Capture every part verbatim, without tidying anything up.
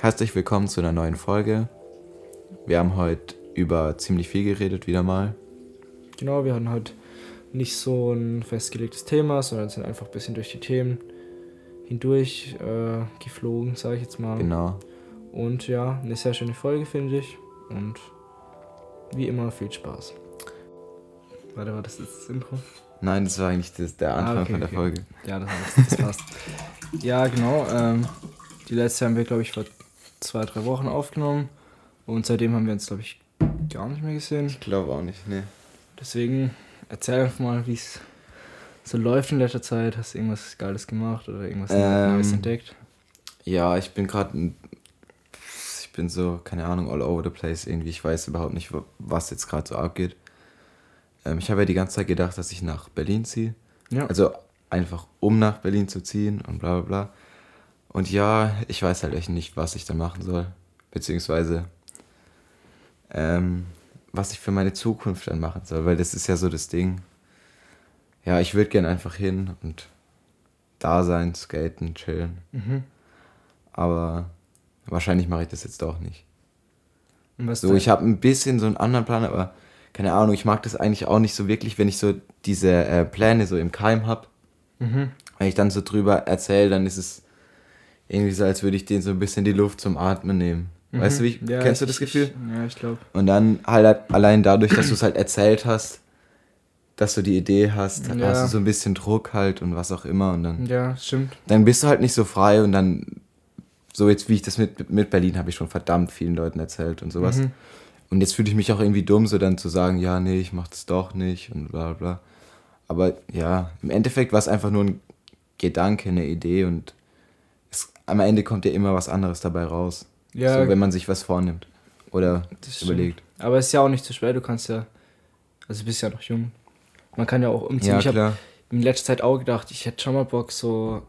Herzlich willkommen zu einer neuen Folge. Wir haben heute über ziemlich viel geredet, wieder mal. Genau, wir hatten heute nicht so ein festgelegtes Thema, sondern sind einfach ein bisschen durch die Themen hindurch äh, geflogen, sage ich jetzt mal. Genau. Und ja, eine sehr schöne Folge, finde ich. Und wie immer viel Spaß. Warte, war das jetzt das Intro? Nein, das war eigentlich das, der Anfang ah, okay, von der okay. Folge. Ja, das, das, das passt. Ja, genau. Ähm, die letzte haben wir, glaube ich, vor zwei, drei Wochen aufgenommen. Und seitdem haben wir uns, glaube ich, gar nicht mehr gesehen. Ich glaube auch nicht, ne. Deswegen erzähl einfach mal, wie es so läuft in letzter Zeit. Hast du irgendwas Geiles gemacht oder irgendwas ähm, Neues entdeckt? Ja, ich bin gerade, ich bin so, keine Ahnung, all over the place irgendwie. Ich weiß überhaupt nicht, was jetzt gerade so abgeht. Ähm, ich habe ja die ganze Zeit gedacht, dass ich nach Berlin ziehe. Ja. Also einfach, um nach Berlin zu ziehen und bla bla bla. Und ja, ich weiß halt echt nicht, was ich da machen soll. Beziehungsweise, ähm, was ich für meine Zukunft dann machen soll. Weil das ist ja so das Ding. Ja, ich würde gern einfach hin und da sein, skaten, chillen. Mhm. Aber wahrscheinlich mache ich das jetzt doch nicht. Und was so, ich habe ein bisschen so einen anderen Plan, aber keine Ahnung, ich mag das eigentlich auch nicht so wirklich, wenn ich so diese äh, Pläne so im Keim habe. Mhm. Wenn ich dann so drüber erzähle, dann ist es irgendwie so, als würde ich denen so ein bisschen die Luft zum Atmen nehmen. Mhm. Weißt du, wie, ja, kennst ich, du das Gefühl? Ich, ja, ich glaube. Und dann halt allein dadurch, dass du es halt erzählt hast, dass du die Idee hast, dann ja. hast du so ein bisschen Druck halt und was auch immer. Und dann, ja, stimmt. Dann bist du halt nicht so frei und dann, so jetzt wie ich das mit, mit Berlin habe ich schon verdammt vielen Leuten erzählt und sowas. Mhm. Und jetzt fühle ich mich auch irgendwie dumm, so dann zu sagen, ja, nee, ich mach das doch nicht und bla bla. Aber ja, im Endeffekt war es einfach nur ein Gedanke, eine Idee und es, am Ende kommt ja immer was anderes dabei raus. Ja, so, wenn man sich was vornimmt oder überlegt. Stimmt. Aber es ist ja auch nicht zu schwer, du kannst ja, also du bist ja noch jung. Man kann ja auch umziehen. Ja, ich habe in letzter Zeit auch gedacht, ich hätte schon mal Bock, so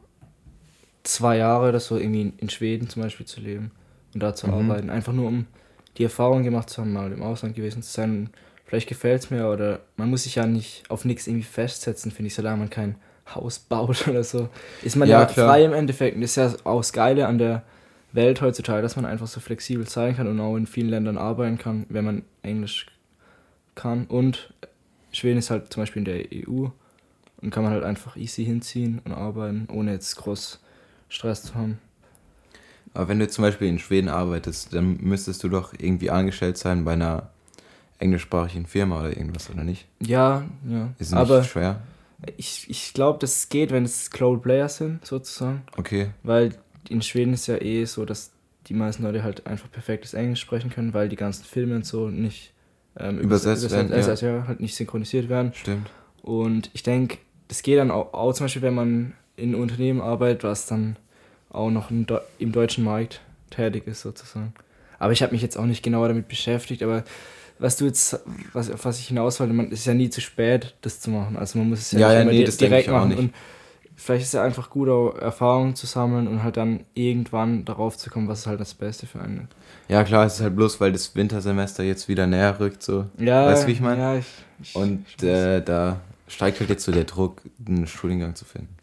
zwei Jahre oder so irgendwie in Schweden zum Beispiel zu leben und da zu mhm. arbeiten. Einfach nur, um die Erfahrung gemacht zu haben, mal im Ausland gewesen zu sein. Vielleicht gefällt es mir oder man muss sich ja nicht auf nichts irgendwie festsetzen, finde ich, solange man kein Haus baut oder so. Ist man ja, ja frei im Endeffekt. Und das ist ja auch das Geile an der Welt heutzutage, dass man einfach so flexibel sein kann und auch in vielen Ländern arbeiten kann, wenn man Englisch kann. Und Schweden ist halt zum Beispiel in der E U und kann man halt einfach easy hinziehen und arbeiten, ohne jetzt groß Stress zu haben. Aber wenn du zum Beispiel in Schweden arbeitest, dann müsstest du doch irgendwie angestellt sein bei einer englischsprachigen Firma oder irgendwas, oder nicht? Ja, ja. Ist nicht aber schwer? Ich, ich glaube, das geht, wenn es Global Players sind, sozusagen. Okay. Weil in Schweden ist ja eh so, dass die meisten Leute halt einfach perfektes Englisch sprechen können, weil die ganzen Filme und so nicht ähm, übersetzt, übersetzt werden, also, also, ja, halt nicht synchronisiert werden. Stimmt. Und ich denke, das geht dann auch, auch zum Beispiel, wenn man in einem Unternehmen arbeitet, was dann auch noch im, Deu- im deutschen Markt tätig ist, sozusagen. Aber ich habe mich jetzt auch nicht genauer damit beschäftigt, aber was du jetzt, was, auf was ich hinaus wollte, man, es ist ja nie zu spät, das zu machen. Also man muss es ja, ja nicht ja, immer nee, di- das direkt machen. Nicht. Und vielleicht ist es ja einfach gut, auch Erfahrungen zu sammeln und halt dann irgendwann darauf zu kommen, was ist halt das Beste für einen. Ja klar, es ist halt bloß, weil das Wintersemester jetzt wieder näher rückt, so. Ja, weißt du, wie ich meine? Ja, ich, ich, und ich äh, da steigt halt jetzt so der Druck, einen Studiengang zu finden.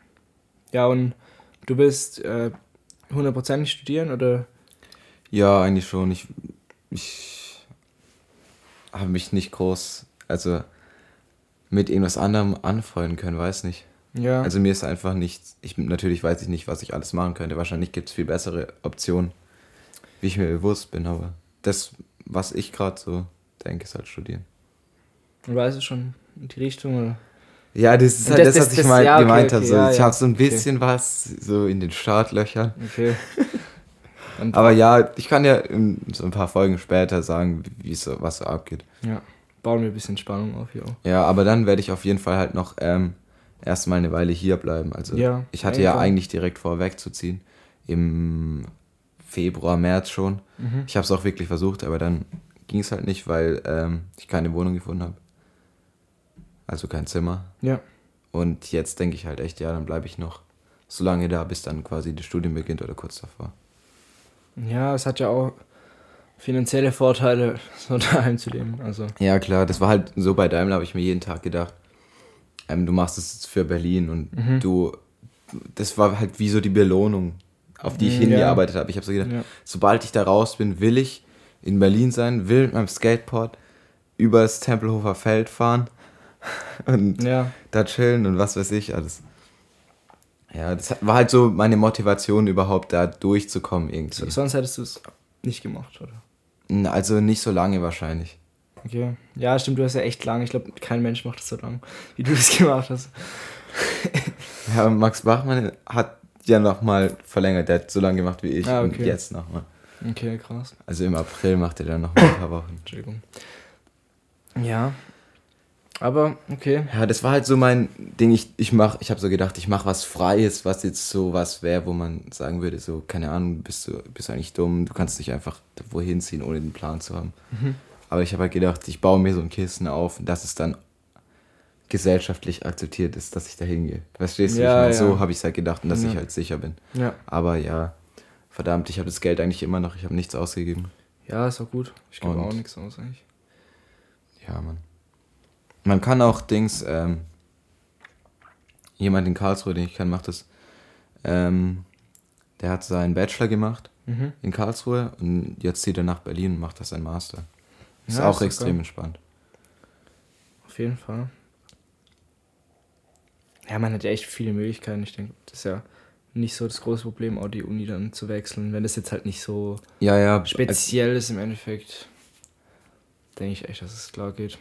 Ja, und du bist äh, hundertprozentig studieren, oder? Ja, eigentlich schon. Ich, ich habe mich nicht groß, also mit irgendwas anderem anfreunden können, weiß nicht. Ja. Also mir ist einfach nicht, ich, natürlich weiß ich nicht, was ich alles machen könnte. Wahrscheinlich gibt es viel bessere Optionen, wie ich mir bewusst bin, aber das, was ich gerade so denke, ist halt studieren. Und weißt du schon die Richtung, oder? Ja, das ist halt das, das, was das, ich mal ja, okay, gemeint okay, habe. So, ja, ich ja, habe so ein bisschen okay. was so in den Startlöchern. Okay. Und aber ja, ich kann ja in so ein paar Folgen später sagen, wie es so, was so abgeht. Ja, bauen wir ein bisschen Spannung auf hier auch. Ja, aber dann werde ich auf jeden Fall halt noch ähm, erstmal eine Weile hier bleiben. Also ja, ich hatte ja eigentlich direkt vor, wegzuziehen. Im Februar, März schon. Mhm. Ich habe es auch wirklich versucht, aber dann ging es halt nicht, weil ähm, ich keine Wohnung gefunden habe. Also kein Zimmer. Ja. Und jetzt denke ich halt echt, ja, dann bleibe ich noch so lange da, bis dann quasi das Studium beginnt oder kurz davor. Ja, es hat ja auch finanzielle Vorteile, so daheim zu leben. Also. Ja, klar, das war halt so, bei Daimler habe ich mir jeden Tag gedacht, ähm, du machst es für Berlin und mhm. du, das war halt wie so die Belohnung auf die ich Mm, hingearbeitet habe. Ich habe so gedacht, Ja. sobald ich da raus bin, will ich in Berlin sein, will mit meinem Skateboard über das Tempelhofer Feld fahren und Ja. da chillen und was weiß ich alles. Ja, das war halt so meine Motivation überhaupt, da durchzukommen irgendwie. So, sonst hättest du es nicht gemacht, oder? Also nicht so lange wahrscheinlich. Okay. Ja, stimmt, du hast ja echt lang. Ich glaube, kein Mensch macht das so lang, wie du das gemacht hast. Ja, und Max Bachmann hat ja nochmal verlängert, der hat so lange gemacht wie ich Ah, und okay. jetzt nochmal. Okay, krass. Also im April macht er dann noch mal ein paar Wochen. Entschuldigung. Ja. Aber, okay. Ja, das war halt so mein Ding. Ich, ich mach, ich habe so gedacht, ich mache was Freies, was jetzt so was wäre, wo man sagen würde, so, keine Ahnung, bist du bist du eigentlich dumm, du kannst nicht einfach wohin ziehen, ohne den Plan zu haben. Mhm. Aber ich habe halt gedacht, ich baue mir so ein Kissen auf, dass es dann gesellschaftlich akzeptiert ist, dass ich da hingehe. Verstehst du? Ja, ich mein, ja. So habe ich es halt gedacht und dass Ja. ich halt sicher bin. Ja. Aber ja, verdammt, ich habe das Geld eigentlich immer noch, ich habe nichts ausgegeben. Ja, ist auch gut. Ich gebe Und- auch nichts aus, eigentlich. Ja, Mann. Man kann auch Dings, ähm, jemand in Karlsruhe, den ich kenne, macht das, ähm, der hat seinen Bachelor gemacht Mhm. in Karlsruhe und jetzt zieht er nach Berlin und macht das seinen Master. Ist Ja, auch ist doch extrem geil. entspannt. Auf jeden Fall. Ja, man hat ja echt viele Möglichkeiten. Ich denke, das ist ja nicht so das große Problem, auch die Uni dann zu wechseln. Wenn das jetzt halt nicht so Ja, ja. als- speziell ist im Endeffekt, denke ich echt, dass es klar geht.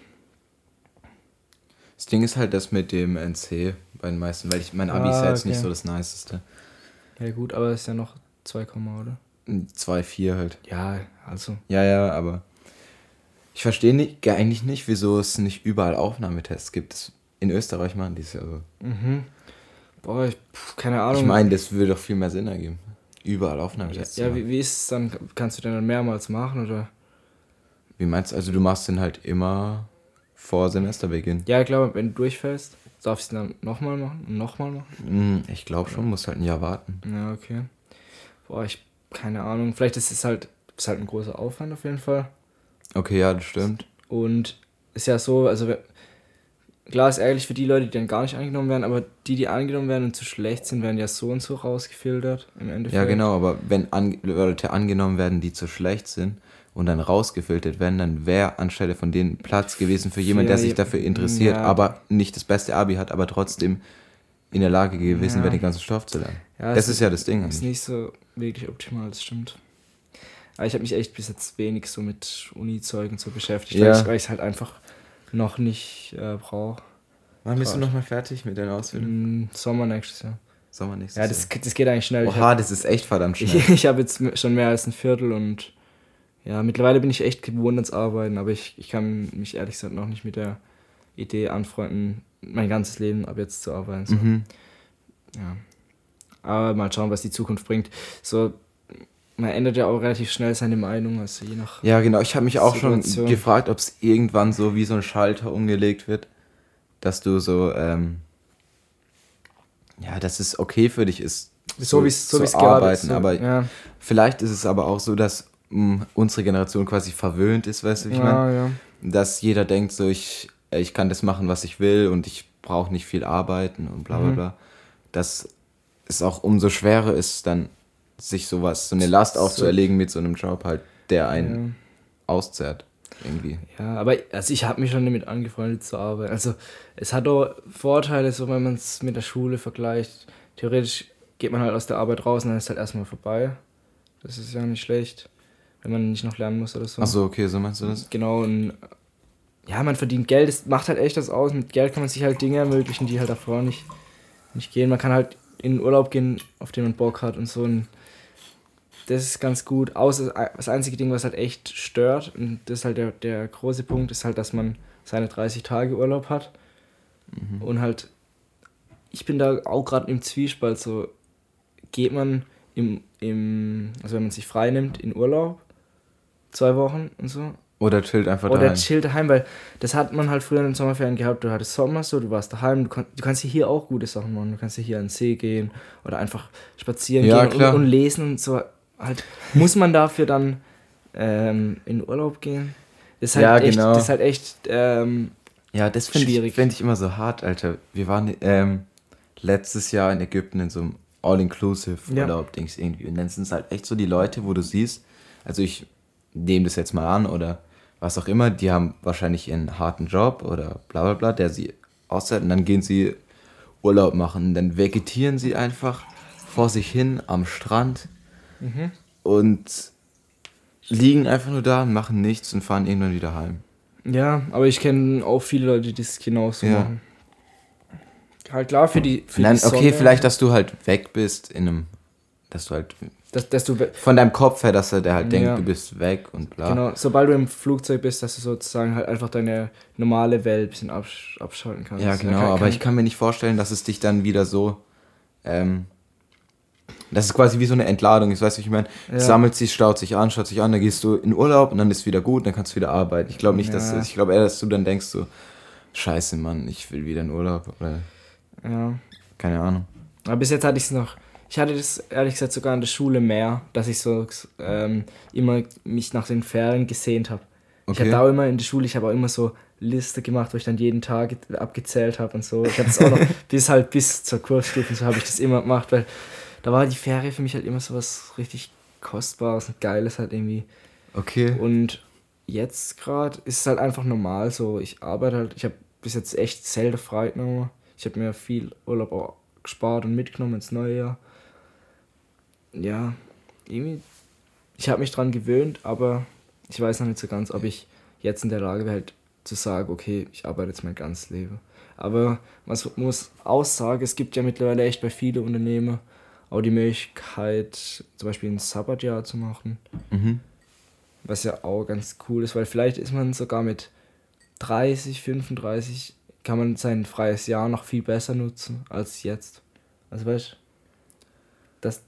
Das Ding ist halt das mit dem N C bei den meisten, weil ich mein Abi ist Ah, ja jetzt okay. nicht so das Niceste. Ja gut, aber es ist ja noch zwei Komma, oder? zwei Komma vier halt. Ja, also. Ja, ja, aber ich verstehe nicht, eigentlich nicht, wieso es nicht überall Aufnahmetests gibt. Das, in Österreich machen die es ja so. Mhm. Boah, ich, pf, keine Ahnung. Ich meine, das würde doch viel mehr Sinn ergeben. Überall Aufnahmetests. ja, zu wie, machen. wie ist es dann? Kannst du den dann mehrmals machen, oder? Wie meinst du? Also du machst den halt immer vor Semesterbeginn. Ja, ich glaube, wenn du durchfällst, darfst du ihn dann nochmal machen und nochmal machen. Hm, Ich glaube schon, musst halt ein Jahr warten. Ja, okay. Boah, ich, keine Ahnung. Vielleicht ist es halt, ist halt ein großer Aufwand auf jeden Fall. Okay, ja, das stimmt. Und ist ja so, also we- klar ist ärgerlich für die Leute, die dann gar nicht angenommen werden, aber die, die angenommen werden und zu schlecht sind, werden ja so und so rausgefiltert im Endeffekt. Ja, genau, aber wenn an, Leute angenommen werden, die zu schlecht sind und dann rausgefiltert werden, dann wäre anstelle von denen Platz gewesen für jemanden, der Ja, sich ja, dafür interessiert, ja. aber nicht das beste Abi hat, aber trotzdem in der Lage gewesen Ja. wäre, den ganzen Stoff zu lernen. Ja, das es ist ja das Ding. Ist eigentlich. nicht so wirklich optimal, das stimmt. Aber ich habe mich echt bis jetzt wenig so mit Uni-Zeug und so beschäftigt, Ja. weil ich es halt einfach noch nicht äh, brauche. Wann bist du Grad. nochmal fertig mit deiner Ausbildung? Im Sommer nächstes Jahr. Sommer nächstes Ja, das, Jahr. das geht eigentlich schnell. Ich Oha, hab- das ist echt verdammt schnell. Ich, ich habe jetzt schon mehr als ein Viertel und ja, mittlerweile bin ich echt gewohnt ans Arbeiten, aber ich, ich kann mich ehrlich gesagt noch nicht mit der Idee anfreunden, mein ganzes Leben ab jetzt zu arbeiten. So. Mhm. Ja. Aber mal schauen, was die Zukunft bringt. So, man ändert ja auch relativ schnell seine Meinung, also je nach. Ja, genau. Ich habe mich auch schon Situation. gefragt, ob es irgendwann so wie so ein Schalter umgelegt wird, dass du so, ähm, ja, dass es okay für dich ist, So wie es so zu wie's gerade arbeiten. ist. So, aber ja, vielleicht ist es aber auch so, dass mh, unsere Generation quasi verwöhnt ist, weißt du, wie ich meine? ja, ja. Dass jeder denkt so, ich, äh, ich kann das machen, was ich will und ich brauche nicht viel arbeiten und bla bla Mhm. bla. Dass es auch umso schwerer ist, dann sich sowas, so eine Last So- aufzuerlegen mit so einem Job halt, der einen Ja. auszehrt. Irgendwie. Ja, aber also ich habe mich schon damit angefreundet zu arbeiten. Also es hat auch Vorteile, so wenn man es mit der Schule vergleicht. Theoretisch geht man halt aus der Arbeit raus und dann ist halt erstmal vorbei. Das ist ja nicht schlecht, wenn man nicht noch lernen muss oder so. Achso, okay, so meinst du das? Genau, und ja, man verdient Geld, das macht halt echt das aus. Mit Geld kann man sich halt Dinge ermöglichen, die halt davor nicht, nicht gehen. Man kann halt in den Urlaub gehen, auf den man Bock hat und so. Und das ist ganz gut. Außer das einzige Ding, was halt echt stört, und das ist halt der, der große Punkt, ist halt, dass man seine dreißig Tage Urlaub hat. Mhm. Und halt, ich bin da auch gerade im Zwiespalt, so geht man im, im, also wenn man sich frei nimmt, in Urlaub, zwei Wochen und so, Oder chillt einfach oder daheim. chill daheim, weil das hat man halt früher in den Sommerferien gehabt. Du hattest Sommer so, du warst daheim, du, kon- du kannst dir hier auch gute Sachen machen. Du kannst dir hier an den See gehen oder einfach spazieren Ja, gehen klar. und, und lesen und so. Halt, muss man dafür dann ähm, in Urlaub gehen? Das ist halt Ja, echt, genau. das ist halt echt ähm, Ja, das finde ich, Schwierig. find ich immer so hart, Alter. Wir waren ähm, letztes Jahr in Ägypten in so einem All-Inclusive-Urlaub-Dings irgendwie. Und dann sind es halt echt so die Leute, wo du siehst, also ich nehme das jetzt mal an oder was auch immer, die haben wahrscheinlich ihren harten Job oder bla bla bla, der sie auszahlt und dann gehen sie Urlaub machen. Dann vegetieren sie einfach vor sich hin am Strand Mhm. und liegen einfach nur da und machen nichts und fahren irgendwann wieder heim. Ja, aber ich kenne auch viele Leute, die das genauso Ja. machen. Halt klar für die, für Nein, die okay, Sonne, vielleicht, dass du halt weg bist in einem, dass du halt dass, dass du, we- von deinem Kopf her, dass er der halt denkt, Ja. du bist weg und bla. genau, sobald du im Flugzeug bist, dass du sozusagen halt einfach deine normale Welt ein bisschen absch abschalten kannst. Ja, genau, kann, aber kann, ich kann mir nicht vorstellen, dass es dich dann wieder so, ähm, das ist quasi wie so eine Entladung, ich weiß nicht, ich meine, Ja. es sammelt sich, staut sich an, staut sich an, dann gehst du in Urlaub und dann ist wieder gut, dann kannst du wieder arbeiten. Ich glaube nicht, dass, Ja. ich glaube eher, dass du dann denkst so, scheiße, Mann, ich will wieder in Urlaub oder, Ja. keine Ahnung. Aber bis jetzt hatte ich es noch. Ich hatte das ehrlich gesagt sogar in der Schule mehr, dass ich so ähm, immer mich nach den Ferien gesehnt habe. Ich Okay. hatte auch immer in der Schule, ich habe auch immer so Liste gemacht, wo ich dann jeden Tag abgezählt habe und so. Ich habe das auch noch bis halt bis zur Kursstufe und so habe ich das immer gemacht, weil da war die Ferie für mich halt immer so was richtig Kostbares und Geiles halt irgendwie. Okay. Und jetzt gerade ist es halt einfach normal so. Ich arbeite halt, ich habe bis jetzt echt selten frei genommen. Ich habe mir viel Urlaub auch gespart und mitgenommen ins neue Jahr. Ja, irgendwie, ich habe mich dran gewöhnt, aber ich weiß noch nicht so ganz, ob ich jetzt in der Lage wäre, halt zu sagen, okay, ich arbeite jetzt mein ganzes Leben. Aber man muss auch sagen, es gibt ja mittlerweile echt bei vielen Unternehmen auch die Möglichkeit, zum Beispiel ein Sabbatjahr zu machen. Mhm. Was ja auch ganz cool ist, weil vielleicht ist man sogar mit dreißig, fünfunddreißig, kann man sein freies Jahr noch viel besser nutzen als jetzt. Also weißt du, dass,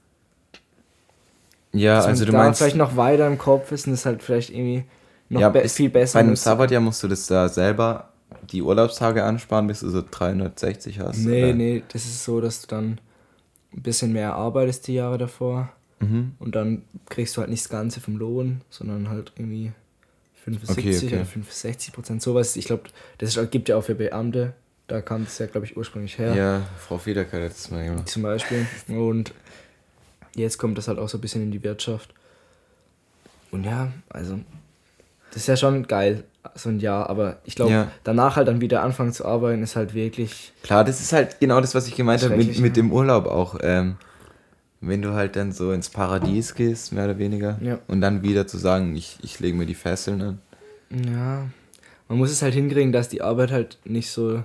Ja, dass also man du da meinst, vielleicht noch weiter im Kopf ist und es halt vielleicht irgendwie noch ja, be- ist- viel besser bei einem nutzen. Sabbatjahr musst du das da selber die Urlaubstage ansparen, bis du so dreihundertsechzig hast? Nee, oder? nee, das ist so, dass du dann ein bisschen mehr arbeitest die Jahre davor Mhm. und dann kriegst du halt nicht das Ganze vom Lohn, sondern halt irgendwie fünfundsiebzig Okay, okay. oder fünfundsechzig Prozent sowas. Ich glaube, das ist, gibt ja auch für Beamte, da kam es ja, glaube ich, ursprünglich her. Ja, Frau Federker hat das mal gemacht. Zum Beispiel. Und jetzt kommt das halt auch so ein bisschen in die Wirtschaft. Und ja, also, das ist ja schon geil, so ein Jahr, aber ich glaube, Ja. danach halt dann wieder anfangen zu arbeiten, ist halt wirklich. Klar, das ist halt genau das, was ich gemeint habe mit, Schrecklich, mit ja. dem Urlaub auch. Ähm, wenn du halt dann so ins Paradies gehst, mehr oder weniger, Ja. und dann wieder zu sagen, ich, ich lege mir die Fesseln an. Ja, man muss es halt hinkriegen, dass die Arbeit halt nicht so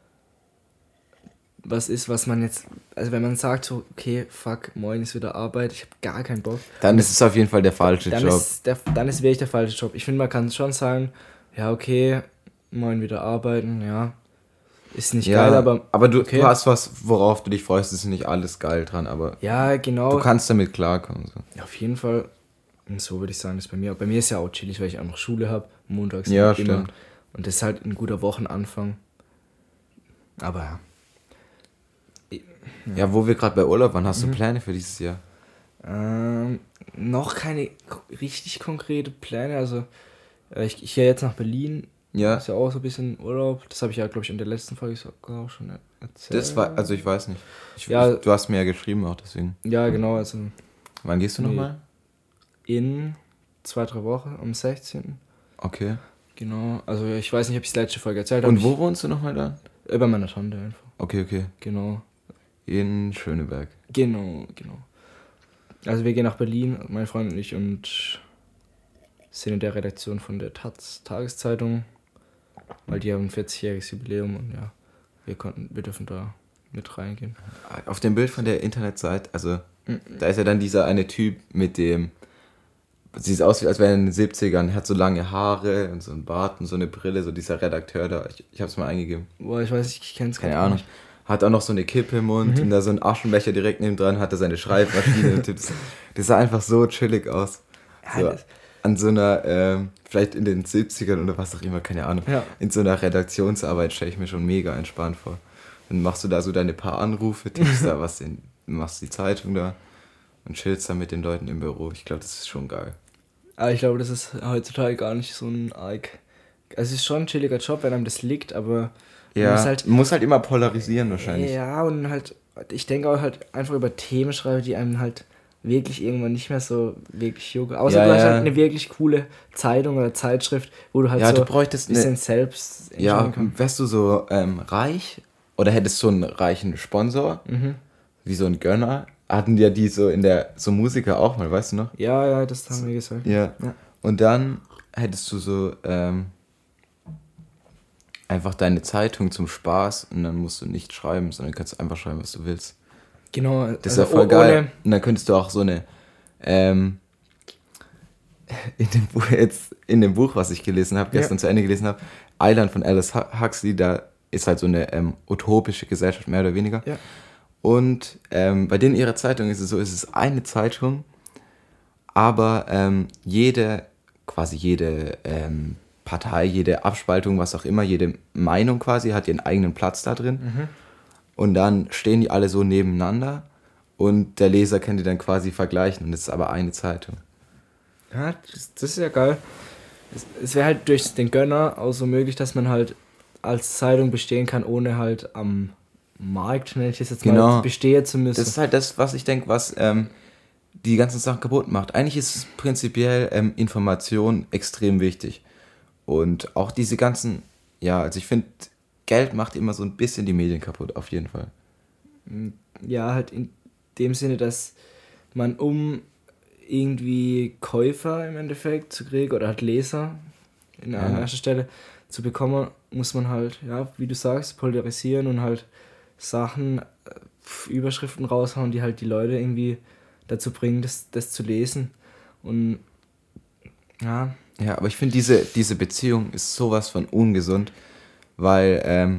was ist, was man jetzt. Also, wenn man sagt, so, okay, fuck, morgen ist wieder Arbeit, ich habe gar keinen Bock. Dann ist es auf jeden Fall der falsche Dann Job. ist, der, dann ist wirklich der falsche Job. Ich finde, man kann schon sagen, ja, okay, morgen wieder arbeiten, ja. Ist nicht Ja, geil, aber. aber du, okay. du hast was, worauf du dich freust, ist nicht alles geil dran, aber Ja, genau. du kannst damit klarkommen. So. Ja, auf jeden Fall. Und so würde ich sagen, das bei mir. Bei mir ist ja auch chillig, weil ich auch noch Schule habe. Montags Ja, immer. stimmt. Und das ist halt ein guter Wochenanfang. Aber ja. Ja, wo wir gerade bei Urlaub waren, Mhm. hast du Pläne für dieses Jahr? Ähm, noch keine ko- richtig konkrete Pläne. Also, äh, ich, ich gehe jetzt nach Berlin. Ja, Ist ja auch so ein bisschen Urlaub. Das habe ich ja, glaube ich, in der letzten Folge sogar auch schon erzählt. das war, also ich weiß nicht. Ich, Ja. ich, du hast mir ja geschrieben auch, deswegen. Ja, genau. Also Wann gehst du Nee. nochmal? in zwei, drei Wochen, am sechzehnten Okay. Genau. Also, ich weiß nicht, ob ich die letzte Folge erzählt habe. Und wo wohnst du nochmal da? Ich, bei meiner Tante einfach. Okay, okay. Genau. In Schöneberg. Genau, genau. Also wir gehen nach Berlin, mein Freund und ich, und sind in der Redaktion von der Taz Tageszeitung, weil die haben ein vierzigjähriges Jubiläum und ja, wir konnten, wir dürfen da mit reingehen. Auf dem Bild von der Internetseite, also Mhm. da ist ja dann dieser eine Typ mit dem, sieht aus, als wäre er in den siebzigern, hat so lange Haare und so einen Bart und so eine Brille, so dieser Redakteur da, ich, ich hab's mal eingegeben, Boah, ich weiß nicht, ich kenn's keine gar Ahnung. nicht. Hat auch noch so eine Kippe im Mund Mhm. und da so ein Aschenbecher direkt neben dran, hat er seine Schreibmaschine und Tipps. Das sah einfach so chillig aus. Ja, So, das- an so einer, ähm, vielleicht in den siebzigern oder was auch immer, keine Ahnung. Ja. In so einer Redaktionsarbeit stelle ich mir schon mega entspannt vor. Dann machst du da so deine paar Anrufe, tippst da was in, machst die Zeitung da und chillst dann mit den Leuten im Büro. Ich glaube, das ist schon geil. Aber ich glaube, das ist heutzutage gar nicht so ein Ike. Also es ist schon ein chilliger Job, wenn einem das liegt, aber man Ja, muss halt, muss halt immer polarisieren wahrscheinlich. ja, und halt ich denke auch halt einfach über Themen schreibe, die einem halt wirklich irgendwann nicht mehr so wirklich jucken. Außer Ja, du hast ja. halt eine wirklich coole Zeitung oder Zeitschrift, wo du halt Ja, so du bräuchtest ein bisschen eine- selbst Ja, entscheiden kannst. wärst du so ähm, reich oder hättest so einen reichen Sponsor, Mhm. wie so ein Gönner, hatten ja die so in der, so Musiker auch mal, weißt du noch? Ja, ja, das haben wir gesagt. Ja. Ja. Und dann hättest du so ähm, einfach deine Zeitung zum Spaß und dann musst du nicht schreiben, sondern kannst einfach schreiben, was du willst. Genau. Das ist also ja voll oh- geil. ohne- Und dann könntest du auch so eine, ähm, in dem Buch, jetzt, in dem Buch, was ich gelesen habe, Ja. gestern zu Ende gelesen habe, Island von Aldous Huxley, da ist halt so eine ähm, utopische Gesellschaft, mehr oder weniger. Ja. Und ähm, bei denen ihrer Zeitung ist es so, es ist eine Zeitung, aber ähm, jede, quasi jede ähm, Partei, jede Abspaltung, was auch immer, jede Meinung quasi hat ihren eigenen Platz da drin. Mhm. Und dann stehen die alle so nebeneinander und der Leser kann die dann quasi vergleichen und es ist aber eine Zeitung. Ja, das, das ist ja geil. Es, es wäre halt durch den Gönner auch so möglich, dass man halt als Zeitung bestehen kann, ohne halt am Markt, nenne ich es jetzt Genau. mal, bestehen zu müssen. Das ist halt das, was ich denke, was ähm, die ganzen Sachen kaputt macht. Eigentlich ist es prinzipiell ähm, Information extrem wichtig. Und auch diese ganzen, ja, also ich finde, Geld macht immer so ein bisschen die Medien kaputt, auf jeden Fall. Ja, halt in dem Sinne, dass man um irgendwie Käufer im Endeffekt zu kriegen oder halt Leser in, an Ja. erster Stelle zu bekommen, muss man halt, ja, wie du sagst, polarisieren und halt Sachen, äh, Überschriften raushauen, die halt die Leute irgendwie dazu bringen, das, das zu lesen. Und ja, Ja, aber ich finde, diese, diese Beziehung ist sowas von ungesund, weil ähm,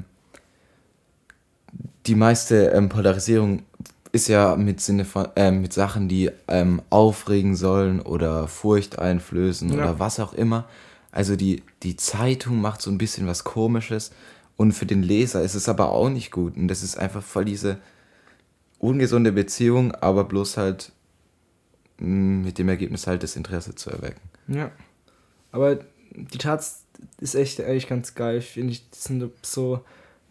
die meiste ähm, Polarisierung ist ja mit Sinne von, ähm, mit Sachen, die ähm, aufregen sollen oder Furcht einflößen Ja. oder was auch immer. Also die, die Zeitung macht so ein bisschen was Komisches und für den Leser ist es aber auch nicht gut. Und das ist einfach voll diese ungesunde Beziehung, aber bloß halt mh, mit dem Ergebnis halt das Interesse zu erwecken. ja. Aber die Taz ist echt eigentlich ganz geil, finde ich. Die sind so,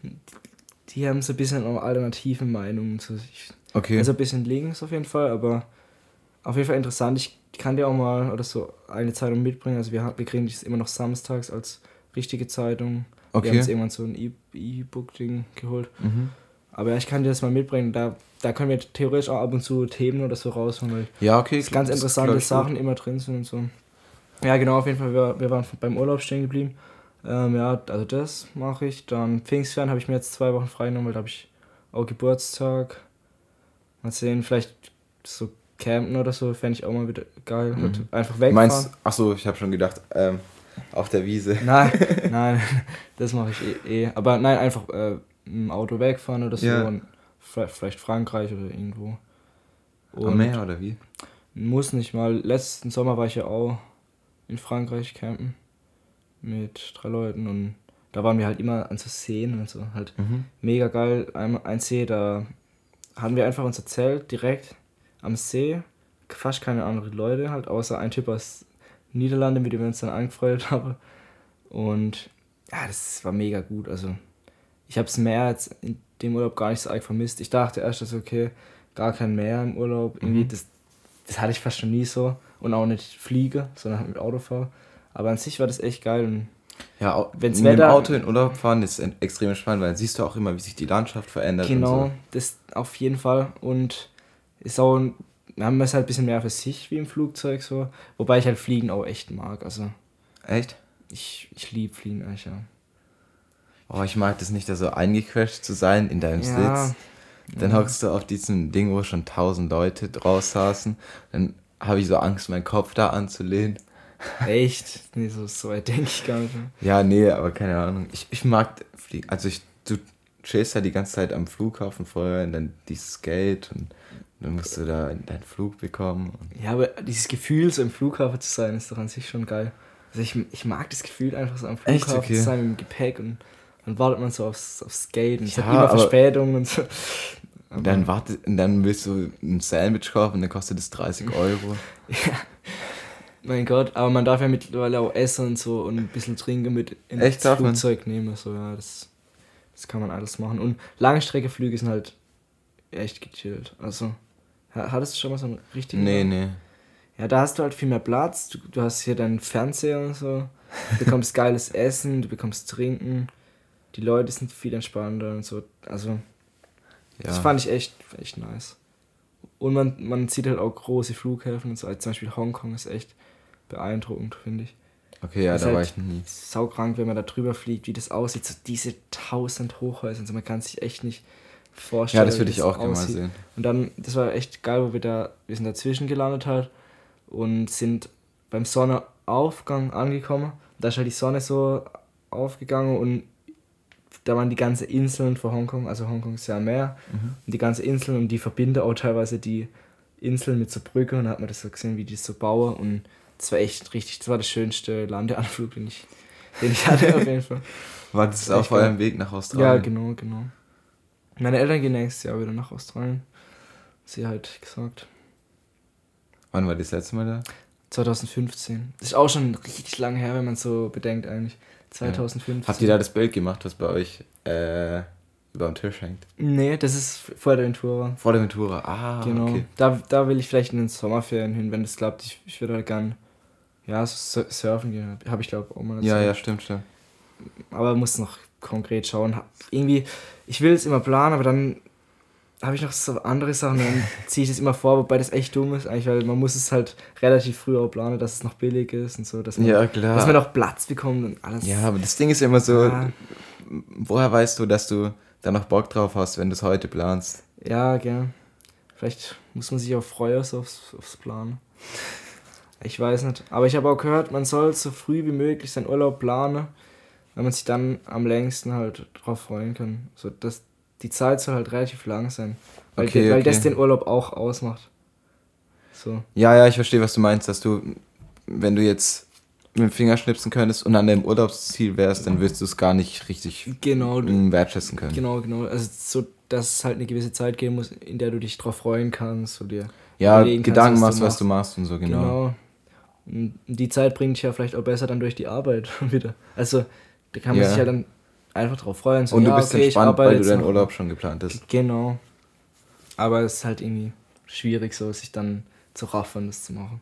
die haben so ein bisschen auch alternative Meinungen zu sich. Okay. Also ein bisschen links auf jeden Fall, aber auf jeden Fall interessant. Ich kann dir auch mal oder so eine Zeitung mitbringen. Also wir, haben- wir kriegen das immer noch samstags als richtige Zeitung. Wir Okay. haben uns irgendwann so ein E- E-Book-Ding geholt. Mhm. Aber ja, ich kann dir das mal mitbringen. Da, da können wir theoretisch auch ab und zu Themen oder so rausholen, weil Ja, okay. es ganz das interessante glaub ich Sachen gut. immer drin sind und so. Ja, genau, auf jeden Fall. Wir, wir waren beim Urlaub stehen geblieben. Ähm, ja, also das mache ich. Dann Pfingstfern habe ich mir jetzt zwei Wochen freigenommen, weil da habe ich auch Geburtstag. Mal sehen, vielleicht so campen oder so, fände ich auch mal wieder geil. Mhm. Halt einfach Du wegfahren. meinst, achso, ich habe schon gedacht, ähm, auf der Wiese. Nein, nein, das mache ich eh, eh. Aber nein, einfach äh, im Auto wegfahren oder so. Ja. Und vielleicht, vielleicht Frankreich oder irgendwo. Am Meer oder wie? Muss nicht mal. Letzten Sommer war ich ja auch in Frankreich campen mit drei Leuten und da waren wir halt immer an so Seen und so. Halt Mhm. mega geil. Ein, ein See, da hatten wir einfach unser Zelt direkt am See. Fast keine anderen Leute halt, außer ein Typ aus Niederlande, mit dem wir uns dann angefreundet haben. Und ja, das war mega gut. Also ich habe das Meer jetzt in dem Urlaub gar nicht so arg vermisst. Ich dachte erst, dass okay, gar kein Meer im Urlaub. Irgendwie, Mhm. das, das hatte ich fast schon nie so. Und auch nicht fliege, sondern halt mit Auto fahre. Aber an sich war das echt geil. Und Ja, au- Wenn's mit dem Wetter- Auto in Urlaub fahren ist en- extrem spannend, weil dann siehst du auch immer, wie sich die Landschaft verändert genau, und das auf jeden Fall. Und ist auch, ein- wir haben es halt ein bisschen mehr für sich wie im Flugzeug so. Wobei ich halt Fliegen auch echt mag. Also so. Echt? ich, ich liebe Fliegen eigentlich, ja. Oh, ich mag das nicht, da so eingecrashed zu sein in deinem Ja, Sitz. Dann hockst du auf diesem Ding, wo schon tausend Leute draus saßen. Dann habe ich so Angst, meinen Kopf da anzulehnen. echt. Nee, so, so weit denke ich gar nicht. Ja, nee, aber keine Ahnung. Ich, ich mag Fliegen. Also ich, du chillst ja die ganze Zeit am Flughafen vorher und dann dieses Gate und dann musst du da deinen Flug bekommen. Und Ja, aber dieses Gefühl, so im Flughafen zu sein, ist doch an sich schon geil. Also ich, ich mag das Gefühl, einfach so am Echt? Flughafen Okay. zu sein mit dem Gepäck und dann wartet man so aufs, aufs Gate und es Ja, hat immer aber- Verspätungen und so. Und dann, warte, und dann willst du ein Sandwich kaufen und dann kostet es dreißig Euro. Mein Gott, aber man darf ja mittlerweile auch essen und so und ein bisschen trinken mit ins Echt, darf man? Flugzeug nehmen. So, ja, das, das kann man alles machen. Und Langstreckeflüge sind halt echt gechillt. Also, hattest du schon mal so einen richtigen... Nee, Laden? nee. Ja, da hast du halt viel mehr Platz. Du, du hast hier deinen Fernseher und so. Du bekommst geiles Essen, du bekommst Trinken. Die Leute sind viel entspannter und so. Also, ja. Das fand ich echt, echt nice. Und man, man sieht halt auch große Flughäfen und so. Also zum Beispiel Hongkong ist echt beeindruckend, finde ich. Okay, ja, das da halt war ich noch nie. Saukrank, wenn man da drüber fliegt, wie das aussieht. So diese tausend Hochhäuser und so. Man kann sich echt nicht vorstellen. Ja, das würde ich auch gerne mal sehen. Und dann, das war echt geil, wo wir da, wir sind dazwischen gelandet halt und sind beim Sonnenaufgang angekommen. Da ist halt die Sonne so aufgegangen und da waren die ganzen Inseln vor Hongkong, also Hongkong ist ja am Meer, mhm. und die ganzen Inseln und die verbinden auch teilweise die Inseln mit so Brücke und da hat man das so gesehen, wie die so bauen und das war echt richtig, das war der schönste Landeanflug, den ich, den ich hatte auf jeden Fall. War das, das auf eurem Weg nach Australien? Ja, genau, genau. Meine Eltern gehen nächstes Jahr wieder nach Australien. Sie halt gesagt. Wann war das letzte Mal da? zwanzig fünfzehn. Das ist auch schon richtig lange her, wenn man so bedenkt eigentlich. zwanzig fünfzehn. Ja. Habt ihr da das Bild gemacht, was bei euch äh, über dem Tisch hängt? Nee, das ist vor der Ventura. Vor der Ventura, ah, genau. Okay. Da, da will ich vielleicht in den Sommerferien hin, wenn das klappt. Ich, ich würde halt gern ja, so surfen gehen. Habe ich glaube auch mal dazu. Ja, ja, stimmt, stimmt. Aber muss noch konkret schauen. Irgendwie, ich will es immer planen, aber dann habe ich noch so andere Sachen, dann ziehe ich das immer vor, wobei das echt dumm ist eigentlich, weil man muss es halt relativ früh auch planen, dass es noch billig ist und so, dass man, ja, klar. Dass man auch Platz bekommt und alles. Ja, aber das Ding ist ja immer so, ja. Woher weißt du, dass du da noch Bock drauf hast, wenn du es heute planst? Ja, gern. Vielleicht muss man sich auch freuen so aufs, aufs Planen. Ich weiß nicht. Aber ich habe auch gehört, man soll so früh wie möglich seinen Urlaub planen, weil man sich dann am längsten halt drauf freuen kann. So, dass die Zeit soll halt relativ lang sein, weil, okay, de, weil okay. das den Urlaub auch ausmacht. So. Ja, ja, ich verstehe, was du meinst, dass du, wenn du jetzt mit dem Finger schnipsen könntest und an deinem Urlaubsziel wärst, dann wirst du es gar nicht richtig genau, wertschätzen können. Genau, genau. Also so, dass es halt eine gewisse Zeit geben muss, in der du dich drauf freuen kannst, so dir ja, Gedanken machst, was du machst und so, genau. Genau. Und die Zeit bringt dich ja vielleicht auch besser dann durch die Arbeit wieder. Also, da kann man ja. sich ja dann einfach drauf freuen. So, und du ja, bist okay, entspannt, weil du deinen Urlaub schon geplant hast. Genau. Aber es ist halt irgendwie schwierig, so sich dann zu raffen, das zu machen.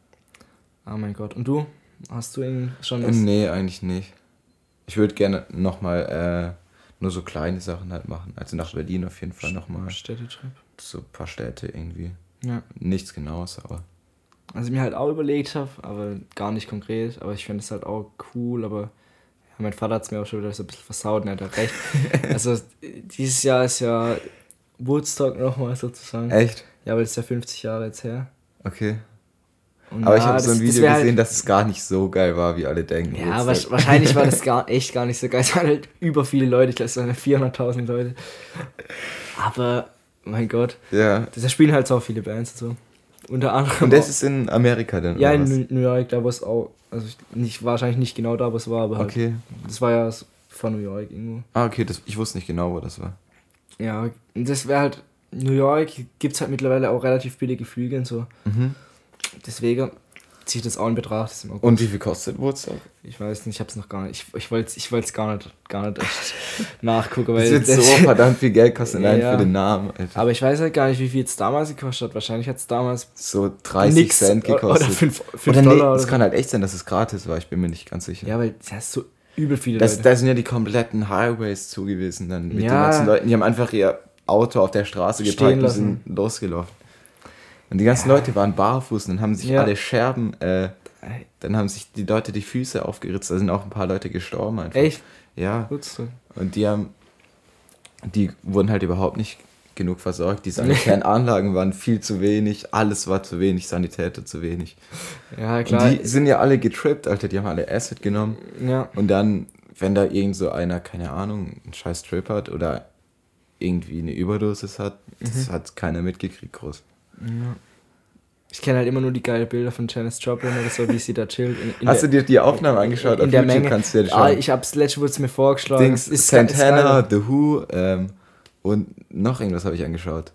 Oh mein Gott. Und du? Hast du ihn schon was? Nee, eigentlich nicht. Ich würde gerne nochmal äh, nur so kleine Sachen halt machen. Also nach Berlin auf jeden Fall nochmal. Städtetrip. So ein paar Städte irgendwie. Ja. Nichts Genaues, aber... Also mir halt auch überlegt habe, aber gar nicht konkret. Aber ich finde es halt auch cool, aber ja, mein Vater hat es mir auch schon wieder so ein bisschen versaut und er hat auch recht. Also dieses Jahr ist ja Woodstock nochmal sozusagen. Echt? Ja, weil es ist ja fünfzig Jahre jetzt her. Okay. Und aber ja, ich habe so ein Video gesehen, halt, dass es gar nicht so geil war, wie alle denken. Ja, wa- wahrscheinlich war das gar, echt gar nicht so geil. Es waren halt über viele Leute, ich glaube, es waren vierhunderttausend Leute. Aber, mein Gott, ja. da spielen halt so viele Bands und so. Unter anderem. Und das auch, ist in Amerika dann? Ja, in New York, da wo es auch, also nicht, wahrscheinlich nicht genau da, wo es war, aber halt. Okay. Das war ja von New York irgendwo. Ah, okay, das, ich wusste nicht genau, wo das war. Ja, das wäre halt, New York gibt es halt mittlerweile auch relativ billige Flüge und so. Mhm. Deswegen ziehe ich das auch in Betracht. Das und wie viel kostet Woodstock? Ich weiß nicht, ich habe es noch gar nicht. Ich, ich wollte es ich wollt's gar nicht, gar nicht echt nachgucken. Weil das wird das so verdammt viel Geld kosten, allein ja, für den Namen. Alter. Aber ich weiß halt gar nicht, wie viel es damals gekostet hat. Wahrscheinlich hat es damals so dreißig Cent gekostet. Oder fünf oder Dollar. Nee, oder es so. kann halt echt sein, dass es gratis war. Ich bin mir nicht ganz sicher. Ja, weil das heißt so übel viele das, Leute. Da sind ja die kompletten Highways zugewiesen dann mit ja. den ganzen Leuten. Die haben einfach ihr Auto auf der Straße geparkt und sind losgelaufen. Und die ganzen ja. Leute waren barfuß und dann haben sich ja. alle Scherben, äh, dann haben sich die Leute die Füße aufgeritzt. Da sind auch ein paar Leute gestorben einfach. Echt? Ja. Und die haben, die wurden halt überhaupt nicht genug versorgt. Die sanitären Anlagen waren viel zu wenig, alles war zu wenig, Sanitäter zu wenig. Ja, klar. Und die sind ja alle getrippt, Alter, die haben alle Acid genommen. Ja. Und dann, wenn da irgend so einer, keine Ahnung, einen scheiß Trip hat oder irgendwie eine Überdosis hat, das mhm. hat keiner mitgekriegt groß. Ja. Ich kenne halt immer nur die geilen Bilder von Janis Joplin oder so, wie sie da chillt. In, in Hast der, du dir die Aufnahmen angeschaut? In auf der YouTube Menge. Kannst du dir ah, ich hab's letzte Woche mir vorgeschlagen. Dings, ist Santana, The Who ähm, und noch irgendwas habe ich angeschaut.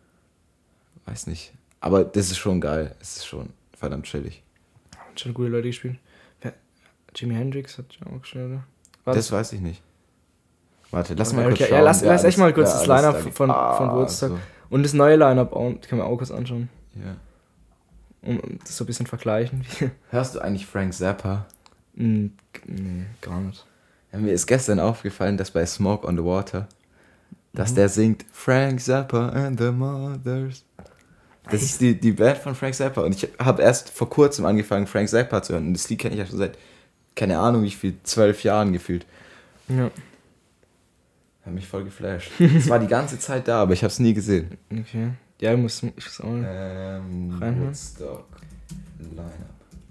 Weiß nicht. Aber das ist schon geil. Es ist schon verdammt chillig. Haben schon gute Leute gespielt. Jimi Hendrix hat ja auch gespielt, oder? Das, das weiß ich nicht. Warte, lass mal kurz Ja, schauen. ja, lass, wer lass echt alles- mal kurz wer das alles Line-Up da- von, Ah, von Woodstock. so. Und das neue Line-Up auch, können wir auch kurz anschauen. Ja. Und, und das so ein bisschen vergleichen. Hörst du eigentlich Frank Zappa? Hm, nee, gar nicht. Ja, mir ist gestern aufgefallen, dass bei Smoke on the Water, dass Mhm. der singt Frank Zappa and the Mothers. Das ist die, die Band von Frank Zappa. Und ich habe erst vor kurzem angefangen, Frank Zappa zu hören. Und das Lied kenne ich ja schon seit, keine Ahnung wie viel, zwölf Jahren gefühlt. Ja, Hat mich voll geflasht. Es war die ganze Zeit da, aber ich habe es nie gesehen. okay. Ja, ich muss, ich muss auch nicht. Ähm, Reinhören? Woodstock Lineup.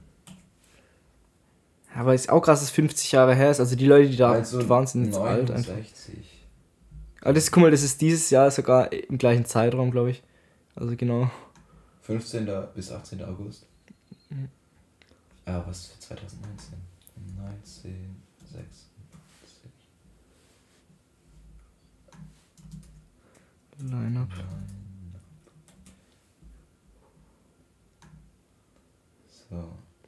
Aber ist auch krass, dass es fünfzig Jahre her ist. Also die Leute, die da Also waren, sind jetzt alt einfach. neunundsechzig. Aber das, guck mal, das ist dieses Jahr sogar im gleichen Zeitraum, glaube ich. Also genau. fünfzehnten bis achtzehnten August. Ah, was für zwanzig neunzehn? neunzehn, sechsundsiebzig. Line-Up. So.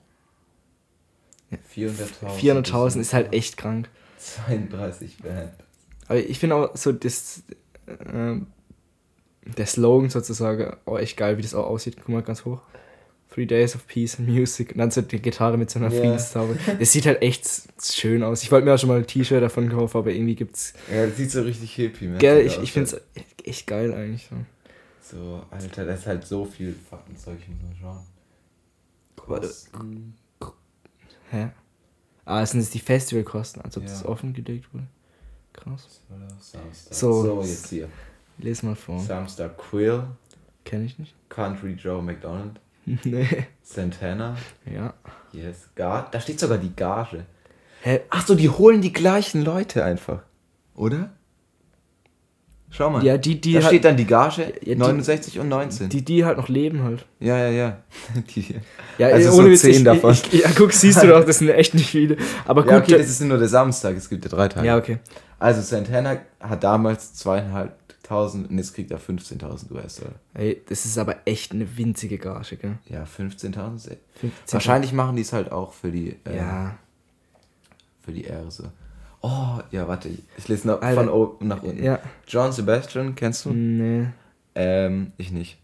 vierhunderttausend. vierhunderttausend ist halt echt krank. zweiunddreißig Band. Aber ich finde auch so das, ähm, der Slogan sozusagen auch echt geil, wie das auch aussieht. Guck mal ganz hoch. Three Days of Peace and Music. Und dann so die Gitarre mit so einer Ja. Friedenstaube. Es sieht halt echt schön aus. Ich wollte mir auch schon mal ein T-Shirt davon kaufen, aber irgendwie gibt's. Ja, das sieht so richtig hippie, man. Gell, ich, ich finde es echt geil eigentlich. So. So, Alter, das ist halt so viel Faktenzeug, ich muss mal schauen. Warte. Kosten. Hä? Ah, das sind jetzt die Festivalkosten, als ob Ja. das offengelegt wurde. Krass. Samstag. So. So, jetzt hier. Les mal vor. Samstag Quill, Kenn ich nicht. Country Joe McDonald, Nee. Santana, Ja. yes, Gar. Da steht sogar die Gage. Hä? Ach so, die holen die gleichen Leute einfach. Oder? Schau mal. Ja, die, die da halt, steht dann die Gage, Ja, die- neunundsechzig und neunzehn. die, die halt noch leben halt. ja, ja, ja. Die, Ja, Also ohne so Witz, zehn ich, davon. Ich, ich, ja, guck, siehst du doch, das sind echt nicht viele. Aber gut. ja, okay, das ist nur der Samstag, es gibt ja drei Tage. ja, okay. Also Santana hat damals zweieinhalbtausend und jetzt kriegt er fünfzehntausend U S-Dollar. Ey, das ist aber echt eine winzige Gage, gell? Ja, fünfzehntausend. fünfzehn Wahrscheinlich machen die es halt auch für die, äh, Ja. für die Ehre so. Oh, ja, warte, ich, ich lese noch Alter. von oben nach unten. Ja. John Sebastian, kennst du? Nee. Ähm, ich nicht.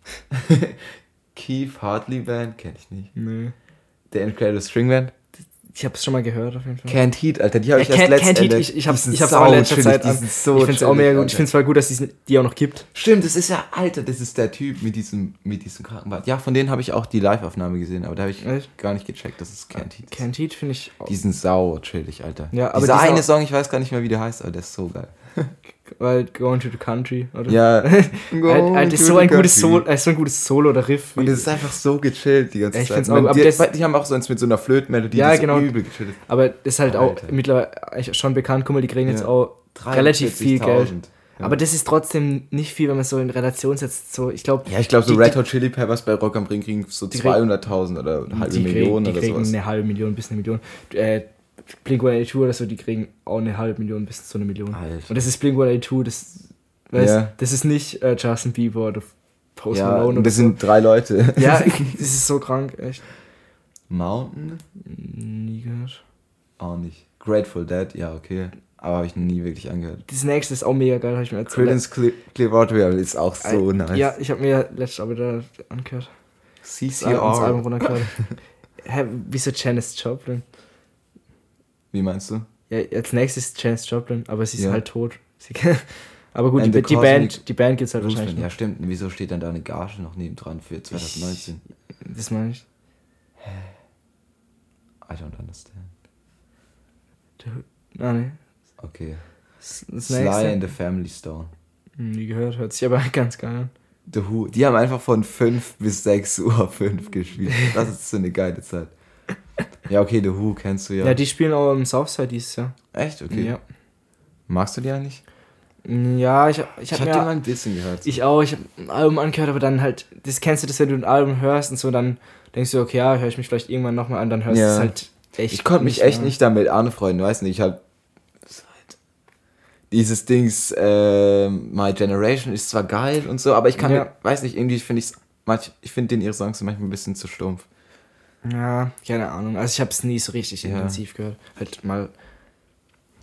Keith Hartley Band, kenn ich nicht. Nee. The Incredible String Band. Ich hab's schon mal gehört, auf jeden Fall. Can't Heat, Alter, die habe ich Ja, erst Can't- letztens Can't Heat, entdeckt. ich, ich hab's, Die sind ich hab's auch in letzter sau Zeit chillig, an. die sind so ich find's auch chillig, mega gut. Alter. Ich find's voll gut, dass es die auch noch gibt. Stimmt, das ist ja, Alter, das ist der Typ mit diesem, mit diesem Krankenbart. Ja, von denen habe ich auch die Live-Aufnahme gesehen, aber da habe ich Echt? gar nicht gecheckt, dass es Can't Heat ist. Can't Heat finde ich auch. Die sind sau chillig, Alter. Ja, aber dieser dieser- eine Song, ich weiß gar nicht mehr, wie der heißt, aber der ist so geil. Weil Going to the Country, oder? Ja. Halt, halt ist so ein gutes Solo, äh, so ein gutes Solo oder Riff. Und es ist einfach so gechillt die ganze Ja, ich Zeit. find's auch- Man, aber die, das- die haben auch so eins mit so einer Flötenmelodie, Ja, die ist genau. übel gechillt. Aber das ist halt auch Alter. mittlerweile eigentlich schon bekannt. Guck mal, die kriegen jetzt Ja. auch relativ viel Geld. dreiundvierzigtausend. Ja. Aber das ist trotzdem nicht viel, wenn man es so in Relation setzt. So, ich glaube, Ja, ich glaube, so die- Red Hot Chili Peppers bei Rock am Ring kriegen so Die kriegen- zweihunderttausend oder eine halbe die Million kriegen, die oder kriegen sowas. eine halbe Million bis eine Million. Äh, Blink one eighty-two oder so, die kriegen auch eine halbe Million bis zu eine Million. Alter. Und das ist Blink one eighty-two, das, weißt, Ja. das ist nicht äh, Justin Bieber oder Post Ja, Malone und oder das so. sind drei Leute. Ja, das ist so krank, echt. Mountain? Nie gehört. Auch nicht. Grateful Dead, ja, okay. Aber habe ich noch nie wirklich angehört. Das nächste ist auch mega geil, habe ich mir erzählt. Creedence Cle- Clearwater Revival ist auch so Äh, nice. Ja, ich habe mir letztes Mal wieder angehört. C Das C Al- das Album R. runtergehört. Hä, wieso Janis Joplin? Wie meinst du? Ja, als nächstes ist Janis Joplin, aber sie ist Ja. halt tot. Sie, aber gut, die, And the die Cosmic Band, die Band gibt's halt Roosevelt. wahrscheinlich Ja, noch. stimmt. Wieso steht dann da eine Gage noch nebendran für zwanzig neunzehn? Das meine ich. I don't understand. Ah, ne. Okay. Das, das Sly nächste. and the Family Stone. Hm, Nie gehört, hört sich aber ganz geil an. The Who. Die haben einfach von fünf bis sechs Uhr fünf gespielt. Das ist so eine geile Zeit. Ja, okay, The Who kennst du ja. Ja, die spielen auch im Southside dieses Jahr. Echt? Okay. Ja. Magst du die eigentlich? Ja, ich, ich Ich habe hab die mir... mal ein bisschen gehört. Ich auch, ich habe ein Album angehört, aber dann halt... Das kennst du das, wenn du ein Album hörst und so, dann denkst du, okay, ja, höre ich mich vielleicht irgendwann nochmal an, dann hörst du Ja. es halt echt Ich konnte mich echt mehr. nicht damit anfreunden, weißt du, ich hab seit dieses Dings, äh, My Generation ist zwar geil und so, aber ich kann, Ja. nicht, weiß nicht, irgendwie finde ich manch, ich finde den ihre Songs sind manchmal ein bisschen zu stumpf. Ja, keine Ahnung. Also ich habe es nie so richtig Ja. intensiv gehört. Halt mal...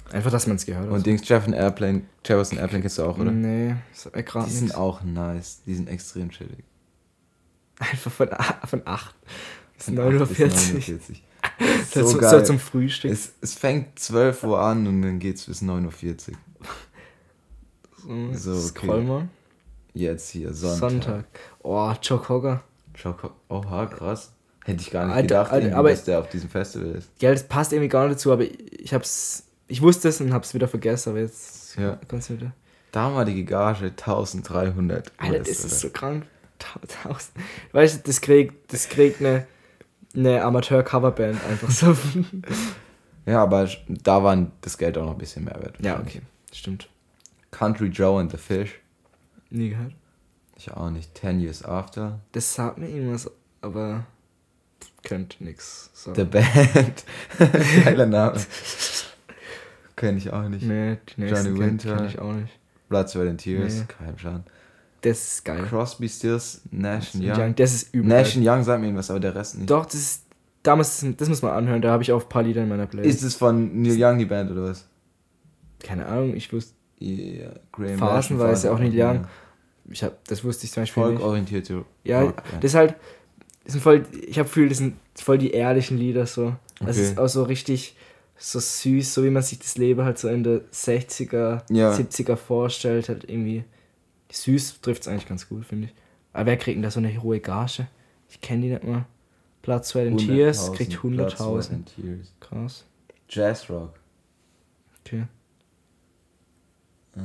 Einfach, dass man es gehört hat. Und Dings, Jefferson Airplane, Jefferson Airplane kennst du auch, oder? Nee, ist mir gerade Die nicht. sind auch nice. Die sind extrem chillig. Einfach von, a- von acht bis Von neun Uhr acht bis vierzig. neunundvierzig. So, So so, geil. so zum Frühstück. Es, es fängt zwölf Uhr an und dann geht's bis neun Uhr vierzig. So, So, okay. Scroll mal. Jetzt hier, Sonntag. Sonntag. Oh, Joe Cocker. Choco. Oha, krass. Hätte ich gar nicht Alter, gedacht, Alter, irgendwie, aber- dass der auf diesem Festival ist. Ja, das passt irgendwie gar nicht dazu, aber ich hab's. Ich wusste es und hab's wieder vergessen, aber jetzt Ja. kannst du wieder. Damalige Gage eintausenddreihundert. Alter, U S, das ist oder? so krank. tausend. Weißt du, das kriegt, das kriegt eine, eine Amateur-Coverband einfach so. Ja, aber da war das Geld auch noch ein bisschen mehr wert. Ja, okay. Stimmt. Country Joe and the Fish. Nie gehört. Ich auch nicht. Ten Years After. Das sagt mir irgendwas, aber könnte nix The sagen. Band. Geiler Name. Kenn ich auch nicht. Nee, die nächsten Johnny kenn, Winter. kenn ich auch nicht. Blood, Sweat and Tears. Nee. Kein Plan. Das ist geil. Crosby, Stills, Nash and Young. Young, das ist übel. Nash and Young sagt mir irgendwas, aber der Rest nicht. Doch, das ist. Damals, das muss man anhören, da habe ich auch ein paar Lieder in meiner Playlist. Ist es von Neil Young die Band oder was? Keine Ahnung, ich wusste. Ja, Graham Phasenweise Nash, auch Neil ja. Young. Ich hab, das wusste ich zum Beispiel nicht. Volkorientierte Ja, Rock, das ist halt. Das sind voll, ich habe Gefühl, das sind voll die ehrlichen Lieder so. Das Okay. ist auch so richtig so süß, so wie man sich das Leben halt so in der sechziger, Ja. siebziger vorstellt. Halt irgendwie. Süß trifft es eigentlich ganz gut, finde ich. Aber wer kriegt denn da so eine hohe Gage? Ich kenne die nicht mal. Blood, Sweat and Tears kriegt hunderttausend. Krass. Jazzrock. Okay. Äh,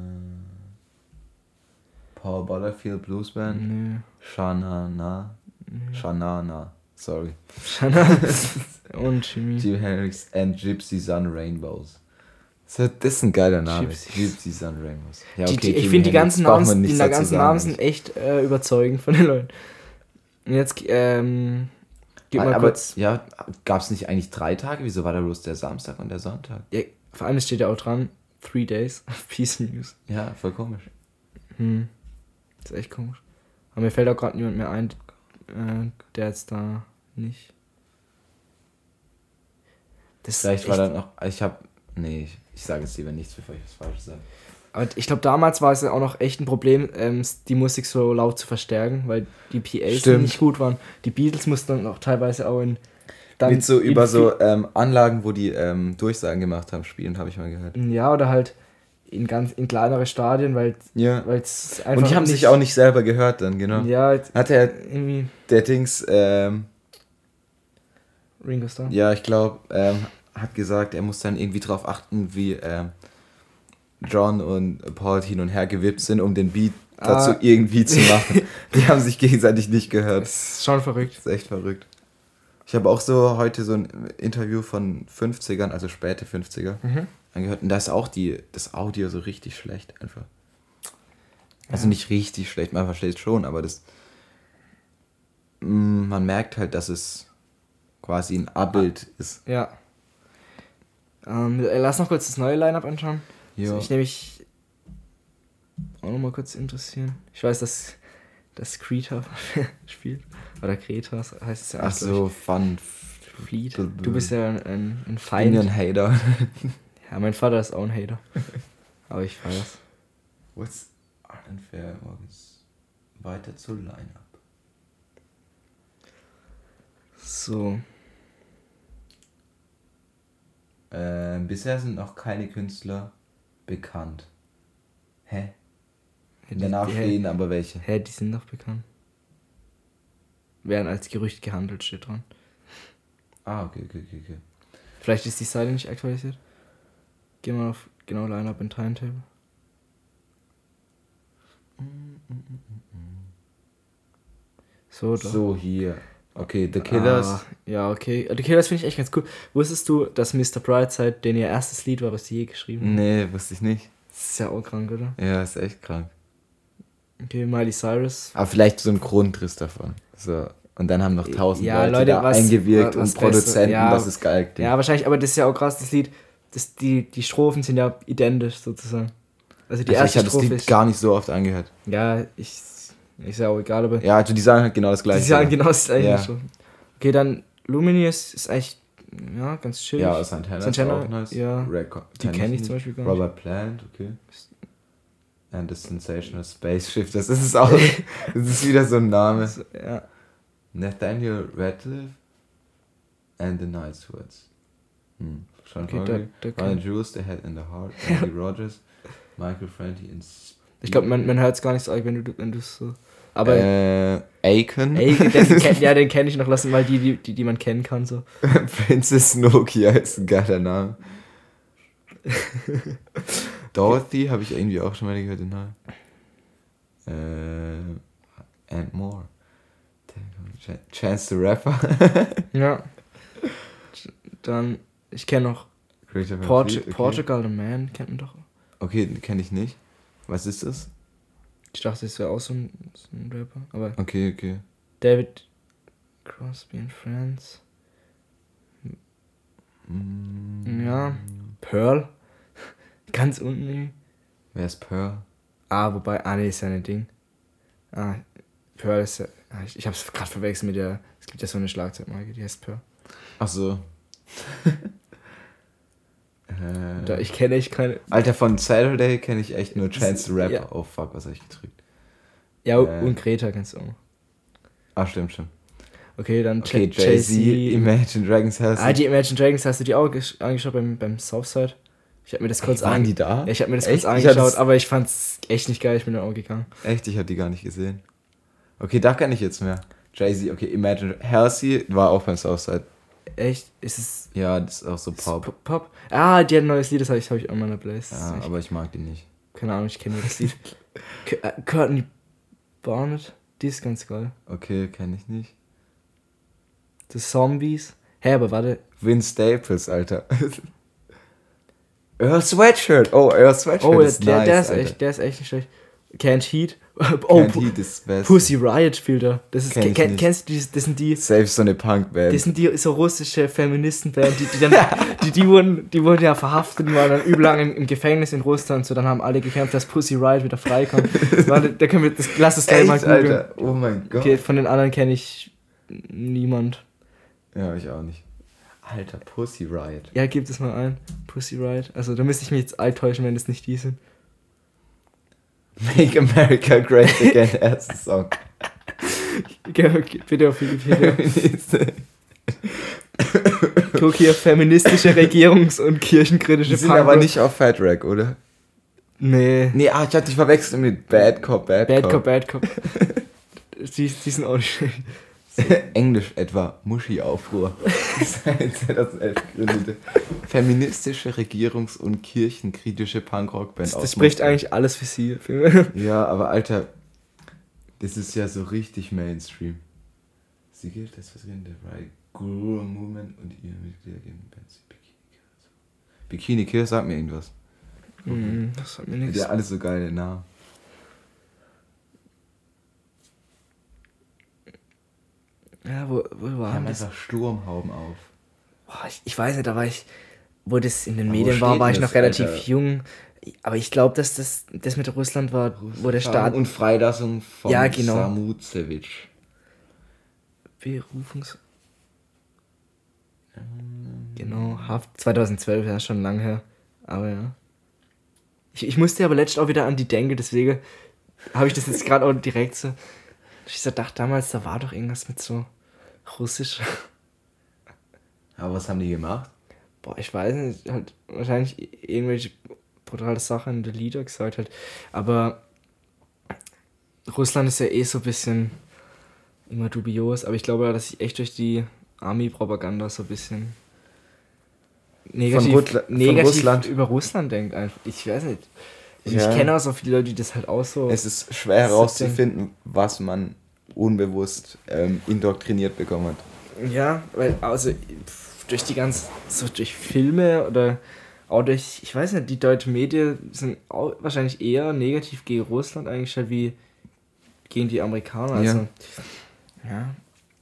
Paul Butterfield Blues Band. Nö. Shanana. Shanana. Sorry. Und Jimmy. Jim Hendrix and Gypsy Sun Rainbows. So, das ist ein geiler Name. Gypsy. Gypsy Sun Rainbows. Ja, Die, die, ich Jimi finde die Hendrix ganzen braucht man Namen, die nichts dazu ganzen sagen, Namen eigentlich. sind echt äh, überzeugend von den Leuten. Und jetzt, ähm, gib mal Aber kurz. ja, gab es nicht eigentlich drei Tage? Wieso war da bloß der Samstag und der Sonntag? Ja, vor allem steht ja auch dran, Three Days of Peace News. Ja, voll komisch. Hm. Das ist echt komisch. Aber mir fällt auch gerade niemand mehr ein, äh, der jetzt da nicht. Das Vielleicht ist war echt, dann noch. Ich hab. Nee, ich, ich sage jetzt lieber nichts, bevor ich was Falsches sage. aber ich glaube, damals war es ja auch noch echt ein Problem, ähm, die Musik so laut zu verstärken, weil die P As Stimmt. nicht gut waren. Die Beatles mussten dann auch teilweise auch in. Dann Mit so in über vi- so ähm, Anlagen, wo die ähm, Durchsagen gemacht haben, spielen, habe ich mal gehört. Ja, oder halt in ganz in kleinere Stadien, weil Ja. es einfach. Und die haben sich auch nicht selber gehört dann, genau. Ja, jetzt Hat er irgendwie der Dings, ähm, Ringo Starr. ja, ich glaube, ähm, hat gesagt, er muss dann irgendwie drauf achten, wie ähm, John und Paul hin und her gewippt sind, um den Beat dazu Ah. irgendwie zu machen. Die haben sich gegenseitig nicht gehört. Das ist schon verrückt. Das ist echt verrückt. Ich habe auch so heute so ein Interview von fünfzigern, also späte fünfziger, Mhm. angehört. Und da ist auch die, das Audio so richtig schlecht einfach. Also nicht richtig schlecht, man versteht es schon, aber das. Mm, man merkt halt, dass es quasi ein Abbild ist. Ja. Ähm, lass noch kurz das neue Line-Up anschauen. Ja. Das mich nämlich auch noch mal kurz interessieren. Ich weiß, dass das Kreta spielt. Oder Kreta heißt es ja Ach eigentlich, so, fun. glaub ich. Fleet. bl- Du bist ja ein, ein, ein Ich bin Feind. ja ein Hater. Ja, mein Vater ist auch ein Hater. Aber ich feier's. What's unfair morgens? Weiter zu Line-Up. So. Äh, bisher sind noch keine Künstler bekannt. Hä? Die- Danach die- stehen aber welche. Hä, die sind doch bekannt. Werden als Gerücht gehandelt, steht dran. Ah, okay, okay, okay, okay. Vielleicht ist die Seite nicht aktualisiert. Gehen wir auf genau Line-Up in Timetable. So, doch. So, hier. Okay, The Killers. Ah, ja, okay. The Killers finde ich echt ganz cool. Wusstest du, dass Mister Brightside, den ihr erstes Lied war, was sie je geschrieben haben? Nee, wusste ich nicht. Das ist ja auch krank, oder? Ja, ist echt krank. Okay, Miley Cyrus. Aber vielleicht so ein Grundriss davon. So. Und dann haben noch tausend Ja, Leute, Leute, da was- eingewirkt was und besser- Produzenten, ja. dass es geil klingt. Ja, wahrscheinlich, aber das ist ja auch krass, das Lied. Das, die, die Strophen sind ja identisch sozusagen. Also die Also ich erste habe das Strophe Lied ist. gar nicht so oft angehört. Ja, ich. Ist ja auch egal, aber. Ja, also die sagen halt genau das Die gleiche. sagen genau das gleiche Ja. schon. Okay, dann Luminous ist eigentlich ja, ganz chillig. Ja, Santana, Santana ist auch nice. ja, Record, die kenne ich nicht. zum Beispiel gar nicht. Robert Plant, okay. And the Sensational Spaceship, das ist es auch. Das ist wieder so ein Name. Ja. Nathaniel Radcliffe and the Night Swords. Hm. Sean Okay, Connery, da- da Ryan kann- Jules, The Head in the Heart, Andy Rogers, Michael Franti in Ich glaube, man, man hört es gar nicht so arg, wenn du wenn du so. Aber äh, Aiken. ey, den, kenn, ja, den kenne ich noch, lassen mal die, die, die, die man kennen kann. So. Princess Nokia ist ein geiler Name. Dorothy habe ich irgendwie auch schon mal gehört, den Namen. Äh, and More. Chance the Rapper. Ja. Dann, ich kenne noch Christopher Portu- Fleet, okay. Portugal the Man, kennt man doch. Okay, den kenne ich nicht. Was ist das? Ich dachte, das wäre auch so ein, so ein Rapper. Aber Okay, okay. David Crosby and Friends. Mm. Ja. Pearl. Ganz unten. Wer ist Pearl? Ah, wobei, ah, nee, ist ja ein Ding. Ah, Pearl ist ja, ah, ich, ich hab's gerade verwechselt mit der, es gibt ja so eine Schlagzeugmarke, die heißt Pearl. Ach so. Da, äh, ich kenne echt keine. Alter, von Saturday kenne ich echt nur Chance the Rapper. Ja. Oh fuck, was habe ich gedrückt? Ja, äh, und Greta kennst du auch. Ah, stimmt, stimmt. Okay, dann Okay, J- Jay-Z, Imagine Dragons hast Ah, die Imagine Dragons, hast du die auch gesch- angeschaut beim, beim Southside? Ich hab mir das kurz Waren an- die da? Ja, ich hab mir das Echt? kurz Ich hab angeschaut, das- aber ich fand's echt nicht geil, ich bin dann auch gegangen. Echt, ich habe die gar nicht gesehen. Okay, da kann ich jetzt mehr. Jay-Z, okay, Imagine. Halsey war auch beim Southside. Echt? Ist es Ja, das ist auch so ist es Pop. Pop? Pop? Ah, die hat ein neues Lied, das habe ich, hab ich auch in meiner Playlist. Ja, ich, aber ich mag die nicht. keine Ahnung, ich kenne nur das Lied. K- äh, Courtney Barnett, die ist ganz geil. Okay, kenne ich nicht. The Zombies. Hä, aber warte. Vince Staples, Alter. Earl Sweatshirt. Oh, Earl Sweatshirt Oh, ist der, nice, der, ist Alter. echt, der ist echt nicht schlecht. Can't Heat. Oh, Can't Pu- Heat ist best. Pussy Riot spielt er. Das ist, Kenn ich kenn, nicht. kennst du die, das sind die, Safe so eine Punkband. das sind die so russische Feministenband, die, die dann, die, die wurden, die wurden ja verhaftet und waren dann übel lang im, im Gefängnis in Russland, so dann haben alle gekämpft, dass Pussy Riot wieder freikommt. Warte, da können wir, das, lass es gleich mal Echt, googeln. Alter. Oh mein Gott. Okay, von den anderen kenne ich niemand. Ja, ich auch nicht. Alter, Pussy Riot. Ja, gib das mal ein. Pussy Riot. Also da müsste ich mich jetzt alt täuschen, wenn das nicht die sind. Make America Great Again, erster Song. Okay, okay, bitte auf Wikipedia. Guck hier, feministische Regierungs- und kirchenkritische Die sind Punkrock. aber nicht auf Fat Rack, oder? Nee. Nee, ah, ich hab dich verwechselt mit Bad Cop, Bad, Bad Cop. Cop, Bad Cop. die, die sind auch nicht schlecht. Englisch etwa Muschi-Aufruhr. zweitausendelf gegründete feministische Regierungs- und kirchenkritische Punkrock-Band Das, aus das spricht Moskau. eigentlich alles für sie. Ja, aber Alter, das ist ja so richtig Mainstream. Sie gilt als Vertreterin der Right Guru Movement und ihre Mitglieder geben Bands wie Bikini Kill. Bikini Kill sagt mir irgendwas. Mhm, das hat mir nichts. Ja, alles so geile Namen. Ja, wo, wo Die war haben das? einfach Sturmhauben auf. Boah, ich, ich weiß nicht, da war ich, wo das in den Aber wo Medien war, steht war denn ich das, noch relativ Alter? jung. Aber ich glaube, dass das, das mit Russland war, wo der Staat Und Freilassung von Ja, genau. Samutsevich. Berufungs... Genau, Haft zweitausendzwölf, ja, schon lang her. Aber ja. Ich, ich musste aber letztens auch wieder an die denken, deswegen habe ich das jetzt gerade auch direkt so... Ich so dachte damals, da war doch irgendwas mit so Russisch. Aber was haben die gemacht? Boah, ich weiß nicht, halt wahrscheinlich irgendwelche brutale Sachen in der Lieder gesagt halt. Aber Russland ist ja eh so ein bisschen immer dubios, aber ich glaube, dass ich echt durch die Army-Propaganda so ein bisschen negativ, Russla- von negativ Russland? über Russland denkt einfach. Ich weiß nicht. Und Ja. Ich kenne auch so viele Leute, die das halt auch so... Es ist schwer Das ist herauszufinden, was man unbewusst ähm, indoktriniert bekommen hat. Ja, weil also pf, durch die ganz, so durch Filme oder auch durch, ich weiß nicht, die deutschen Medien sind auch wahrscheinlich eher negativ gegen Russland eingestellt wie gegen die Amerikaner. Also, ja.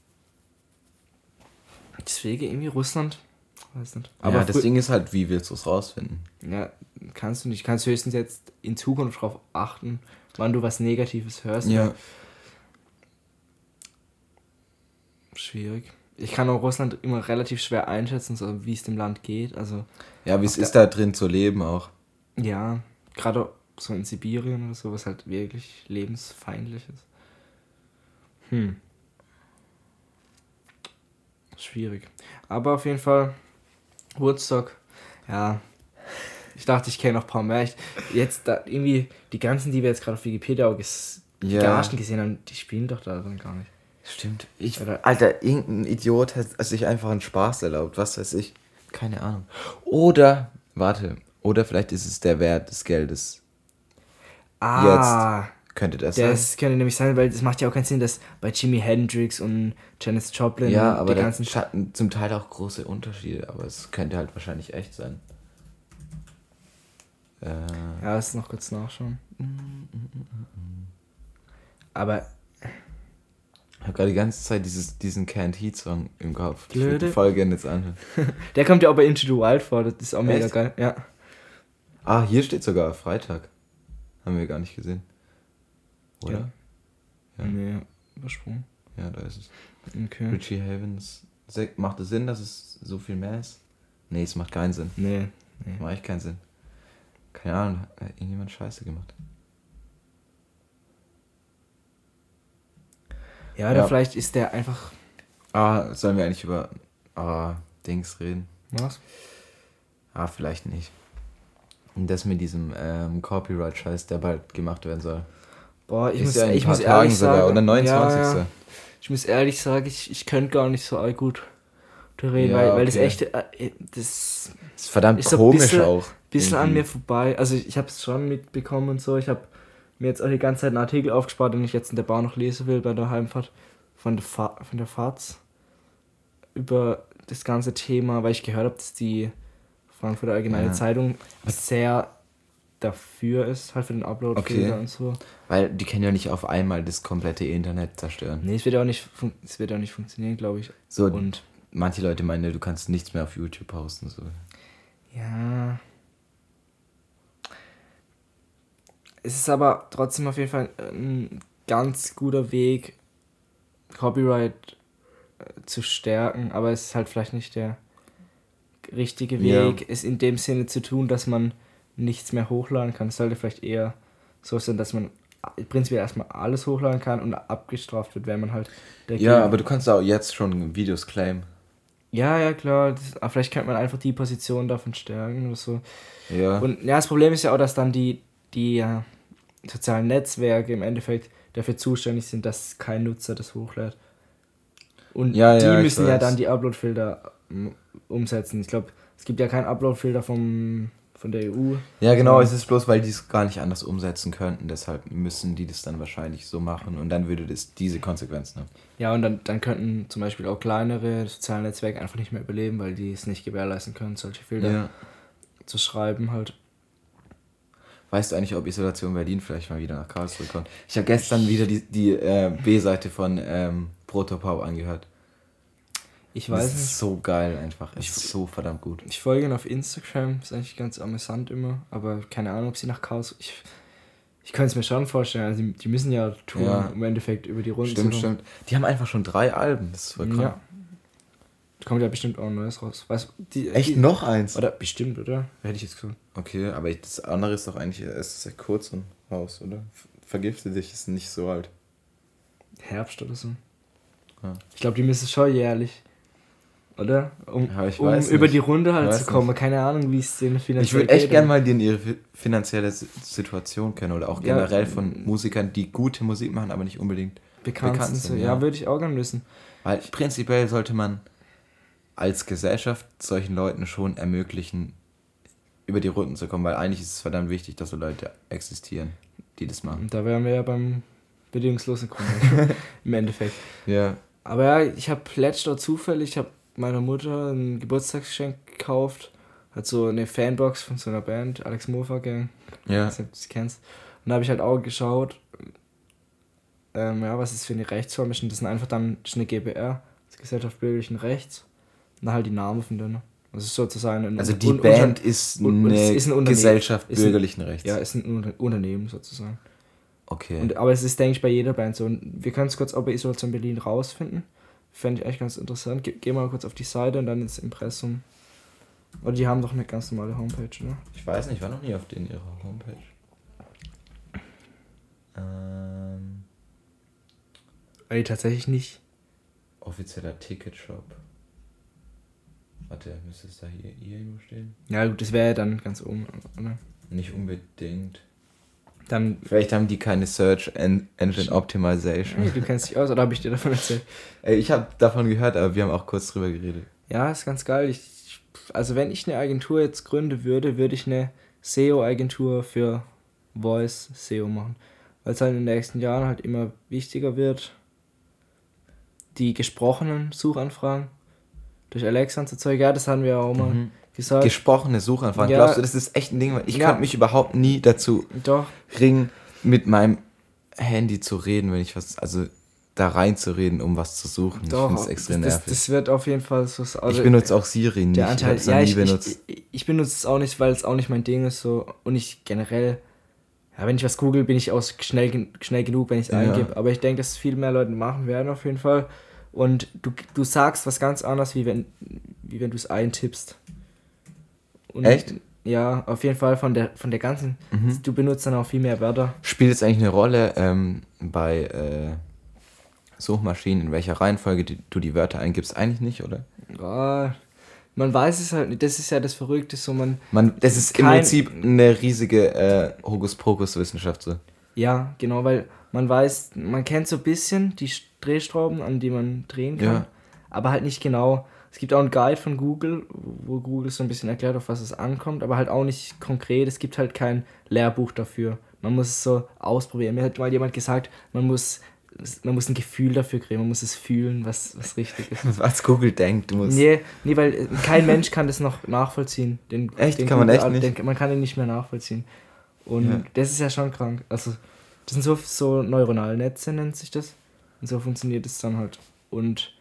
Deswegen irgendwie Russland, weiß nicht. Aber ja, das frü- Ding ist halt, wie willst du es rausfinden? ja, kannst du nicht. Kannst höchstens jetzt in Zukunft darauf achten, wann du was Negatives hörst. Ja. Schwierig. ich kann auch Russland immer relativ schwer einschätzen, so wie es dem Land geht. Also Ja, wie es ist, da drin zu leben auch. ja, gerade so in Sibirien oder so, was halt wirklich lebensfeindlich ist. Hm. Schwierig. Aber auf jeden Fall, Woodstock, ja. Ich dachte, ich kenne noch ein paar mehr. Ich, jetzt da irgendwie, die ganzen, die wir jetzt gerade auf Wikipedia auch ges Ja. Gagen gesehen haben, die spielen doch da dann gar nicht. Stimmt. Ich, Oder- Alter, irgendein Idiot hat sich einfach einen Spaß erlaubt, was weiß ich. Keine Ahnung. Oder, warte, oder vielleicht ist es der Wert des Geldes. Ah, Könnte das sein? das könnte nämlich sein, weil das macht ja auch keinen Sinn, dass bei Jimi Hendrix und Janis Joplin Ja, aber die da ganzen... hatten zum Teil auch große Unterschiede, aber es könnte halt wahrscheinlich echt sein. Äh, Ja, lass noch kurz nachschauen. Aber ich habe gerade die ganze Zeit dieses, diesen Canned Heat Song im Kopf. Ich würde Blöde. die Folge gerne jetzt anhören. der kommt ja auch bei Into the Wild vor, das ist auch mega Echt? geil. Ja. Ah, hier steht sogar Freitag. Haben wir gar nicht gesehen. Oder? Ja. Nee, übersprungen. Ja, da ist es. Okay. Richie Havens. Se- Macht es Sinn, dass es so viel mehr ist? Nee, es macht keinen Sinn. Nee. nee. Macht echt keinen Sinn. Keine Ahnung, hat irgendjemand Scheiße gemacht. Ja, oder Ja. vielleicht ist der einfach... Ah, sollen wir eigentlich über ah, Dings reden? Was? Ah, vielleicht nicht. Und das mit diesem ähm, Copyright-Scheiß, der bald gemacht werden soll. Boah, ich Ist muss, ja in ein ich paar muss Tagen ehrlich sogar, sagen... oder neunundzwanzigsten Ja, ja. Ich muss ehrlich sagen, ich, ich könnte gar nicht so all gut reden, Ja, weil, weil das okay. echt... Äh, das Ist verdammt ist so ein komisch bisschen, auch. bisschen an irgendwie. mir vorbei. Also ich, ich habe es schon mitbekommen und so. Ich habe mir jetzt auch die ganze Zeit einen Artikel aufgespart, den ich jetzt in der Bahn noch lesen will bei der Heimfahrt von der, Fa von der Faz über das ganze Thema, weil ich gehört habe, dass die Frankfurter Allgemeine Ja. Zeitung sehr dafür ist, halt für den Upload-Filter Okay. und so. Weil die können ja nicht auf einmal das komplette Internet zerstören. Nee, es wird ja auch nicht, fun es wird auch nicht funktionieren, glaube ich. So, Und manche Leute meinen, du kannst nichts mehr auf YouTube posten. So. ja. Es ist aber trotzdem auf jeden Fall ein ganz guter Weg, Copyright äh, zu stärken, aber es ist halt vielleicht nicht der richtige Ja. Weg, es in dem Sinne zu tun, dass man nichts mehr hochladen kann. Es sollte vielleicht eher so sein, dass man prinzipiell erstmal alles hochladen kann und abgestraft wird, wenn man halt dagegen... Ja, aber du kannst auch jetzt schon Videos claimen. Ja, ja, klar. Das, aber vielleicht könnte man einfach die Position davon stärken oder so. Ja. Und ja, das Problem ist ja auch, dass dann die, die äh, sozialen Netzwerke im Endeffekt dafür zuständig sind, dass kein Nutzer das hochlädt. Und Ja, die ja, ich müssen ja weiß. dann die Upload-Filter ähm, umsetzen. Ich glaube, es gibt ja keinen Upload-Filter vom von der E U. Ja, genau, Ja. es ist bloß, weil die es gar nicht anders umsetzen könnten. Deshalb müssen die das dann wahrscheinlich so machen und dann würde das diese Konsequenzen haben. Ja, und dann, dann könnten zum Beispiel auch kleinere soziale Netzwerke einfach nicht mehr überleben, weil die es nicht gewährleisten können, solche Filter Ja. zu schreiben halt. Weißt du eigentlich, ob Isolation Berlin vielleicht mal wieder nach Karlsruhe kommt? Ich habe gestern wieder die, die äh, B-Seite von ähm, Protopop angehört. Ich Das weiß ist nicht. so geil einfach. Es Ich- ist so verdammt gut. Ich folge ihnen auf Instagram, ist eigentlich ganz amüsant immer, aber keine Ahnung, ob sie nach Chaos. Ich, ich könnte es mir schon vorstellen, also die, die müssen ja touren, Ja. im Endeffekt über die Runde Stimmt, zu kommen. stimmt. Die haben einfach schon drei Alben. Das ist voll krass. Ja. Da kommt ja bestimmt auch ein neues raus. Weißt, du, die, Echt die, noch eins? Oder bestimmt, oder? Hätte ich jetzt gesagt. Okay, aber ich- das andere ist doch eigentlich erst seit kurzem raus, oder? F- Vergifte dich ist nicht so alt. Herbst oder so. Ja. Ich glaube, die müssen schon jährlich. Oder? Um, Ja, ich um weiß über nicht. die Runde halt Ich zu weiß kommen. Keine Ahnung, wie es denen finanziell Ich würde echt geht. gerne mal die in ihre fi- finanzielle Si- Situation kennen oder auch Ja. generell von Musikern, die gute Musik machen, aber nicht unbedingt. bekannt, bekannt sind. So. sind, Ja, ja. würde ich auch gerne wissen. Weil prinzipiell sollte man als Gesellschaft solchen Leuten schon ermöglichen, über die Runden zu kommen, weil eigentlich ist es verdammt wichtig, dass so Leute existieren, die das machen. Und da wären wir ja beim bedingungslosen Grundrecht im Endeffekt. Ja. Aber ja, ich habe letzter zufällig, ich habe meiner Mutter ein Geburtstagsgeschenk gekauft. Hat so eine Fanbox von so einer Band, Alex Mofa Gang. Ja. Ich weiß nicht, ob du sie kennst. Und da habe ich halt auch geschaut, ähm, ja, was ist für eine Rechtsform ist. Und das sind einfach dann, das ist eine G b R, das Gesellschaft Bürgerlichen Rechts. Und dann halt die Namen von denen. Das ist sozusagen ein Also Un- die Un- Band Unter- ist und- und es eine ist ein Unternehmen. Gesellschaft Ist ein- bürgerlichen Rechts. Ja, ist ein Unter- Unternehmen sozusagen. Okay. Und, aber es ist, denke ich, bei jeder Band so. Und wir können es kurz auch bei Isolation Berlin rausfinden, fände ich eigentlich ganz interessant. Ge- Geh mal kurz auf die Seite und dann ins Impressum. Oder die haben doch eine ganz normale Homepage, oder? Ich weiß nicht, ich war noch nie auf denen ihrer Homepage. Ähm, Ey, tatsächlich nicht. offizieller Ticketshop. Warte, müsste es da hier, hier irgendwo stehen? Ja gut, das wäre ja dann ganz oben, oder? Nicht unbedingt. Dann, Vielleicht haben die keine Search en- Engine Optimization. hey, du kennst dich aus, oder habe ich dir davon erzählt? Ey, ich habe davon gehört, aber wir haben auch kurz drüber geredet. Ja, ist ganz geil. Ich, also wenn ich eine Agentur jetzt gründen würde, würde ich eine S E O-Agentur für Voice S E O machen. Weil es halt in den nächsten Jahren halt immer wichtiger wird, die gesprochenen Suchanfragen durch Alexa und so Zeug. Ja, das haben wir ja auch mal Mhm. gesagt. Gesprochene Suchanfragen. Ja. Glaubst du, das ist echt ein Ding? Weil ich Ja. konnte mich überhaupt nie dazu Doch, ringen, mit meinem Handy zu reden, wenn ich was, also da reinzureden, um was zu suchen. doch. Ich finde es extrem das, nervig. das, das wird auf jeden Fall so. Also ich benutze auch Siri nicht. der Ich Anteil, habe es noch ja, nie ich, benutzt. ich, ich, ich benutze es auch nicht, weil es auch nicht mein Ding ist so und ich generell, ja, wenn ich was google, bin ich auch schnell, gen- schnell genug, wenn ich es Ja. eingebe. Aber ich denke, dass viel mehr Leute machen werden auf jeden Fall. Und du, du sagst was ganz anderes, wie wenn, wie wenn du es eintippst. Und Echt? Ja, auf jeden Fall von der von der ganzen. Mhm. Du benutzt dann auch viel mehr Wörter. Spielt es eigentlich eine Rolle ähm, bei äh, Suchmaschinen, in welcher Reihenfolge die, du die Wörter eingibst? Eigentlich nicht, oder? Ja, man weiß es halt nicht. Das ist ja das Verrückte, so man. Man, das ist im Kein- Prinzip eine riesige äh, Hokuspokus-Wissenschaft. So. Ja, genau, weil man weiß, man kennt so ein bisschen die Drehschrauben, an die man drehen kann, Ja. aber halt nicht genau. Es gibt auch einen Guide von Google, wo Google so ein bisschen erklärt, auf was es ankommt, aber halt auch nicht konkret. Es gibt halt kein Lehrbuch dafür. Man muss es so ausprobieren. Mir hat mal jemand gesagt, man muss, man muss ein Gefühl dafür kriegen, man muss es fühlen, was, was richtig ist. Was Google denkt, du musst. Nee, nee, weil äh, kein Mensch kann das noch nachvollziehen. Den, Echt? den Kann man Google- echt nicht? Den, man kann ihn nicht mehr nachvollziehen. Und Ja. das ist ja schon krank. Also, das sind so, so neuronale Netze, nennt sich das. Und so funktioniert es dann halt. Und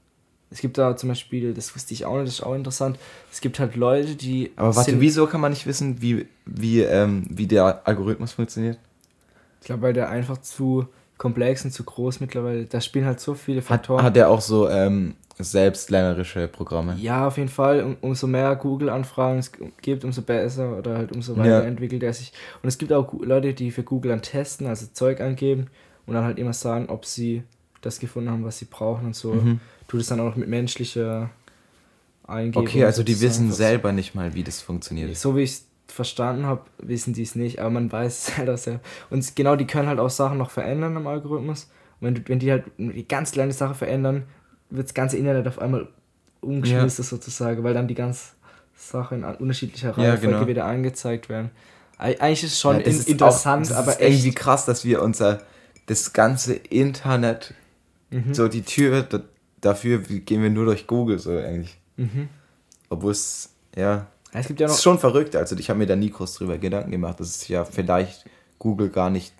es gibt da zum Beispiel, das wusste ich auch nicht, das ist auch interessant, es gibt halt Leute, die... Aber warte, sind, wieso kann man nicht wissen, wie, wie, ähm, wie der Algorithmus funktioniert? Ich glaube, weil der einfach zu komplex und zu groß mittlerweile, da spielen halt so viele Hat, Faktoren. hat er auch so ähm, selbstlernerische Programme? Ja, auf jeden Fall. Um, umso mehr Google-Anfragen es gibt, umso besser oder halt umso Ja. weiter entwickelt er sich. Und es gibt auch Gu- Leute, die für Google dann testen, also Zeug angeben und dann halt immer sagen, ob sie das gefunden haben, was sie brauchen und so. Mhm. Tut es dann auch noch mit menschlicher Eingebung. Okay, also die sozusagen. wissen selber nicht mal, wie das funktioniert. So wie ich es verstanden habe, wissen die es nicht, aber man weiß es halt auch sehr. Und genau, die können halt auch Sachen noch verändern im Algorithmus. Und wenn, du, wenn die halt die ganz kleine Sache verändern, wird das ganze Internet auf einmal umgeschmissen sozusagen, weil dann die ganze Sache in unterschiedlicher Ja, Reihenfolge genau. wieder angezeigt werden. Eig- Eigentlich ist es schon Ja, das in, ist interessant, auch, das aber ist irgendwie echt. krass, dass wir unser das ganze Internet, Mhm. so die Tür da, dafür gehen wir nur durch Google so eigentlich. Mhm. Obwohl es, ja, Ja, es gibt ja das noch. ist schon verrückt. Also ich habe mir da nie groß drüber Gedanken gemacht, dass es ja vielleicht Google gar nicht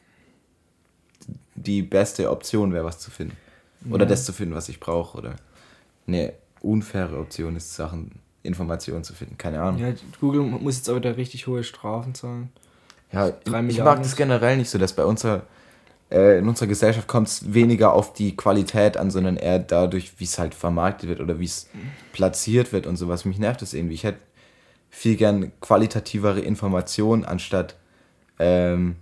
die beste Option wäre, was zu finden. Oder Ja. das zu finden, was ich brauche. Oder eine unfaire Option ist, Sachen, Informationen zu finden. Keine Ahnung. Ja, Google muss jetzt aber da richtig hohe Strafen zahlen. Ja, drei ich Milliarden mag das ist- generell nicht so, dass bei unserer, äh, in unserer Gesellschaft kommt es weniger auf die Qualität an, sondern eher dadurch, wie es halt vermarktet wird oder wie es platziert wird und sowas. Mich nervt das irgendwie. Ich hätte viel gern qualitativere Informationen, anstatt ähm,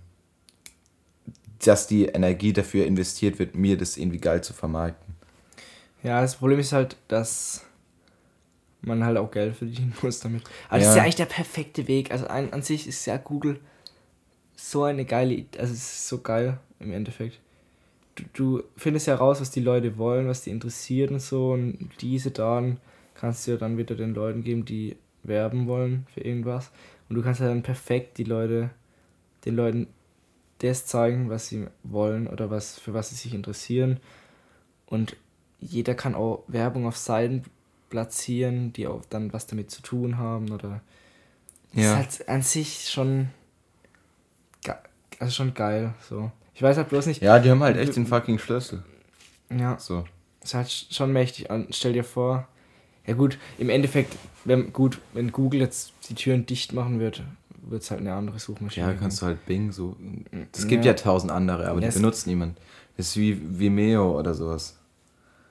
dass die Energie dafür investiert wird, mir das irgendwie geil zu vermarkten. Ja, das Problem ist halt, dass man halt auch Geld verdienen muss damit. Aber das Ja. ist ja eigentlich der perfekte Weg. Also an, an sich ist ja Google so eine geile Idee. Also es ist so geil im Endeffekt. Du, du findest ja raus, was die Leute wollen, was die interessiert und so. Und diese Daten kannst du ja dann wieder den Leuten geben, die werben wollen für irgendwas. Und du kannst ja dann perfekt die Leute, den Leuten das zeigen, was sie wollen oder was für was sie sich interessieren. Und jeder kann auch Werbung auf Seiten platzieren, die auch dann was damit zu tun haben oder Ja. ist halt an sich schon ge- also schon geil so. Ich weiß halt bloß nicht. Ja, die haben halt echt den fucking Schlüssel. Ja, So. ist halt schon mächtig. Und stell dir vor, ja gut, im Endeffekt, wenn gut, wenn Google jetzt die Türen dicht machen wird, wird es halt eine andere Suchmaschine. Ja, geben. kannst du halt Bing so. Es gibt Ja. ja tausend andere, aber Ja, die es- benutzt niemand. Das ist wie Vimeo oder sowas.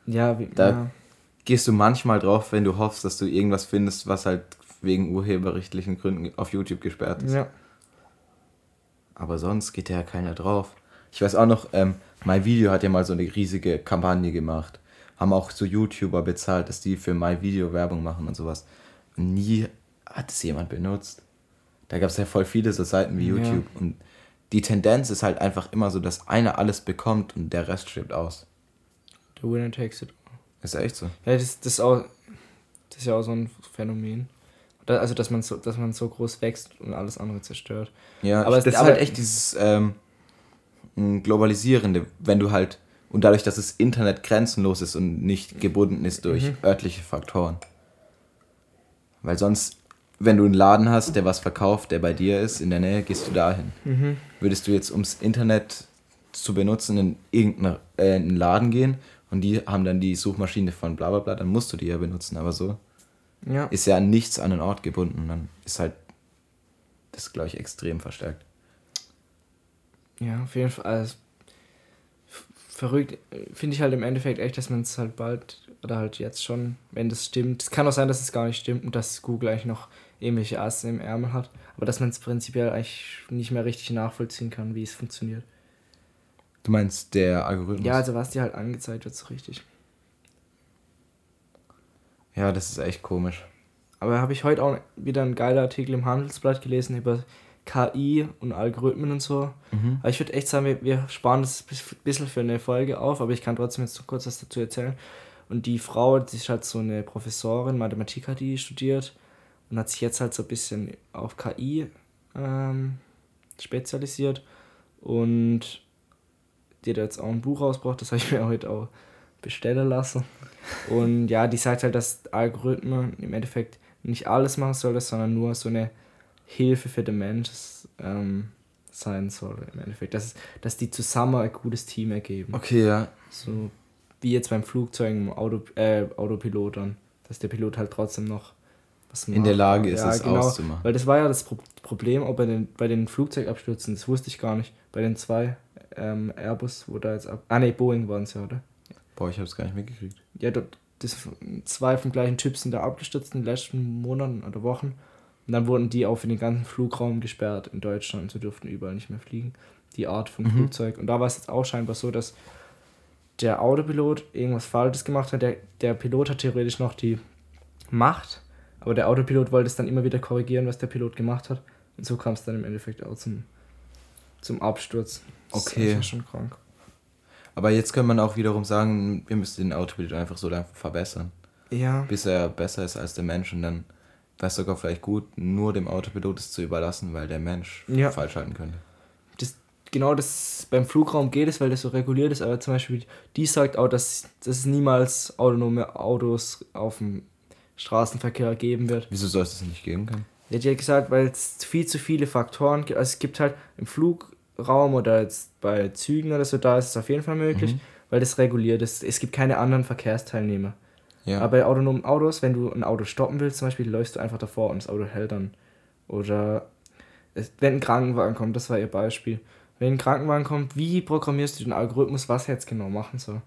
Ja, wie, Da ja. gehst du manchmal drauf, wenn du hoffst, dass du irgendwas findest, was halt wegen urheberrechtlichen Gründen auf YouTube gesperrt ist. Ja. Aber sonst geht ja keiner drauf. Ich weiß auch noch, ähm, MyVideo hat ja mal so eine riesige Kampagne gemacht. Haben auch so YouTuber bezahlt, dass die für MyVideo Werbung machen und sowas. Und nie hat es jemand benutzt. Da gab es ja voll viele so Seiten wie YouTube. Ja. Und die Tendenz ist halt einfach immer so, dass einer alles bekommt und der Rest stirbt aus. The winner takes it all. Ist ja echt so. Ja, das, das, ist auch, das ist ja auch so ein Phänomen. Da, also, dass man, so, dass man so groß wächst und alles andere zerstört. Ja, aber das es, ist halt echt dieses ähm, Globalisierende, wenn du halt, und dadurch, dass das Internet grenzenlos ist und nicht gebunden ist durch mhm. örtliche Faktoren. Weil sonst, wenn du einen Laden hast, der was verkauft, der bei dir ist, in der Nähe, gehst du dahin. Mhm. Würdest du jetzt, ums Internet zu benutzen, in irgendeinen äh, in einen Laden gehen und die haben dann die Suchmaschine von bla bla bla, dann musst du die ja benutzen, aber so ja. ist ja an nichts an den Ort gebunden, dann ist halt das, glaube ich, extrem verstärkt. Ja, auf jeden Fall. Also, verrückt finde ich halt im Endeffekt echt, dass man es halt bald, oder halt jetzt schon, wenn das stimmt. Es kann auch sein, dass es gar nicht stimmt und dass Google eigentlich noch irgendwelche Asse im Ärmel hat, aber dass man es prinzipiell eigentlich nicht mehr richtig nachvollziehen kann, wie es funktioniert. Du meinst der Algorithmus? Ja, also was dir halt angezeigt wird, so richtig. Ja, das ist echt komisch. Aber habe ich heute auch wieder einen geilen Artikel im Handelsblatt gelesen über K I und Algorithmen und so. Mhm. Aber ich würde echt sagen, wir, wir sparen das ein bisschen für eine Folge auf, aber ich kann trotzdem jetzt kurz was dazu erzählen. Und die Frau, die ist halt so eine Professorin, Mathematik hat die studiert und hat sich jetzt halt so ein bisschen auf K I ähm, spezialisiert. Und die hat jetzt auch ein Buch rausgebracht, das habe ich mir heute auch bestellen lassen. Und ja, die sagt halt, dass Algorithmen im Endeffekt nicht alles machen sollen, sondern nur so eine Hilfe für den Mensch ähm, sein soll im Endeffekt. Dass, dass die zusammen ein gutes Team ergeben. Okay, ja. So wie jetzt beim Flugzeug, im Auto, äh, Autopilot dann. Dass der Pilot halt trotzdem noch was macht. In der Lage ist, ja, es genau, auszumachen. Weil das war ja das Pro- Problem, auch bei den, bei den Flugzeugabstürzen, das wusste ich gar nicht. Bei den zwei ähm, Airbus, wo da jetzt ab... Ah ne, Boeing waren es ja, oder? Boah, ich hab's gar nicht mitgekriegt. Ja, dort, das, zwei vom gleichen Typ sind da abgestürzt in den letzten Monaten oder Wochen. Und dann wurden die auch für den ganzen Flugraum gesperrt in Deutschland. Sie durften überall nicht mehr fliegen. Die Art vom mhm. Flugzeug. Und da war es jetzt auch scheinbar so, dass der Autopilot irgendwas Falsches gemacht hat. Der, der Pilot hat theoretisch noch die Macht, aber der Autopilot wollte es dann immer wieder korrigieren, was der Pilot gemacht hat. Und so kam es dann im Endeffekt auch zum, zum Absturz. Das okay. ist ja schon krank. Aber jetzt kann man auch wiederum sagen, wir müssen den Autopilot einfach so lange verbessern. Ja. Bis er besser ist als der Mensch und dann wäre es sogar vielleicht gut, nur dem Autopilot es zu überlassen, weil der Mensch ja. falsch halten könnte. Das, genau das beim Flugraum geht es, weil das so reguliert ist, aber zum Beispiel die sagt auch, dass, dass es niemals autonome Autos auf dem Straßenverkehr geben wird. Wieso soll es das nicht geben können? Die hat ja gesagt, weil es viel zu viele Faktoren gibt. Also es gibt halt im Flugraum oder jetzt bei Zügen oder so, da ist es auf jeden Fall möglich, mhm. weil das reguliert ist. Es gibt keine anderen Verkehrsteilnehmer. Ja. Aber bei autonomen Autos, wenn du ein Auto stoppen willst, zum Beispiel, läufst du einfach davor und das Auto hält dann. Oder es, wenn ein Krankenwagen kommt, das war ihr Beispiel. Wenn ein Krankenwagen kommt, wie programmierst du den Algorithmus, was er jetzt genau machen soll?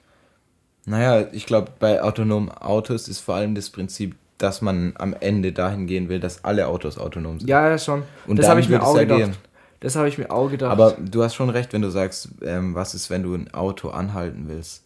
Naja, ich glaube, bei autonomen Autos ist vor allem das Prinzip, dass man am Ende dahin gehen will, dass alle Autos autonom sind. Ja, ja schon. Und das habe ich mir auch gedacht. Ergeben. Das habe ich mir auch gedacht. Aber du hast schon recht, wenn du sagst, ähm, was ist, wenn du ein Auto anhalten willst?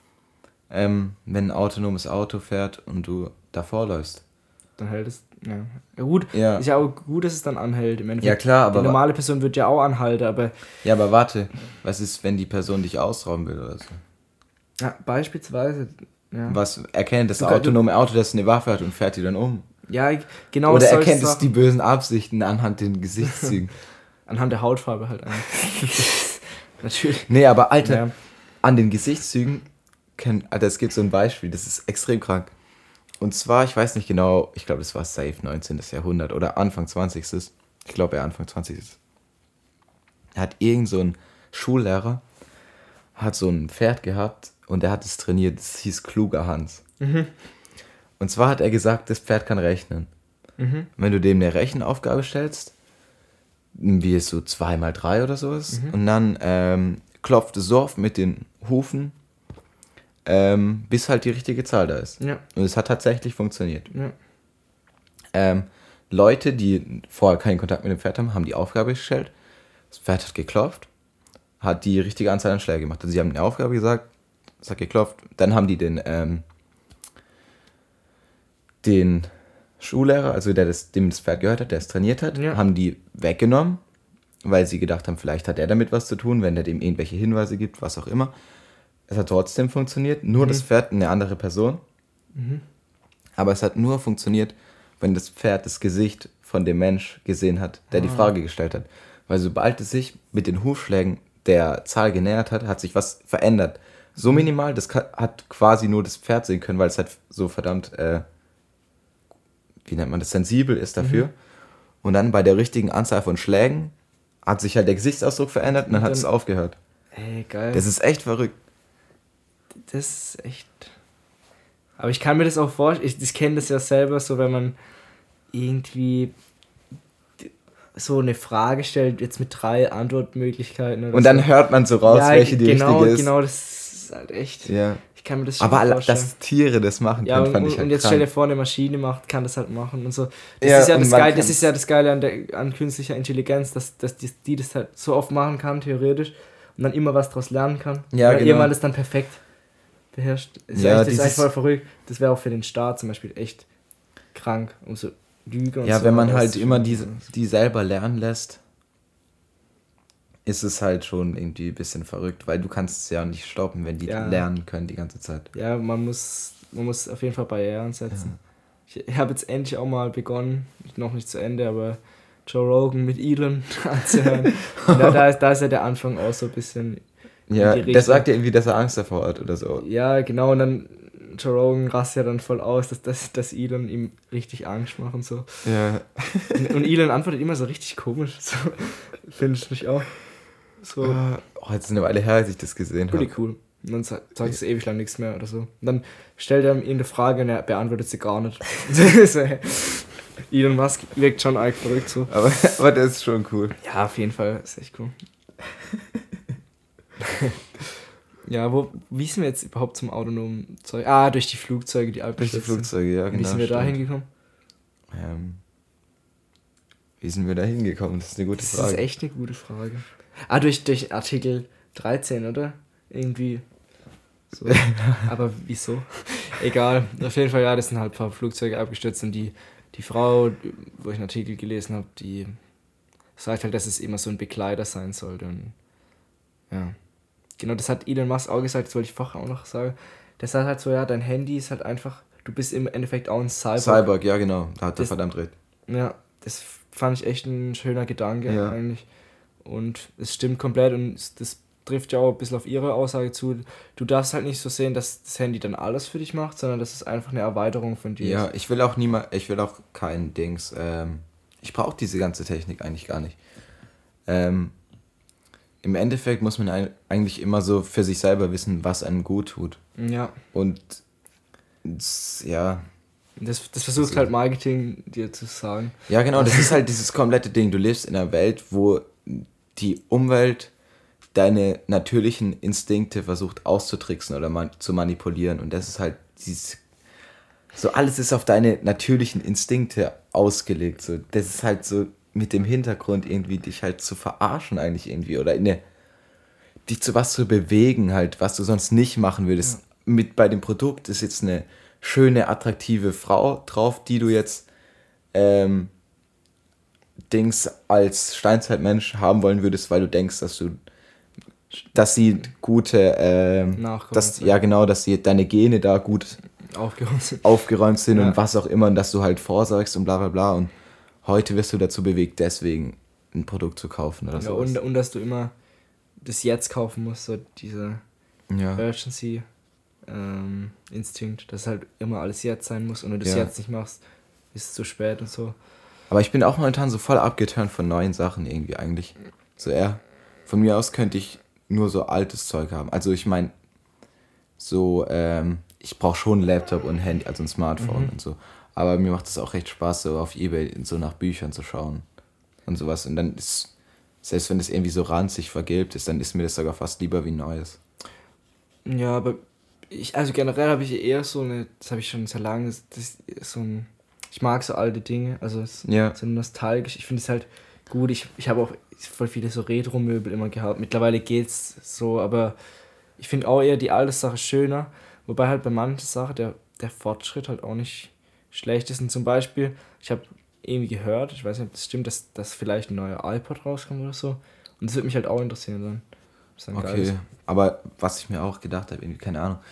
Ähm, wenn ein autonomes Auto fährt und du davor läufst. Dann hält es, ja. Ja gut, ja. Ist ja auch gut, dass es dann anhält. Im Endeffekt. Ja klar, aber... Die normale Person wird ja auch anhalten, aber... Ja, aber warte, was ist, wenn die Person dich ausrauben will oder so? Ja, beispielsweise, ja. Was erkennt das autonome Auto, dass es eine Waffe hat und fährt die dann um? Ja, genau. Oder erkennt es die bösen Absichten anhand den Gesichtszügen? Anhand der Hautfarbe halt eigentlich. Natürlich. Nee, aber Alter, ja. an den Gesichtszügen, kenn, Alter, es gibt so ein Beispiel, das ist extrem krank. Und zwar, ich weiß nicht genau, ich glaube, das war safe neunzehnten Jahrhundert oder Anfang zwanzigsten Ich glaube, er Anfang zwanzigsten Er hat irgend so ein Schullehrer, hat so ein Pferd gehabt und er hat es trainiert, das hieß Kluger Hans. Mhm. Und zwar hat er gesagt, das Pferd kann rechnen. Mhm. Wenn du dem eine Rechenaufgabe stellst, wie es so zwei mal drei oder so ist, mhm. und dann ähm, klopft es so oft mit den Hufen, ähm, bis halt die richtige Zahl da ist. Ja. Und es hat tatsächlich funktioniert. Ja. Ähm, Leute, die vorher keinen Kontakt mit dem Pferd haben, haben die Aufgabe gestellt. Das Pferd hat geklopft, hat die richtige Anzahl an Schläge gemacht. Also sie haben eine Aufgabe gesagt, es hat geklopft. Dann haben die den, ähm, den Schullehrer, also der das, dem das Pferd gehört hat, der es trainiert hat, Ja. haben die weggenommen, weil sie gedacht haben, vielleicht hat er damit was zu tun, wenn der dem irgendwelche Hinweise gibt, was auch immer. Es hat trotzdem funktioniert, nur Mhm. das Pferd eine andere Person. Mhm. Aber es hat nur funktioniert, wenn das Pferd das Gesicht von dem Mensch gesehen hat, der Ah. die Frage gestellt hat. Weil sobald es sich mit den Hufschlägen der Zahl genähert hat, hat sich was verändert. So minimal, das ka- hat quasi nur das Pferd sehen können, weil es halt so verdammt, äh, wie nennt man das, sensibel ist dafür. Mhm. Und dann bei der richtigen Anzahl von Schlägen hat sich halt der Gesichtsausdruck verändert und dann Und hat dann- es aufgehört. Ey, geil. Das ist echt verrückt. Das ist echt. Aber ich kann mir das auch vorstellen, ich, ich kenne das ja selber so, wenn man irgendwie so eine Frage stellt, jetzt mit drei Antwortmöglichkeiten oder Und so. dann hört man so raus, Ja, welche die genau, richtige ist. Genau, das ist halt echt. Ja. Ich kann mir das schon Aber alle- vorstellen. dass Tiere das machen Ja, können, und, fand ich und halt jetzt krank. stell dir vor, eine Maschine macht, kann das halt machen und so. Das Ja, ist ja und das man Geile, das kann's- ist ja das Geile an, der, an künstlicher Intelligenz, dass, dass die, die das halt so oft machen kann, theoretisch, und dann immer was daraus lernen kann. Ja, und genau. irgendwann das dann perfekt beherrscht. Ist Ja, ja, echt, das ist dieses- eigentlich voll verrückt. Das wäre auch für den Staat zum Beispiel echt krank, um so Lüge und Ja, so. wenn man aber halt es immer schon- die, die selber lernen lässt, ist es halt schon irgendwie ein bisschen verrückt, weil du kannst es ja nicht stoppen, wenn die Ja. lernen können die ganze Zeit. Ja, man muss, man muss auf jeden Fall Barrieren setzen. Ich, ich habe jetzt endlich auch mal begonnen, noch nicht zu Ende, aber Joe Rogan mit Elon anzuhören. Und da, da, ist, da ist ja der Anfang auch so ein bisschen. Ja, die Richtung. der sagt ja irgendwie, dass er Angst davor hat oder so. Ja, genau, und dann Joe Rogan rastet ja dann voll aus, dass, dass, dass Elon ihm richtig Angst macht und so. Ja. Und, und Elon antwortet immer so richtig komisch. So, finde ich mich auch. So, Oh, jetzt ist eine Weile her, als ich das gesehen habe. pretty cool. Und dann sa- sagt es ewig lang nichts mehr oder so. Und dann stellt er ihm eine Frage und er beantwortet sie gar nicht. So, hey. Elon Musk wirkt schon arg verrückt so. Aber, aber das ist schon cool. Ja, auf jeden Fall. Ist echt cool. Ja, wo, wie sind wir jetzt überhaupt zum autonomen Zeug? Ah, durch die Flugzeuge, die Durch die abgestürzt sind. Flugzeuge, ja, genau. Wie sind wir da stimmt. hingekommen? Ähm, wie sind wir da hingekommen? Das ist eine gute Das Frage. ist echt eine gute Frage. Ah, durch, durch Artikel dreizehn, oder? Irgendwie. So. Aber wieso? Egal. Auf jeden Fall, ja, das sind halt ein paar Flugzeuge abgestürzt und die, die Frau, wo ich einen Artikel gelesen habe, die sagt halt, dass es immer so ein Begleiter sein sollte. Und ja. Genau, das hat Elon Musk auch gesagt, das wollte ich vorher auch noch sagen. Der sagt halt so, ja, dein Handy ist halt einfach, du bist im Endeffekt auch ein Cyborg. Cyborg, ja genau. Da hat er Das- verdammt recht. Ja, das fand ich echt ein schöner Gedanke Ja. eigentlich. Und es stimmt komplett und es- das trifft ja auch ein bisschen auf ihre Aussage zu. Du darfst halt nicht so sehen, dass das Handy dann alles für dich macht, sondern dass es einfach eine Erweiterung von dir Ja, ist. ich will auch niemand, ich will auch kein Dings. Ähm, ich brauche diese ganze Technik eigentlich gar nicht. Ähm, Im Endeffekt muss man ein- eigentlich immer so für sich selber wissen, was einem gut tut. Ja, Und das, ja, das, das versucht So. halt Marketing dir zu sagen. ja genau, das ist halt dieses komplette Ding. Du lebst in einer Welt, wo die Umwelt deine natürlichen Instinkte versucht auszutricksen oder man, zu manipulieren. Und das ist halt dieses, so alles ist auf deine natürlichen Instinkte ausgelegt. So, das ist halt so mit dem Hintergrund irgendwie dich halt zu verarschen eigentlich irgendwie oder in eine, dich zu was zu bewegen halt, was du sonst nicht machen würdest. Mit bei dem Produkt ist jetzt eine schöne, attraktive Frau drauf, die du jetzt ähm, Dings als Steinzeitmensch haben wollen würdest, weil du denkst, dass du dass sie gute ähm, Nachkommen dass, sind. ja genau, dass sie deine Gene da gut Aufgeräumt sind. aufgeräumt sind Ja. und was auch immer und dass du halt vorsorgst und bla bla bla und heute wirst du dazu bewegt, deswegen ein Produkt zu kaufen oder Ja, so. und, und dass du immer das jetzt kaufen musst, so dieser Ja. Urgency ähm, Instinkt, dass halt immer alles jetzt sein muss und wenn du es Ja. jetzt nicht machst, ist es zu spät und so. Aber ich bin auch momentan so voll abgeturnt von neuen Sachen irgendwie eigentlich. So eher, von mir aus könnte ich nur so altes Zeug haben. Also ich meine, so, ähm, ich brauche schon einen Laptop und ein Handy, also ein Smartphone Mhm. und so. Aber mir macht es auch recht Spaß, so auf Ebay so nach Büchern zu schauen und sowas. Und dann ist, selbst wenn das irgendwie so ranzig vergilbt ist, dann ist mir das sogar fast lieber wie Neues. Ja, aber ich, also generell habe ich eher so eine, das habe ich schon sehr lange, das, das ist so ein, ich mag so alte Dinge, also es Ja. so nostalgisch, ich finde es halt gut, ich, ich habe auch voll viele so Retro-Möbel immer gehabt, mittlerweile geht's so, aber ich finde auch eher die alte Sache schöner, wobei halt bei manchen Sachen der, der Fortschritt halt auch nicht schlecht ist und zum Beispiel, ich habe irgendwie gehört, ich weiß nicht, ob das stimmt, dass, dass vielleicht ein neuer iPod rauskommt oder so und das würde mich halt auch interessieren dann. Das ist dann Okay, geil. aber was ich mir auch gedacht habe, irgendwie, keine Ahnung.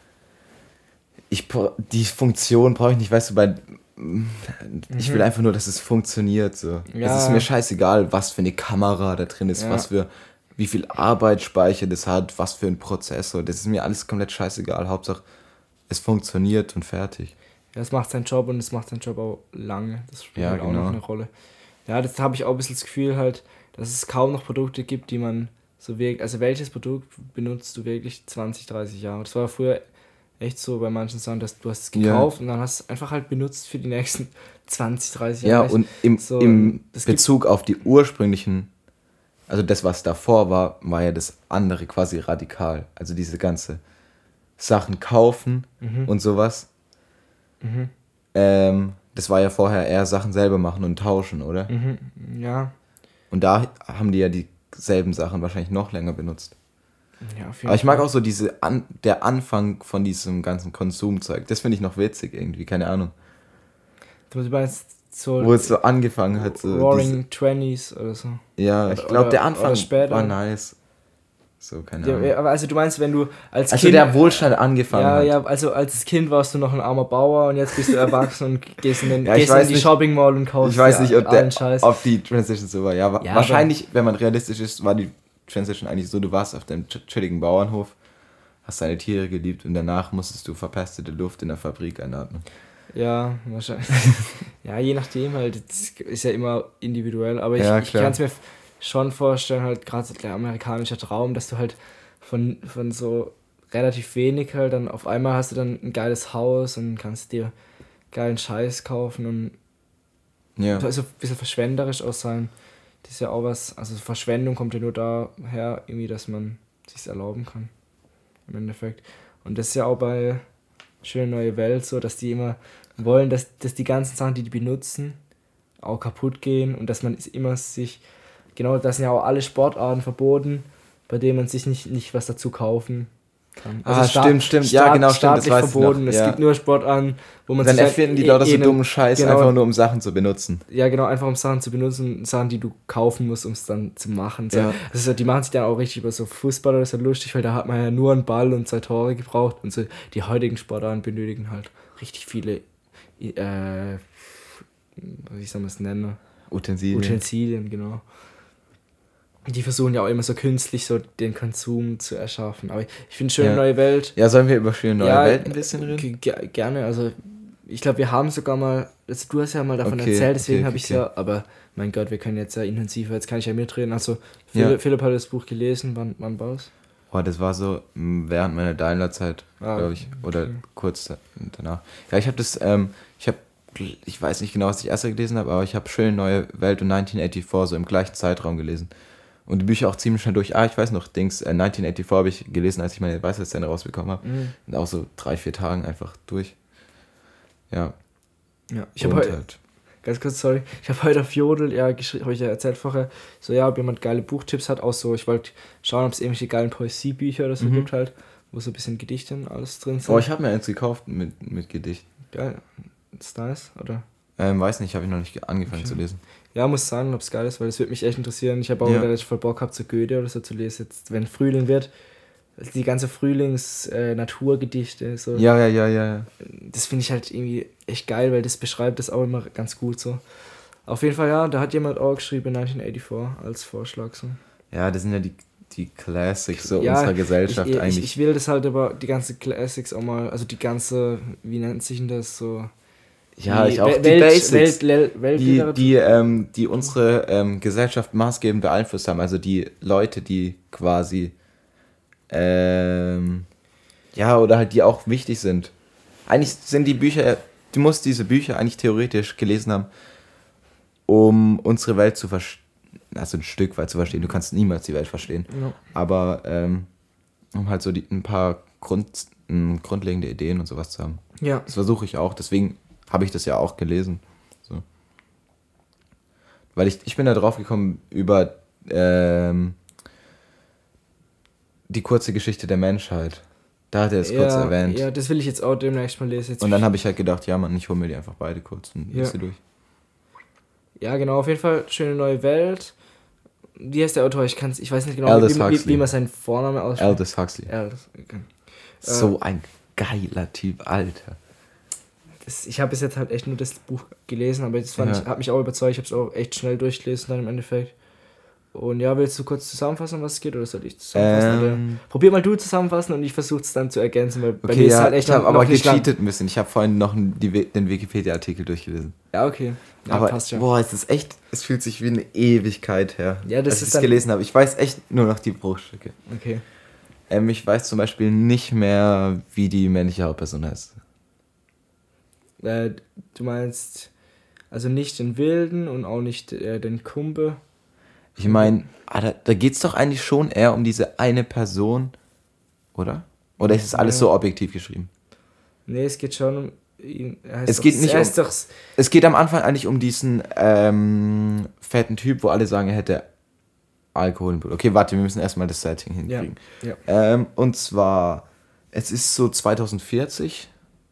Ich, bra- die Funktion brauche ich nicht, weißt du, bei. Ich will einfach nur, dass es funktioniert. So. Ja. Es ist mir scheißegal, was für eine Kamera da drin ist, Ja. was für. Wie viel Arbeitsspeicher das hat, was für ein Prozessor. Das ist mir alles komplett scheißegal. Hauptsache, es funktioniert und fertig. Ja, es macht seinen Job und es macht seinen Job auch lange. Das spielt Ja, halt auch genau. noch eine Rolle. Ja, das habe ich auch ein bisschen das Gefühl halt, dass es kaum noch Produkte gibt, die man so wirklich, also welches Produkt benutzt du wirklich zwanzig, dreißig Jahre? Das war früher echt so bei manchen Sachen, dass du hast es gekauft und dann hast du es einfach halt benutzt für die nächsten zwanzig, dreißig Ja, Jahre. und im, so, im das gibt- Bezug auf die ursprünglichen, also das, was davor war, war ja das andere quasi radikal. Also diese ganze Sachen kaufen Mhm. und sowas. Mhm. Ähm, das war ja vorher eher Sachen selber machen und tauschen, oder? Mhm. Ja. Und da haben die ja dieselben Sachen wahrscheinlich noch länger benutzt. Ja, auf jeden Aber ich mag Fall. auch so diese An der Anfang von diesem ganzen Konsumzeug. Das finde ich noch witzig irgendwie, keine Ahnung. Du meinst so Wo es so angefangen hat. So Roaring Twenties oder so. diese, ja, ich Oder- glaube, der oder Anfang später. war nice. So, keine Ja, Ahnung. ja, aber also du meinst, wenn du als Also Kind... der Wohlstand angefangen Ja, hat. ja, also als Kind warst du noch ein armer Bauer und jetzt bist du erwachsen und gehst in, den, Ja, ich gehst in weiß die nicht- Shopping Mall und kaufst Ich weiß dir nicht, ob, allen der, Scheiß. ob die Transition so war. Ja, wa- Ja, wahrscheinlich, wenn man realistisch ist, war die Transition eigentlich so, du warst auf deinem ch- chilligen Bauernhof, hast deine Tiere geliebt und danach musstest du verpestete Luft in der Fabrik einatmen. Ja, wahrscheinlich. Ja, je nachdem halt. Das ist ja immer individuell, aber ich, Ja, ich klar. kann es mir schon vorstellen, halt gerade so der amerikanische Traum, dass du halt von, von so relativ wenig halt dann auf einmal hast du dann ein geiles Haus und kannst dir geilen Scheiß kaufen und Ja. also ein bisschen verschwenderisch auch sein. Das ist ja auch was, also Verschwendung kommt ja nur daher, irgendwie, dass man sich's erlauben kann. Im Endeffekt. Und das ist ja auch bei Schöne neue Welt so, dass die immer wollen, dass, dass die ganzen Sachen, die die benutzen, auch kaputt gehen und dass man immer sich, genau, das sind ja auch alle Sportarten verboten, bei denen man sich nicht, nicht was dazu kaufen kann. Ah, stimmt, stimmt. Ja, genau, stimmt, das staatlich weiß ich verboten. noch, Es ja. gibt nur Sportarten, wo man Dann sich halt erfinden die eh- Leute eh so einen- dummen Scheiß, genau. einfach nur um Sachen zu benutzen. Ja, genau, einfach um Sachen zu benutzen, Sachen, die du kaufen musst, um es dann zu machen. So. Ja. Also die machen sich dann auch richtig über so Fußball oder so lustig, weil da hat man ja nur einen Ball und zwei Tore gebraucht und so. Die heutigen Sportarten benötigen halt richtig viele, äh, wie soll man es nennen? Utensilien. Utensilien, genau. Die versuchen ja auch immer so künstlich so den Konsum zu erschaffen. Aber ich finde Schöne Ja. neue Welt. Ja, sollen wir über Schöne neue Ja, Welt ein bisschen reden? G- ge- gerne, also ich glaube, wir haben sogar mal, also du hast ja mal davon Okay, erzählt, deswegen okay, habe ich okay. ja, aber mein Gott, wir können jetzt ja intensiver, jetzt kann ich ja mitreden. Also Philipp, Ja. Philipp hat das Buch gelesen, wann, wann war es? Oh, das war so m, während meiner Daimler-Zeit, Ah, glaube ich. Oder okay. kurz da- danach. Ja, ich habe das, ähm, ich habe, ich weiß nicht genau, was ich erst gelesen habe, aber ich habe Schöne neue Welt und neunzehnhundertvierundachtzig so im gleichen Zeitraum gelesen. Und die Bücher auch ziemlich schnell durch. Ah, ich weiß noch, Dings, äh, neunzehnhundertvierundachtzig habe ich gelesen, als ich meine Weisheitszähne rausbekommen habe. Mhm. Und auch so drei, vier Tagen einfach durch. Ja. Ja, ich habe und heute, halt. ganz kurz, sorry, ich habe heute auf Jodel, ja, geschrieben, habe ich ja erzählt vorher, so ja, ob jemand geile Buchtipps hat, auch so, ich wollte schauen, ob es irgendwelche geilen Poesiebücher oder so Mhm. gibt halt, wo so ein bisschen Gedichte und alles drin sind. Oh, ich habe mir eins gekauft mit, mit Gedicht. Geil, ist nice, oder? Ähm, weiß nicht, habe ich noch nicht ge- angefangen Okay. zu lesen. Ja, muss sagen, ob es geil ist, weil das würde mich echt interessieren. Ich habe auch Ja. wieder richtig voll Bock gehabt, so Goethe oder so zu lesen, jetzt, wenn Frühling wird. Die ganze Frühlings-Naturgedichte, so. Ja, ja, ja, ja. ja. Das finde ich halt irgendwie echt geil, weil das beschreibt das auch immer ganz gut so. Auf jeden Fall, ja, da hat jemand auch geschrieben neunzehnhundertvierundachtzig als Vorschlag so. Ja, das sind ja die, die Classics so Ja, unserer Gesellschaft ich, eigentlich. Ich, ich will das halt aber, die ganze Classics auch mal, also die ganze, wie nennt sich denn das so? ja, die ich auch. Wel- Die Welt, Basics, Welt, Welt, die, Weltliteratur. die, ähm, die unsere ähm, Gesellschaft maßgebend beeinflusst haben. Also die Leute, die quasi, ähm, ja, oder halt die auch wichtig sind. Eigentlich sind die Bücher, du musst diese Bücher eigentlich theoretisch gelesen haben, um unsere Welt zu verstehen. Also ein Stück weit zu verstehen. Du kannst niemals die Welt verstehen. Ja. Aber ähm, um halt so die, ein paar Grund, mh, grundlegende Ideen und sowas zu haben. Ja. Das versuche ich auch, deswegen habe ich das ja auch gelesen. So. Weil ich, ich bin da drauf gekommen über ähm, die kurze Geschichte der Menschheit. Da hat er es ja, kurz erwähnt. Ja, das will ich jetzt auch demnächst mal lesen. Jetzt und dann habe ich halt gedacht, ja Mann, ich hole mir die einfach beide kurz und lese ja. sie durch. Ja, genau, auf jeden Fall Schöne neue Welt. Wie heißt der Autor? Ich, kann's, ich weiß nicht genau, Aldous wie, wie, Huxley. wie man seinen Vornamen ausspricht. Aldous Huxley. Aldous, okay. So äh, ein geiler Typ, Alter. Das, ich habe bis jetzt halt echt nur das Buch gelesen, aber das fand Ja. ich, hat mich auch überzeugt. Ich habe es auch echt schnell durchgelesen dann im Endeffekt. Und ja, willst du kurz zusammenfassen, um was es geht, oder soll ich zusammenfassen? Ähm, Oder? Probier mal du zusammenfassen und ich versuche es dann zu ergänzen, weil bei Okay, mir ist ja, halt echt ich habe noch, aber noch nicht lang. gecheatet ein bisschen. Ich habe vorhin noch die, den Wikipedia-Artikel durchgelesen. Ja, okay. Ja, aber passt ja. boah, es ist echt, es fühlt sich wie eine Ewigkeit her, Ja, das als ist ich es dann- gelesen habe. Ich weiß echt nur noch die Bruchstücke. Okay. Ähm, ich weiß zum Beispiel nicht mehr, wie die männliche Hauptperson heißt. Äh, du meinst also nicht den Wilden und auch nicht äh, den Kumpel. Ich meine, ah, da, da geht es doch eigentlich schon eher um diese eine Person, oder? Oder ist es alles Ja. so objektiv geschrieben? Nee, es geht schon um ihn. Er heißt Es doch, geht nicht er um- ist doch, Es geht am Anfang eigentlich um diesen ähm, fetten Typ, wo alle sagen, er hätte Alkohol im Blut. Okay, warte, wir müssen erstmal das Setting hinkriegen. ja. Ähm, und zwar, es ist so zwanzig vierzig,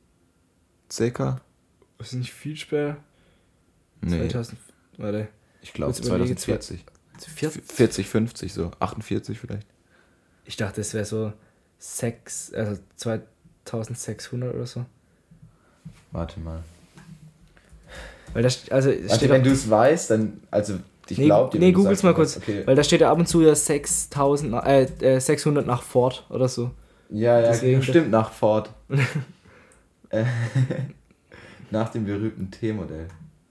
circa. Ist nicht viel später? Nee, zweitausend. Warte. ich glaube kurz überlege, zwanzig vierzig. vierzig? vierzig, fünfzig so, achtundvierzig vielleicht. Ich dachte, es wäre so sechs, also zweitausendsechshundert oder so. Warte mal. Weil da st- also es Also steht wenn auch- du es weißt, dann, also ich Nee, glaube dir. nee wenn du googles sagst, mal du kurz. weißt. Okay. Weil da steht ja ab und zu ja sechstausend, nach- äh, äh, sechshundert nach Ford oder so. Ja, ja, Deswegen- stimmt, nach Ford. Äh, nach dem berühmten T-Modell.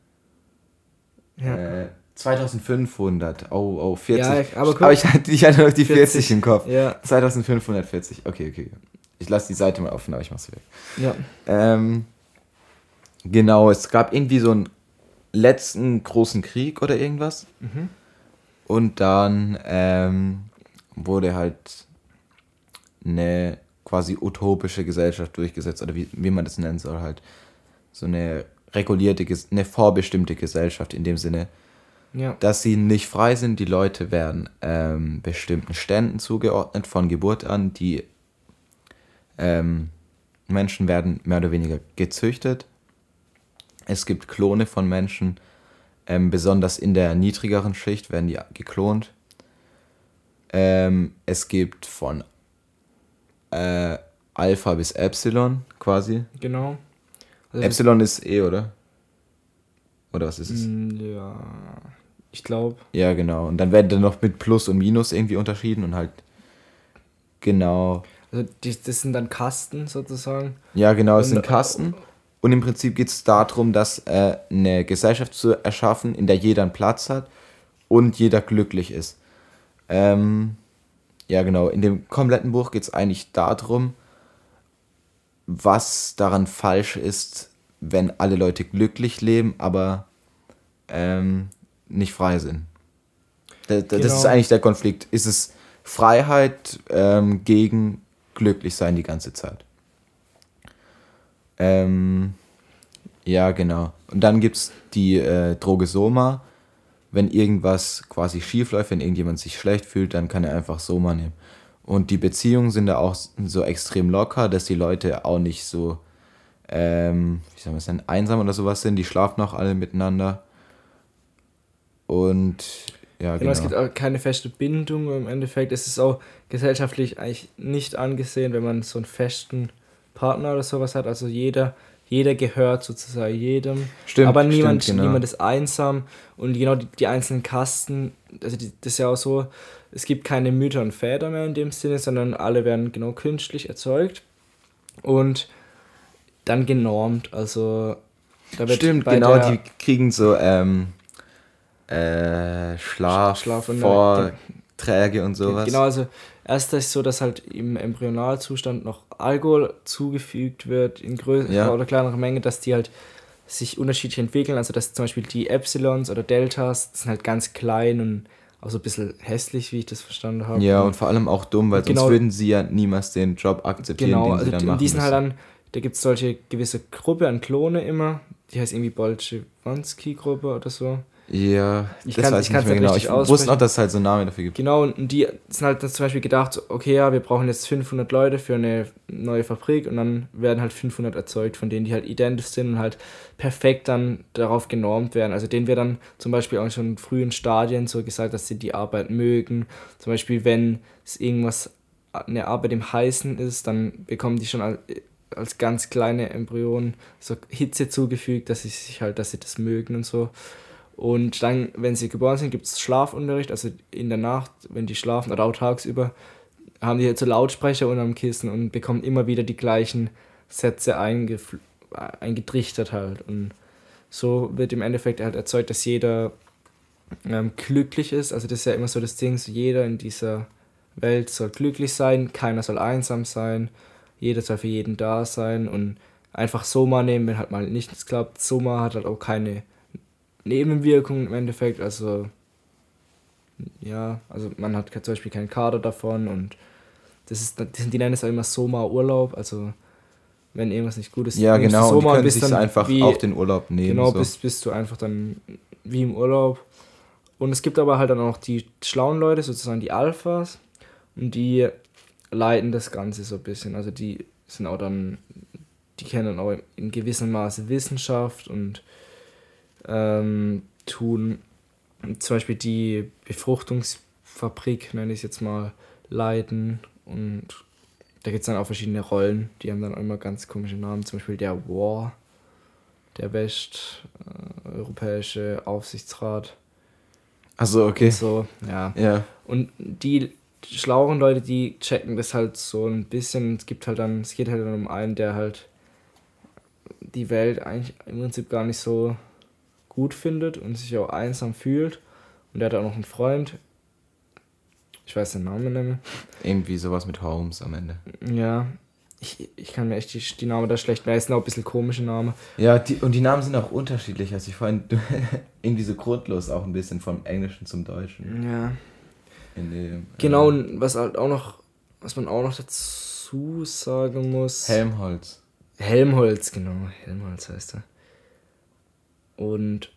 Ja. Äh, zweitausendfünfhundert. Oh, oh, vierzig. Ja, aber guck- aber ich hatte, ich hatte noch die vierzig. vierzig im Kopf. Ja, zweitausendfünfhundertvierzig. Okay, okay. Ich lasse die Seite mal offen, aber ich mach's weg. ja. Ähm, genau, es gab irgendwie so einen letzten großen Krieg oder irgendwas. Mhm. Und dann ähm, wurde halt eine quasi utopische Gesellschaft durchgesetzt, oder wie, wie man das nennen soll, halt. So eine regulierte, Ges- eine vorbestimmte Gesellschaft in dem Sinne, Ja. dass sie nicht frei sind. Die Leute werden ähm, bestimmten Ständen zugeordnet von Geburt an. Die ähm, Menschen werden mehr oder weniger gezüchtet. Es gibt Klone von Menschen. Ähm, besonders in der niedrigeren Schicht werden die geklont. Ähm, es gibt von äh, Alpha bis Epsilon quasi. Genau. Also Epsilon ist E, oder? Oder was ist es? Mm, Ja, ich glaube. Ja, genau. Und dann werden dann noch mit Plus und Minus irgendwie unterschieden und halt genau. Also die, das sind dann Kasten sozusagen. Ja, genau, es Und, sind Kasten. Und im Prinzip geht es darum, dass äh, eine Gesellschaft zu erschaffen, in der jeder einen Platz hat und jeder glücklich ist. Ähm, ja, genau. In dem kompletten Buch geht es eigentlich darum, was daran falsch ist, wenn alle Leute glücklich leben, aber ähm, nicht frei sind. Das, das Genau. ist eigentlich der Konflikt. Ist es Freiheit ähm, gegen glücklich sein die ganze Zeit? Ähm, ja, genau. Und dann gibt es die äh, Droge Soma. Wenn irgendwas quasi schief läuft, wenn irgendjemand sich schlecht fühlt, dann kann er einfach Soma nehmen. Und die Beziehungen sind da auch so extrem locker, dass die Leute auch nicht so, ähm, wie soll man sagen, einsam oder sowas sind. Die schlafen auch alle miteinander. Und ja, Genau, genau. es gibt auch keine feste Bindung. Im Endeffekt ist es auch gesellschaftlich eigentlich nicht angesehen, wenn man so einen festen Partner oder sowas hat. Also jeder, jeder gehört sozusagen jedem. Stimmt, aber niemand, stimmt, genau. niemand ist einsam. Und genau die, die einzelnen Kasten, also die, das ist ja auch so, es gibt keine Mütter und Väter mehr in dem Sinne, sondern alle werden genau künstlich erzeugt und dann genormt. Also da wird Stimmt, bei genau, der, die kriegen so ähm, äh, Schlaf, Schlaf und- Vorträge und sowas. Genau, also erst ist es so, dass halt im Embryonalzustand noch Alkohol zugefügt wird in größerer Ja. oder kleinerer Menge, dass die halt sich unterschiedlich entwickeln. Also dass zum Beispiel die Epsilons oder Deltas, das sind halt ganz klein und auch so ein bisschen hässlich, wie ich das verstanden habe. Ja, und vor allem auch dumm, weil genau, sonst würden sie ja niemals den Job akzeptieren, genau, den also sie dann in machen diesen halt müssen. dann, da gibt es solche gewisse Gruppe an Klone immer, die heißt irgendwie Bolschewanski-Gruppe oder so. Ja, Ich das kann weiß ich ich nicht mehr nicht genau. richtig Ich aussprechen. wusste noch, dass es halt so einen Namen dafür gibt. Genau, und die sind halt zum Beispiel gedacht, okay, ja, wir brauchen jetzt fünfhundert Leute für eine neue Fabrik und dann werden halt fünfhundert erzeugt, von denen die halt identisch sind und halt perfekt dann darauf genormt werden. Also denen wird dann zum Beispiel auch schon in frühen Stadien so gesagt, dass sie die Arbeit mögen. Zum Beispiel, wenn es irgendwas, eine Arbeit im Heißen ist, dann bekommen die schon als, als ganz kleine Embryonen so Hitze zugefügt, dass sie sich halt, dass sie das mögen und so. Und dann, wenn sie geboren sind, gibt es Schlafunterricht, also in der Nacht, wenn die schlafen oder auch tagsüber, haben die halt so Lautsprecher unterm Kissen und bekommen immer wieder die gleichen Sätze eingefl- eingetrichtert halt. Und so wird im Endeffekt halt erzeugt, dass jeder ähm, glücklich ist. Also das ist ja immer so das Ding, so jeder in dieser Welt soll glücklich sein, keiner soll einsam sein, jeder soll für jeden da sein und einfach Soma nehmen, wenn halt mal nichts klappt. Soma hat halt auch keine Nebenwirkungen im Endeffekt, also ja, also man hat zum Beispiel keinen Kader davon und das ist, die nennen es auch immer Soma-Urlaub, also wenn irgendwas nicht gut ist, Ja, nimmst genau, du und die Soma und können bist sich dann einfach wie, auch den Urlaub nehmen. genau, so. bist, bist du einfach dann wie im Urlaub. Und es gibt aber halt dann auch die schlauen Leute, sozusagen die Alphas, und die leiten das Ganze so ein bisschen, also die sind auch dann, die kennen auch in gewissem Maße Wissenschaft und ähm, tun zum Beispiel die Befruchtungsfabrik, nenne ich es jetzt mal, leiten. Und da gibt es dann auch verschiedene Rollen, die haben dann immer ganz komische Namen. Zum Beispiel der War, der Westeuropäische äh, Aufsichtsrat. Also okay. Und so, ja. Ja. Und die schlaueren Leute, die checken das halt so ein bisschen. Es gibt halt dann, es geht halt dann um einen, der halt die Welt eigentlich im Prinzip gar nicht so gut findet und sich auch einsam fühlt. Und der hat auch noch einen Freund. Ich weiß den Namen nicht mehr. Irgendwie sowas mit Holmes am Ende. Ja, ich, ich kann mir echt die, die Namen da schlecht merken. Es sind auch ein bisschen komische Namen. Ja, die, und die Namen sind auch unterschiedlich. Also ich fand irgendwie so grundlos auch ein bisschen vom Englischen zum Deutschen. Ja. In dem, genau, ähm, und was halt auch noch, was man auch noch dazu sagen muss. Helmholtz. Helmholtz, genau. Helmholtz heißt er. Und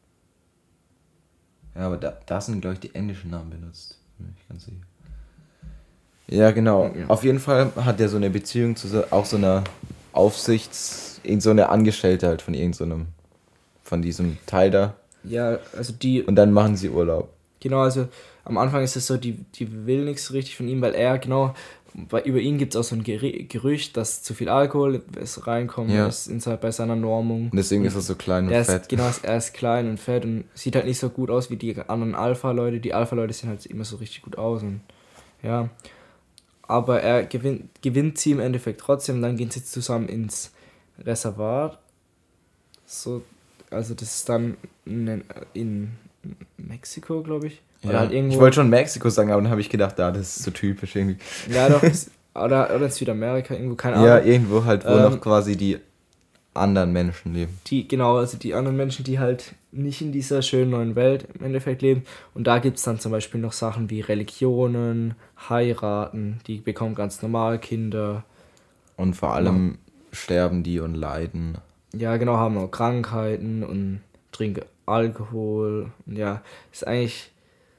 ja, aber da, da sind, glaube ich, die englischen Namen benutzt. Bin ich ganz sicher. Ja, genau. Ja. Auf jeden Fall hat er so eine Beziehung zu so, auch so einer Aufsichts... irgend so eine Angestellte halt von irgendeinem... So von diesem Teil da. Ja, also die... Und dann machen sie Urlaub. Genau, also am Anfang ist es so, die, die will nichts so richtig von ihm, weil er, genau... Bei, über ihn gibt es auch so ein Gerücht, dass zu viel Alkohol ist reinkommt, ja. Ist inside bei seiner Normung. Und deswegen und ist er so klein und ist, fett. Genau, er ist klein und fett und sieht halt nicht so gut aus wie die anderen Alpha-Leute. Die Alpha-Leute sehen halt immer so richtig gut aus und ja. Aber er gewinnt, gewinnt sie im Endeffekt trotzdem. Dann gehen sie zusammen ins Reservat. So, also das ist dann in, in Mexiko, glaube ich. Oder ja, halt irgendwo. Ich wollte schon Mexiko sagen, aber dann habe ich gedacht, ah, das ist so typisch irgendwie. Ja, doch. oder, oder in Südamerika, irgendwo, keine Ahnung. Ja, irgendwo halt, wo ähm, noch quasi die anderen Menschen leben. Die, genau, also die anderen Menschen, die halt nicht in dieser schönen neuen Welt im Endeffekt leben. Und da gibt es dann zum Beispiel noch Sachen wie Religionen, heiraten, die bekommen ganz normal Kinder. Und vor allem ja. sterben die und leiden. Ja, genau, haben auch Krankheiten und trinken Alkohol. Und ja, ist eigentlich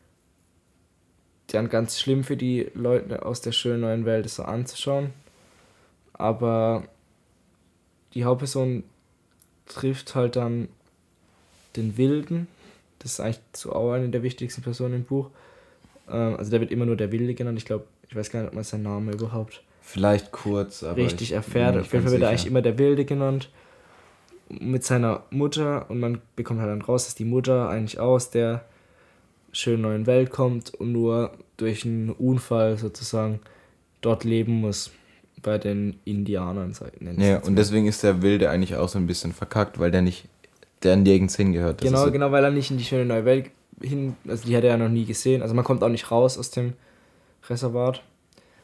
dann ganz schlimm für die Leute aus der schönen neuen Welt, das so anzuschauen. Aber die Hauptperson trifft halt dann den Wilden. Das ist eigentlich so auch eine der wichtigsten Personen im Buch. Ähm, also der wird immer nur der Wilde genannt. Ich glaube, ich weiß gar nicht, ob man seinen Namen überhaupt vielleicht kurz, aber richtig erfährt. Auf jeden Fall wird er eigentlich immer der Wilde genannt. Mit seiner Mutter. Und man bekommt halt dann raus, dass die Mutter eigentlich aus der schönen neuen Welt kommt und nur durch einen Unfall sozusagen dort leben muss. Bei den Indianern, nennen Ja, und deswegen ist der Wilde eigentlich auch so ein bisschen verkackt, weil der nicht, der nirgends hingehört. Das genau, so genau, weil er nicht in die schöne neue Welt hin, also die hat er ja noch nie gesehen. Also man kommt auch nicht raus aus dem Reservat.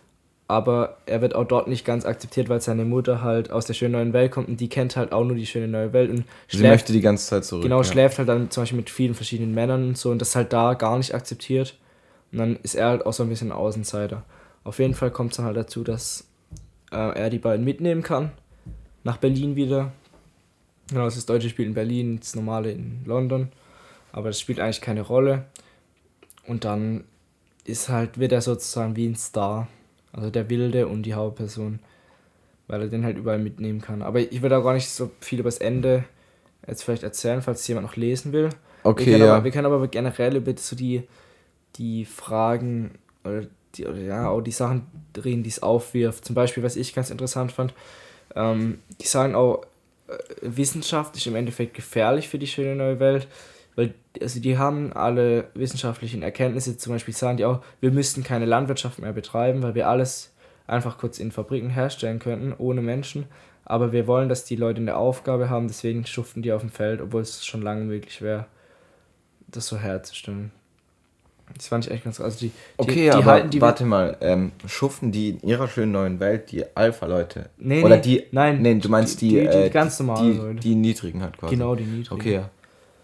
aber er wird auch dort nicht ganz akzeptiert, weil seine Mutter halt aus der schönen neuen Welt kommt und die kennt halt auch nur die schöne neue Welt und Sie schläft, möchte die ganze Zeit zurück. genau, ja. schläft halt dann zum Beispiel mit vielen verschiedenen Männern und so und das ist halt da gar nicht akzeptiert und dann ist er halt auch so ein bisschen ein Außenseiter. Auf jeden Fall kommt es dann halt dazu, dass äh, er die beiden mitnehmen kann, nach Berlin wieder. Genau, das deutsche Spiel in Berlin, das normale in London, aber das spielt eigentlich keine Rolle und dann ist halt, wird er sozusagen wie ein Star. Also der Wilde und die Hauptperson, weil er den halt überall mitnehmen kann. Aber ich will auch gar nicht so viel über das Ende jetzt vielleicht erzählen, falls jemand noch lesen will. Okay, wir können ja. Aber, wir können aber generell über so die, die Fragen oder, die, oder ja, auch die Sachen reden, die es aufwirft. Zum Beispiel, was ich ganz interessant fand, ähm, die sagen auch, äh, Wissenschaft ist im Endeffekt gefährlich für die schöne neue Welt, weil also die haben alle wissenschaftlichen Erkenntnisse, zum Beispiel sagen die auch, wir müssten keine Landwirtschaft mehr betreiben, weil wir alles einfach kurz in Fabriken herstellen könnten, ohne Menschen. Aber wir wollen, dass die Leute eine Aufgabe haben, deswegen schuften die auf dem Feld, obwohl es schon lange möglich wäre, das so herzustellen. Das fand ich echt ganz... Also die, die, Okay, die aber halten die warte mal, ähm, schuften die in ihrer schönen neuen Welt die Alpha-Leute? Nee, Oder nee, die... nein, Nee, du meinst die... die, die, die äh, ganz normalen die, Leute. Die niedrigen halt quasi. Genau, die niedrigen. Okay, ja.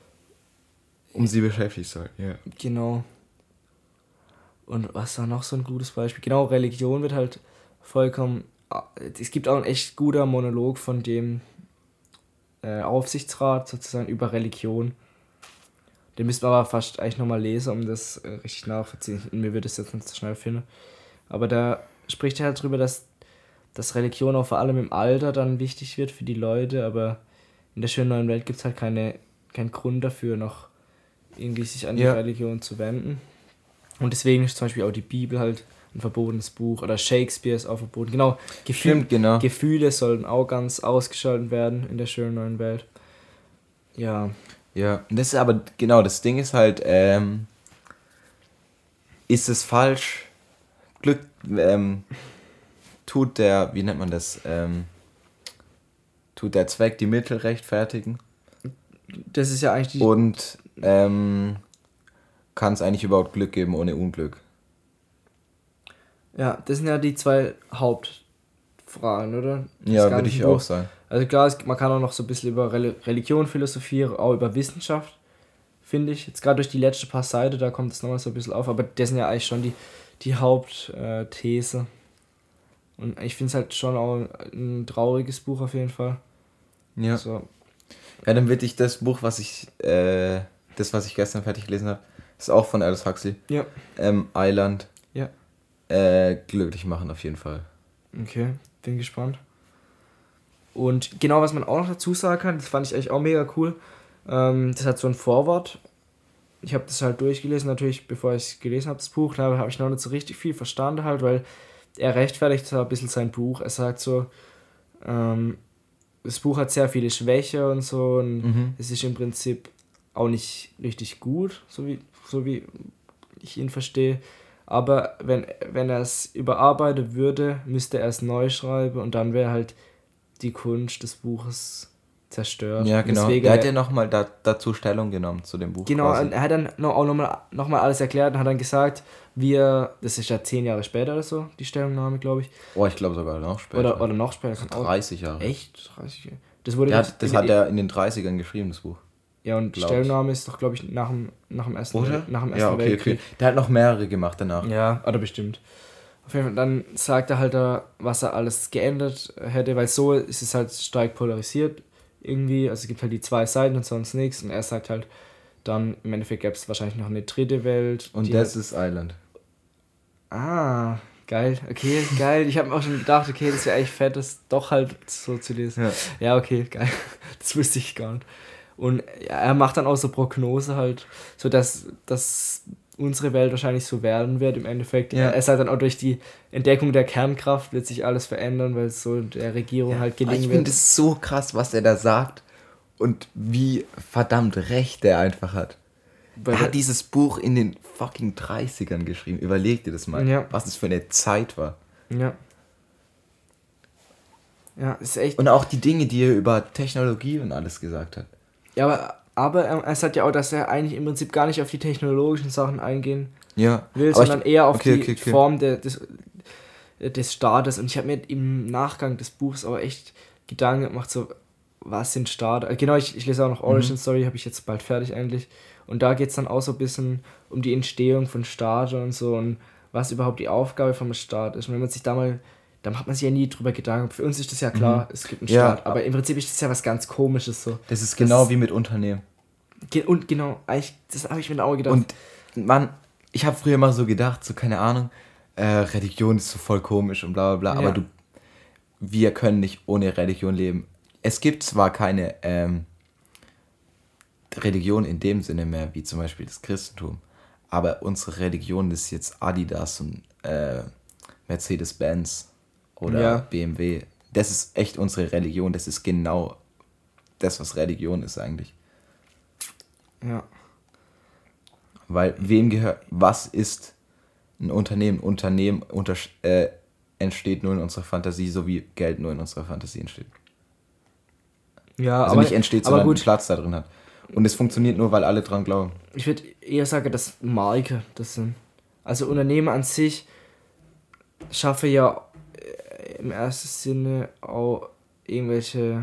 Um sie beschäftigt soll, ja. Genau. Und was war noch so ein gutes Beispiel? Genau, Religion wird halt vollkommen... Es gibt auch einen echt guter Monolog von dem äh, Aufsichtsrat sozusagen über Religion. Den müssten wir aber fast eigentlich nochmal lesen, um das äh, richtig nachvollziehen. Mir wird es jetzt nicht so schnell finden. Aber da spricht er halt drüber, dass, dass Religion auch vor allem im Alter dann wichtig wird für die Leute, aber in der schönen neuen Welt gibt es halt keine, keinen Grund dafür, noch irgendwie sich an die Ja. Religion zu wenden. Und deswegen ist zum Beispiel auch die Bibel halt ein verbotenes Buch oder Shakespeare ist auch verboten. Genau, Gefühl, Stimmt, genau. Gefühle sollen auch ganz ausgeschaltet werden in der schönen neuen Welt. Ja. Ja, und das ist aber, genau, das Ding ist halt, ähm, ist es falsch, Glück, ähm, tut der, wie nennt man das, ähm, tut der Zweck die Mittel rechtfertigen? Das ist ja eigentlich die... Und, ähm, kann es eigentlich überhaupt Glück geben ohne Unglück? Ja, das sind ja die zwei Hauptfragen, oder? Das Ja, ganze würde ich Buch. auch sagen. Also klar, es, man kann auch noch so ein bisschen über Reli- Religion philosophieren, auch über Wissenschaft, finde ich. Jetzt gerade durch die letzte paar Seiten, da kommt es nochmal so ein bisschen auf, aber das sind ja eigentlich schon die, die Hauptthese. Und ich finde es halt schon auch ein trauriges Buch auf jeden Fall. Ja. So. Ja, dann würde ich das Buch, was ich, äh, das, was ich gestern fertig gelesen habe, ist auch von Aldous Huxley. Ja. Ähm, Island. Ja. Äh, glücklich machen auf jeden Fall. Okay, bin gespannt. Und genau, was man auch noch dazu sagen kann, das fand ich eigentlich auch mega cool, ähm, das hat so ein Vorwort. Ich habe das halt durchgelesen, natürlich, bevor ich es gelesen habe, das Buch, da habe ich noch nicht so richtig viel verstanden halt, weil er rechtfertigt so ein bisschen sein Buch. Er sagt so, ähm, das Buch hat sehr viele Schwächen und so und Mhm. es ist im Prinzip auch nicht richtig gut, so wie, so wie ich ihn verstehe. Aber wenn, wenn er es überarbeiten würde, müsste er es neu schreiben und dann wäre halt die Kunst des Buches zerstört. Ja, Und genau. deswegen Der hat er- ja nochmal da, dazu Stellung genommen zu dem Buch. Genau, quasi. und er hat dann noch, auch nochmal noch mal alles erklärt und hat dann gesagt, wir, das ist ja zehn Jahre später oder so, die Stellungnahme, glaube ich. Oh, ich glaube sogar noch später. Oder, oder noch später. Kann auch, dreißig Jahre. echt? dreißig Jahre. Das wurde Der jetzt hat, das in- hat er in den dreißigern geschrieben, das Buch. Ja, und die glaub ich. Stellungnahme ist doch, glaube ich, nach dem, nach dem Ersten, Oder? Nach dem ersten Ja, okay, Weltkrieg. okay. Der hat noch mehrere gemacht danach. Ja, oder bestimmt. Auf jeden Fall, dann sagt er halt da, was er alles geändert hätte, weil so ist es halt stark polarisiert irgendwie. Also es gibt halt die zwei Seiten und sonst nichts. Und er sagt halt, dann im Endeffekt gäbe es wahrscheinlich noch eine dritte Welt. Und die das halt, ist Island. Ah, geil. Okay, geil. Ich habe mir auch schon gedacht, okay, das wäre eigentlich fett, das doch halt so zu lesen. Ja. Ja, okay, geil. Das wusste ich gar nicht. Und ja, er macht dann auch so Prognose halt, so dass, dass unsere Welt wahrscheinlich so werden wird im Endeffekt. Ja. Er sagt dann auch, durch die Entdeckung der Kernkraft wird sich alles verändern, weil es so der Regierung halt Aber gelingen ich wird. finde es so krass, was er da sagt und wie verdammt recht er einfach hat. Weil er der- hat dieses Buch in den fucking dreißigern geschrieben. Überleg dir das mal, Ja. was das für eine Zeit war. Ja. Ja, ist echt. Und auch die Dinge, die er über Technologie und alles gesagt hat. Ja, aber, aber er, er sagt ja auch, dass er eigentlich im Prinzip gar nicht auf die technologischen Sachen eingehen Ja, will, aber sondern ich, eher auf okay, die okay, okay. Form der, des, äh, des Staates. Und ich habe mir im Nachgang des Buchs aber echt Gedanken gemacht, so, was sind Staaten? Äh, genau, ich, ich lese auch noch Origin mhm. Story, habe ich jetzt bald fertig eigentlich. Und da geht es dann auch so ein bisschen um die Entstehung von Staaten und so und was überhaupt die Aufgabe vom Staat ist. Und wenn man sich da mal, dann macht man sich ja nie drüber Gedanken. Für uns ist das ja klar, mhm. es gibt einen ja, Staat. Aber im Prinzip ist das ja was ganz Komisches so. Das ist genau das, wie mit Unternehmen. Ge- und genau, eigentlich, das habe ich mir auch gedacht. Und man, ich habe früher mal so gedacht, so keine Ahnung, äh, Religion ist so voll komisch und bla bla bla, ja. aber du, wir können nicht ohne Religion leben. Es gibt zwar keine ähm, Religion in dem Sinne mehr, wie zum Beispiel das Christentum, aber unsere Religion ist jetzt Adidas und äh, Mercedes-Benz oder ja. B M W. Das ist echt unsere Religion, das ist genau das, was Religion ist eigentlich. Ja. Weil wem gehört, was ist ein Unternehmen? Unternehmen unter, äh, entsteht nur in unserer Fantasie, so wie Geld nur in unserer Fantasie entsteht. Ja, also aber, nicht entsteht, sondern einen Platz da drin hat. Und es funktioniert nur, weil alle dran glauben. Ich würde eher sagen, dass Marke das sind. Also Unternehmen an sich schaffe ja im ersten Sinne auch irgendwelche,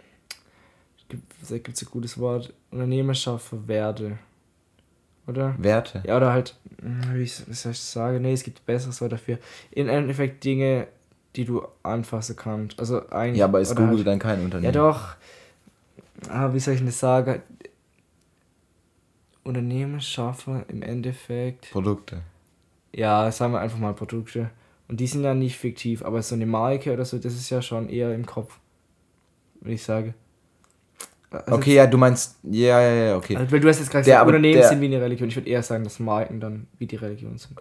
da gibt es ein gutes Wort, Unternehmen schaffen Werte. Oder? Werte? Ja, oder halt, wie soll ich sagen? Nee, es gibt ein besseres Wort dafür. Im Endeffekt Dinge, die du anfassen kannst. Also eigentlich, ja, aber ist Google halt, dann kein Unternehmen? Ja, doch. Aber wie soll ich das sagen? Unternehmen schaffen im Endeffekt Produkte. Ja, sagen wir einfach mal Produkte. Und die sind ja nicht fiktiv, aber so eine Marke oder so, das ist ja schon eher im Kopf, würde ich sagen. Also okay, ja, du meinst, ja, ja, ja, okay. Also, weil du hast jetzt gerade gesagt, Unternehmen der, sind wie eine Religion. Ich würde eher sagen, dass Marken dann wie die Religion sind.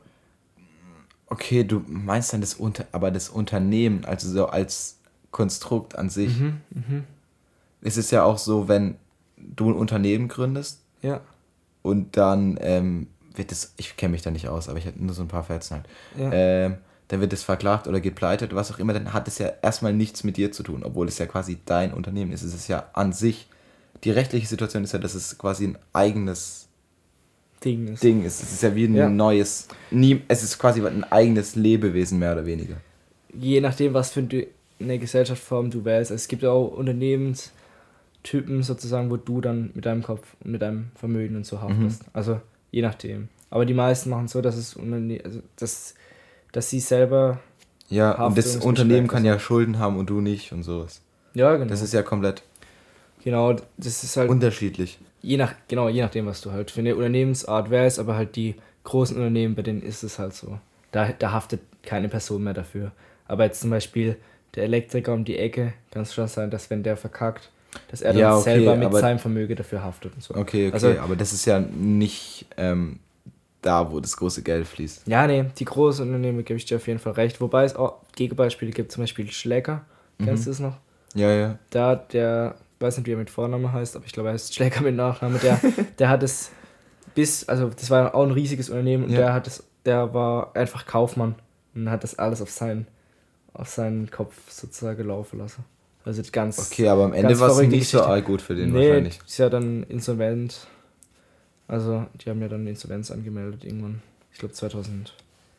Okay, du meinst dann das Unter, aber das Unternehmen, also so als Konstrukt an sich. Mhm, mh. Es ist ja auch so, wenn du ein Unternehmen gründest. Ja. Und dann ähm, wird es, ich kenne mich da nicht aus, aber ich habe nur so ein paar Fetzen halt. Ja. Ähm, dann wird es verklagt oder geht pleite oder was auch immer, dann hat es ja erstmal nichts mit dir zu tun, obwohl es ja quasi dein Unternehmen ist. Es ist ja an sich, die rechtliche Situation ist ja, dass es quasi ein eigenes Ding ist. Ding ist. Es ist ja wie ein ja. neues, nie, es ist quasi ein eigenes Lebewesen mehr oder weniger. Je nachdem, was für eine Gesellschaftsform du wählst. Es gibt ja auch Unternehmenstypen sozusagen, wo du dann mit deinem Kopf und mit deinem Vermögen und so haftest. Mhm. Also je nachdem. Aber die meisten machen es so, dass es Unterne- also dass, dass sie selber ja, und das Unternehmen kann ja Schulden haben und du nicht und sowas. Ja, genau. Das ist ja komplett genau, das ist halt unterschiedlich. Je nach, genau, je nachdem, was du halt für eine Unternehmensart wärst, aber halt die großen Unternehmen, bei denen ist es halt so. Da, da haftet keine Person mehr dafür. Aber jetzt zum Beispiel der Elektriker um die Ecke, kann es schon sein, dass wenn der verkackt, dass er dann ja, okay, selber mit seinem Vermögen dafür haftet und so. Okay, okay, also, aber das ist ja nicht ähm, da, wo das große Geld fließt. Ja, nee, die großen Unternehmen gebe ich dir auf jeden Fall recht. Wobei es auch Gegenbeispiele gibt, zum Beispiel Schläger. Mhm. Kennst du es noch? Ja, ja. Da, der, ich weiß nicht, wie er mit Vornamen heißt, aber ich glaube, er heißt Schläger mit Nachname. Der, der hat es bis, also das war auch ein riesiges Unternehmen und ja. der hat es, der war einfach Kaufmann und hat das alles auf seinen, auf seinen Kopf sozusagen laufen lassen. Also ganz. Okay, aber am Ende war es nicht Geschichte. So arg gut für den nee, wahrscheinlich. Ist ja dann insolvent. Also, die haben ja dann Insolvenz angemeldet irgendwann. Ich glaube zweitausendzwölf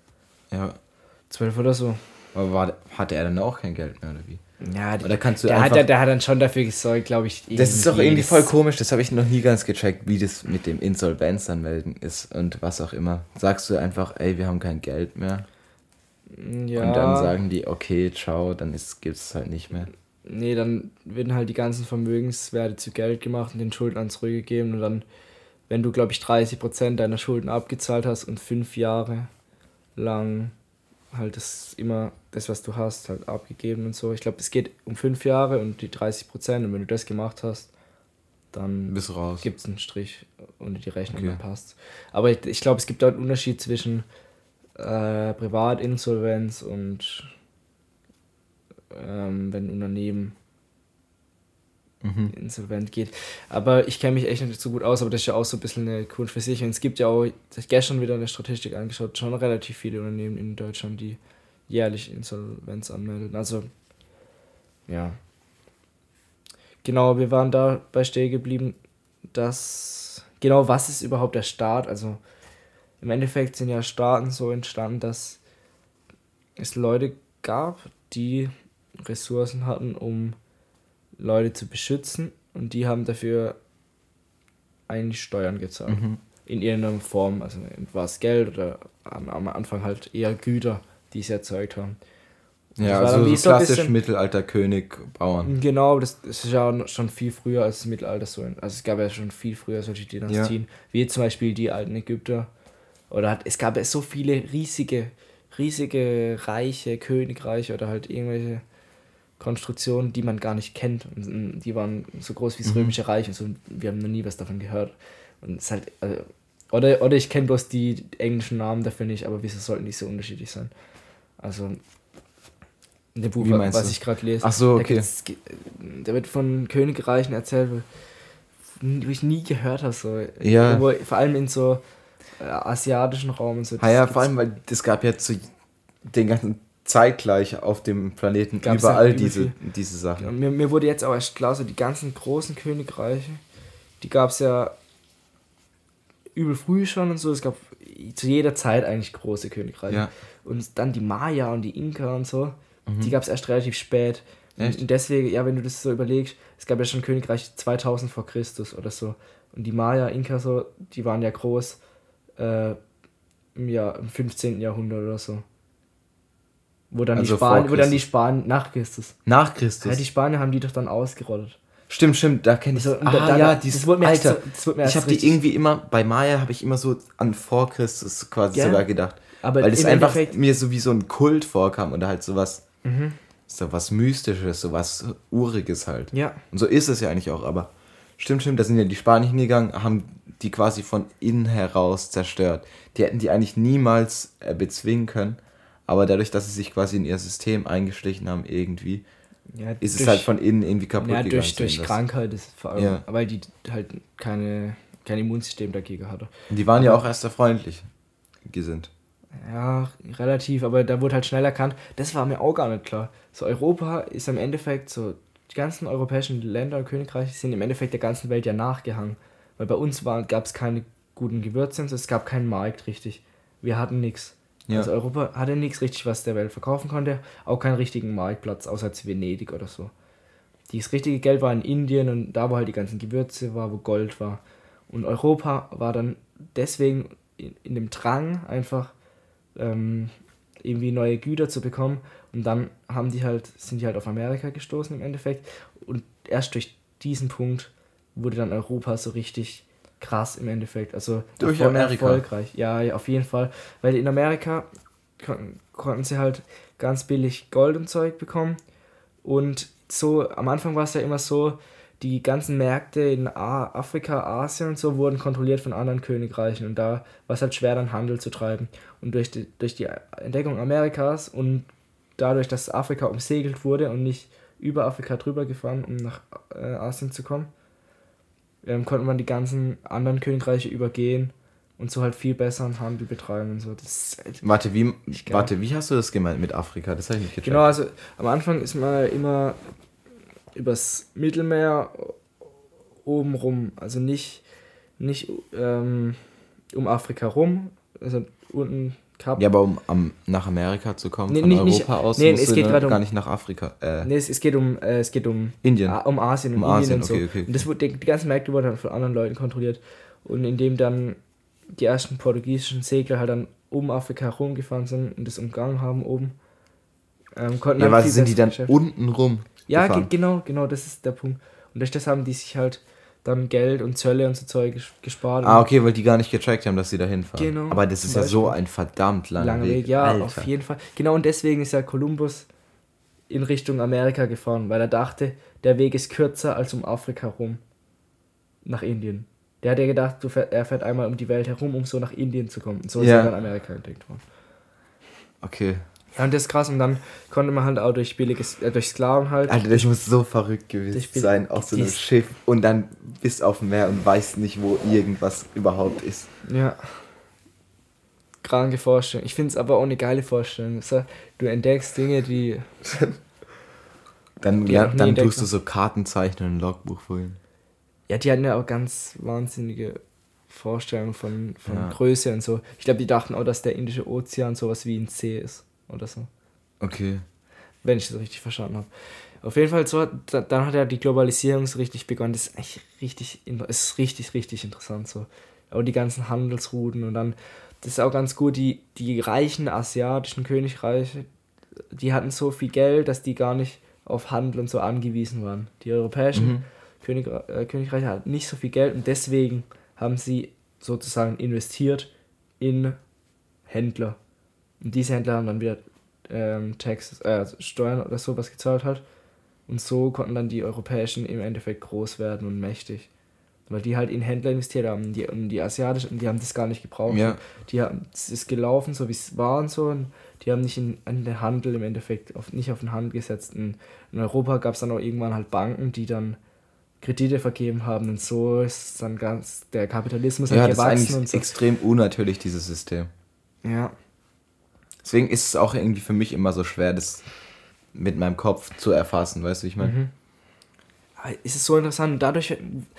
ja. oder so. Aber war, hatte er dann auch kein Geld mehr, oder wie? Ja, oder kannst du der, hat, der, der hat dann schon dafür gesorgt, glaube ich. Das ist doch irgendwie voll komisch, das habe ich noch nie ganz gecheckt, wie das mit dem Insolvenz anmelden ist und was auch immer. Sagst du einfach, ey, wir haben kein Geld mehr? Ja. Und dann sagen die, okay, ciao, dann gibt es halt nicht mehr. Nee, dann werden halt die ganzen Vermögenswerte zu Geld gemacht und den Schuldnern zurückgegeben und dann, wenn du, glaube ich, dreißig Prozent deiner Schulden abgezahlt hast und fünf Jahre lang halt das immer, das, was du hast, halt abgegeben und so. Ich glaube, es geht um fünf Jahre und die dreißig Prozent und wenn du das gemacht hast, dann bist du raus. Gibt es einen Strich unter die Rechnung, okay. Dann passt. Aber ich, ich glaube, es gibt da einen Unterschied zwischen äh, Privatinsolvenz und ähm, wenn ein Unternehmen mhm. insolvent geht. Aber ich kenne mich echt nicht so gut aus, aber das ist ja auch so ein bisschen eine Kunst für sich. Und es gibt ja auch, ich habe gestern wieder eine Statistik angeschaut, schon relativ viele Unternehmen in Deutschland, die jährlich Insolvenz anmelden. Also, ja. Genau, wir waren dabei stehen geblieben, dass, genau, was ist überhaupt der Staat? Also, im Endeffekt sind ja Staaten so entstanden, dass es Leute gab, die Ressourcen hatten, um Leute zu beschützen, und die haben dafür eigentlich Steuern gezahlt. Mhm. In irgendeiner Form, also war es Geld oder am Anfang halt eher Güter, die sie erzeugt haben. Und ja, also so, so klassisch bisschen, Mittelalter-König, Bauern. Genau, das, das ist ja schon viel früher als das Mittelalter so. Also es gab ja schon viel früher solche Dynastien, ja. Wie zum Beispiel die alten Ägypter. Oder hat, es gab ja so viele riesige, riesige Reiche, Königreiche oder halt irgendwelche Konstruktionen, die man gar nicht kennt. Und die waren so groß wie das mhm. Römische Reich und so. Wir haben noch nie was davon gehört. Und es ist halt, also, oder, oder ich kenne bloß die englischen Namen dafür nicht, aber wieso sollten die so unterschiedlich sein? Also in dem Buch, was du? ich gerade lese. Ach so, okay. Da, da wird von Königreichen erzählt, wo ich nie gehört habe. So. Ja. Wo, vor allem in so äh, asiatischen Raum und so. Ja, ja, vor allem, weil es gab ja zu den ganzen zeitgleich auf dem Planeten Gab's überall ja diese, diese Sachen. Ja, mir, mir wurde jetzt auch erst klar, so die ganzen großen Königreiche, die gab es ja übel früh schon und so. Es gab zu jeder Zeit eigentlich große Königreiche. Ja. Und dann die Maya und die Inka und so. Die Mhm. gab es erst relativ spät. Echt? Und deswegen, ja, wenn du das so überlegst, es gab ja schon Königreich zweitausend vor Christus oder so. Und die Maya, Inka so, die waren ja groß äh, im, Jahr, im fünfzehnten Jahrhundert oder so. Wo dann, Also die Spanier, wo dann die Spanier, nach Christus. Nach Christus? Ja, die Spanier haben die doch dann ausgerottet. Stimmt, stimmt, da kenne ich Also, so. Ah, da, ja, das dieses wurde mir Alter. erst so, das wurde mir ich habe die irgendwie immer, bei Maya habe ich immer so an vor Christus quasi ja, sogar gedacht. Aber weil das einfach mir so wie so ein Kult vorkam oder halt sowas, mhm. so was Mystisches, so was Uriges halt. Ja. Und so ist es ja eigentlich auch, aber stimmt, stimmt, da sind ja die Spanier hingegangen, haben die quasi von innen heraus zerstört. Die hätten die eigentlich niemals äh, bezwingen können, aber dadurch, dass sie sich quasi in ihr System eingeschlichen haben irgendwie, ja, ist durch, es halt von innen irgendwie kaputt ja, gegangen. Durch, durch Krankheit ist vor allem, ja. Weil die halt keine, kein Immunsystem dagegen hatte. Und die waren aber ja auch erst da freundlich gesinnt. Ja, relativ, aber da wurde halt schnell erkannt, das war mir auch gar nicht klar. So Europa ist im Endeffekt so, die ganzen europäischen Länder und Königreiche sind im Endeffekt der ganzen Welt ja nachgehangen. Weil bei uns gab es keine guten Gewürze, es gab keinen Markt richtig. Wir hatten nichts. Ja. Also Europa hatte nichts richtig, was der Welt verkaufen konnte, auch keinen richtigen Marktplatz, außer als Venedig oder so. Das richtige Geld war in Indien und da, wo halt die ganzen Gewürze war, wo Gold war. Und Europa war dann deswegen in, in dem Drang einfach ähm, irgendwie neue Güter zu bekommen, und dann haben die halt, sind die halt auf Amerika gestoßen im Endeffekt, und erst durch diesen Punkt wurde dann Europa so richtig krass im Endeffekt, also durch Amerika erfolgreich. Ja, ja, auf jeden Fall, weil in Amerika kon- konnten sie halt ganz billig Gold und Zeug bekommen, und so am Anfang war es ja immer so, die ganzen Märkte in A- Afrika, Asien und so wurden kontrolliert von anderen Königreichen, und da war es halt schwer, dann Handel zu treiben. Und durch die, durch die Entdeckung Amerikas und dadurch, dass Afrika umsegelt wurde und nicht über Afrika drüber gefahren, um nach äh, Asien zu kommen, ähm, konnte man die ganzen anderen Königreiche übergehen und so halt viel besseren Handel betreiben und so. Das ist halt warte, wie, warte, wie hast du das gemeint mit Afrika? Das habe ich nicht gecheckt. Genau, also am Anfang ist man immer übers Mittelmeer oben rum, also nicht, nicht ähm, um Afrika rum, also unten Kap. Ja, aber um am, nach Amerika zu kommen, nee, von nicht, Europa nicht, aus, nee, musst es du geht gar um, nicht nach Afrika. Äh. Nee, es, es geht um, äh, es geht um Indien. A, um Asien und um Indien Asien, und so. okay, okay, okay. Und das wurde, die, die ganzen Märkte wurden dann von anderen Leuten kontrolliert. Und indem dann die ersten portugiesischen Segler halt dann um Afrika herumgefahren sind und das umgangen haben oben, ähm, konnten ja, dann was sind die dann Geschäft. Unten rum Ja, ge- genau, genau, das ist der Punkt. Und durch das haben die sich halt dann Geld und Zölle und so Zeug gespart. Ah, okay, weil die gar nicht getrackt haben, dass sie da hinfahren. Genau. Aber das ist ja so ein verdammt langer, langer Weg. Weg. Ja, Alter. auf jeden Fall. Genau, und deswegen ist ja Kolumbus in Richtung Amerika gefahren, weil er dachte, der Weg ist kürzer als um Afrika rum nach Indien. Der hat ja gedacht, du fähr, er fährt einmal um die Welt herum, um so nach Indien zu kommen. Und so ist ja. er dann Amerika entdeckt worden. Okay. Ja, und das ist krass. Und dann konnte man halt auch durch billiges, äh, durch Sklaven halt... Alter, das muss so verrückt gewesen sein, auf so einem Schiff und dann bist auf dem Meer und weißt nicht, wo irgendwas überhaupt ist. Ja. Kranke Vorstellung. Ich finde es aber auch eine geile Vorstellung. Du entdeckst Dinge, die... dann ja, dann tust du so Karten zeichnen und ein Logbuch vorhin. Ja, die hatten ja auch ganz wahnsinnige Vorstellungen von, von ja. Größe und so. Ich glaube, die dachten auch, dass der Indische Ozean sowas wie ein See ist oder so. Okay. Wenn ich das richtig verstanden habe. Auf jeden Fall so, da, dann hat ja die Globalisierung so richtig begonnen. Das ist eigentlich richtig, es ist richtig, richtig interessant so. Auch die ganzen Handelsrouten und dann, das ist auch ganz gut, die, die reichen asiatischen Königreiche, die hatten so viel Geld, dass die gar nicht auf Handel und so angewiesen waren. Die europäischen Mhm. König, äh, Königreiche hatten nicht so viel Geld und deswegen haben sie sozusagen investiert in Händler. Und diese Händler haben dann wieder ähm, Taxes, äh, Steuern oder sowas gezahlt hat. Und so konnten dann die Europäischen im Endeffekt groß werden und mächtig. Weil die halt in Händler investiert haben. Die, und die Asiatischen, die haben das gar nicht gebraucht. Ja. Die haben, es ist gelaufen, so wie es war und so. Und die haben nicht in, in den Handel im Endeffekt, auf, nicht auf den Handel gesetzt. In, in Europa gab es dann auch irgendwann halt Banken, die dann Kredite vergeben haben. Und so ist dann ganz der Kapitalismus Ja, halt das ist gewachsen. eigentlich Und so. extrem unnatürlich, dieses System. Ja. Deswegen ist es auch irgendwie für mich immer so schwer, das mit meinem Kopf zu erfassen, weißt du, wie ich meine? Mhm. Aber es ist so interessant. Und dadurch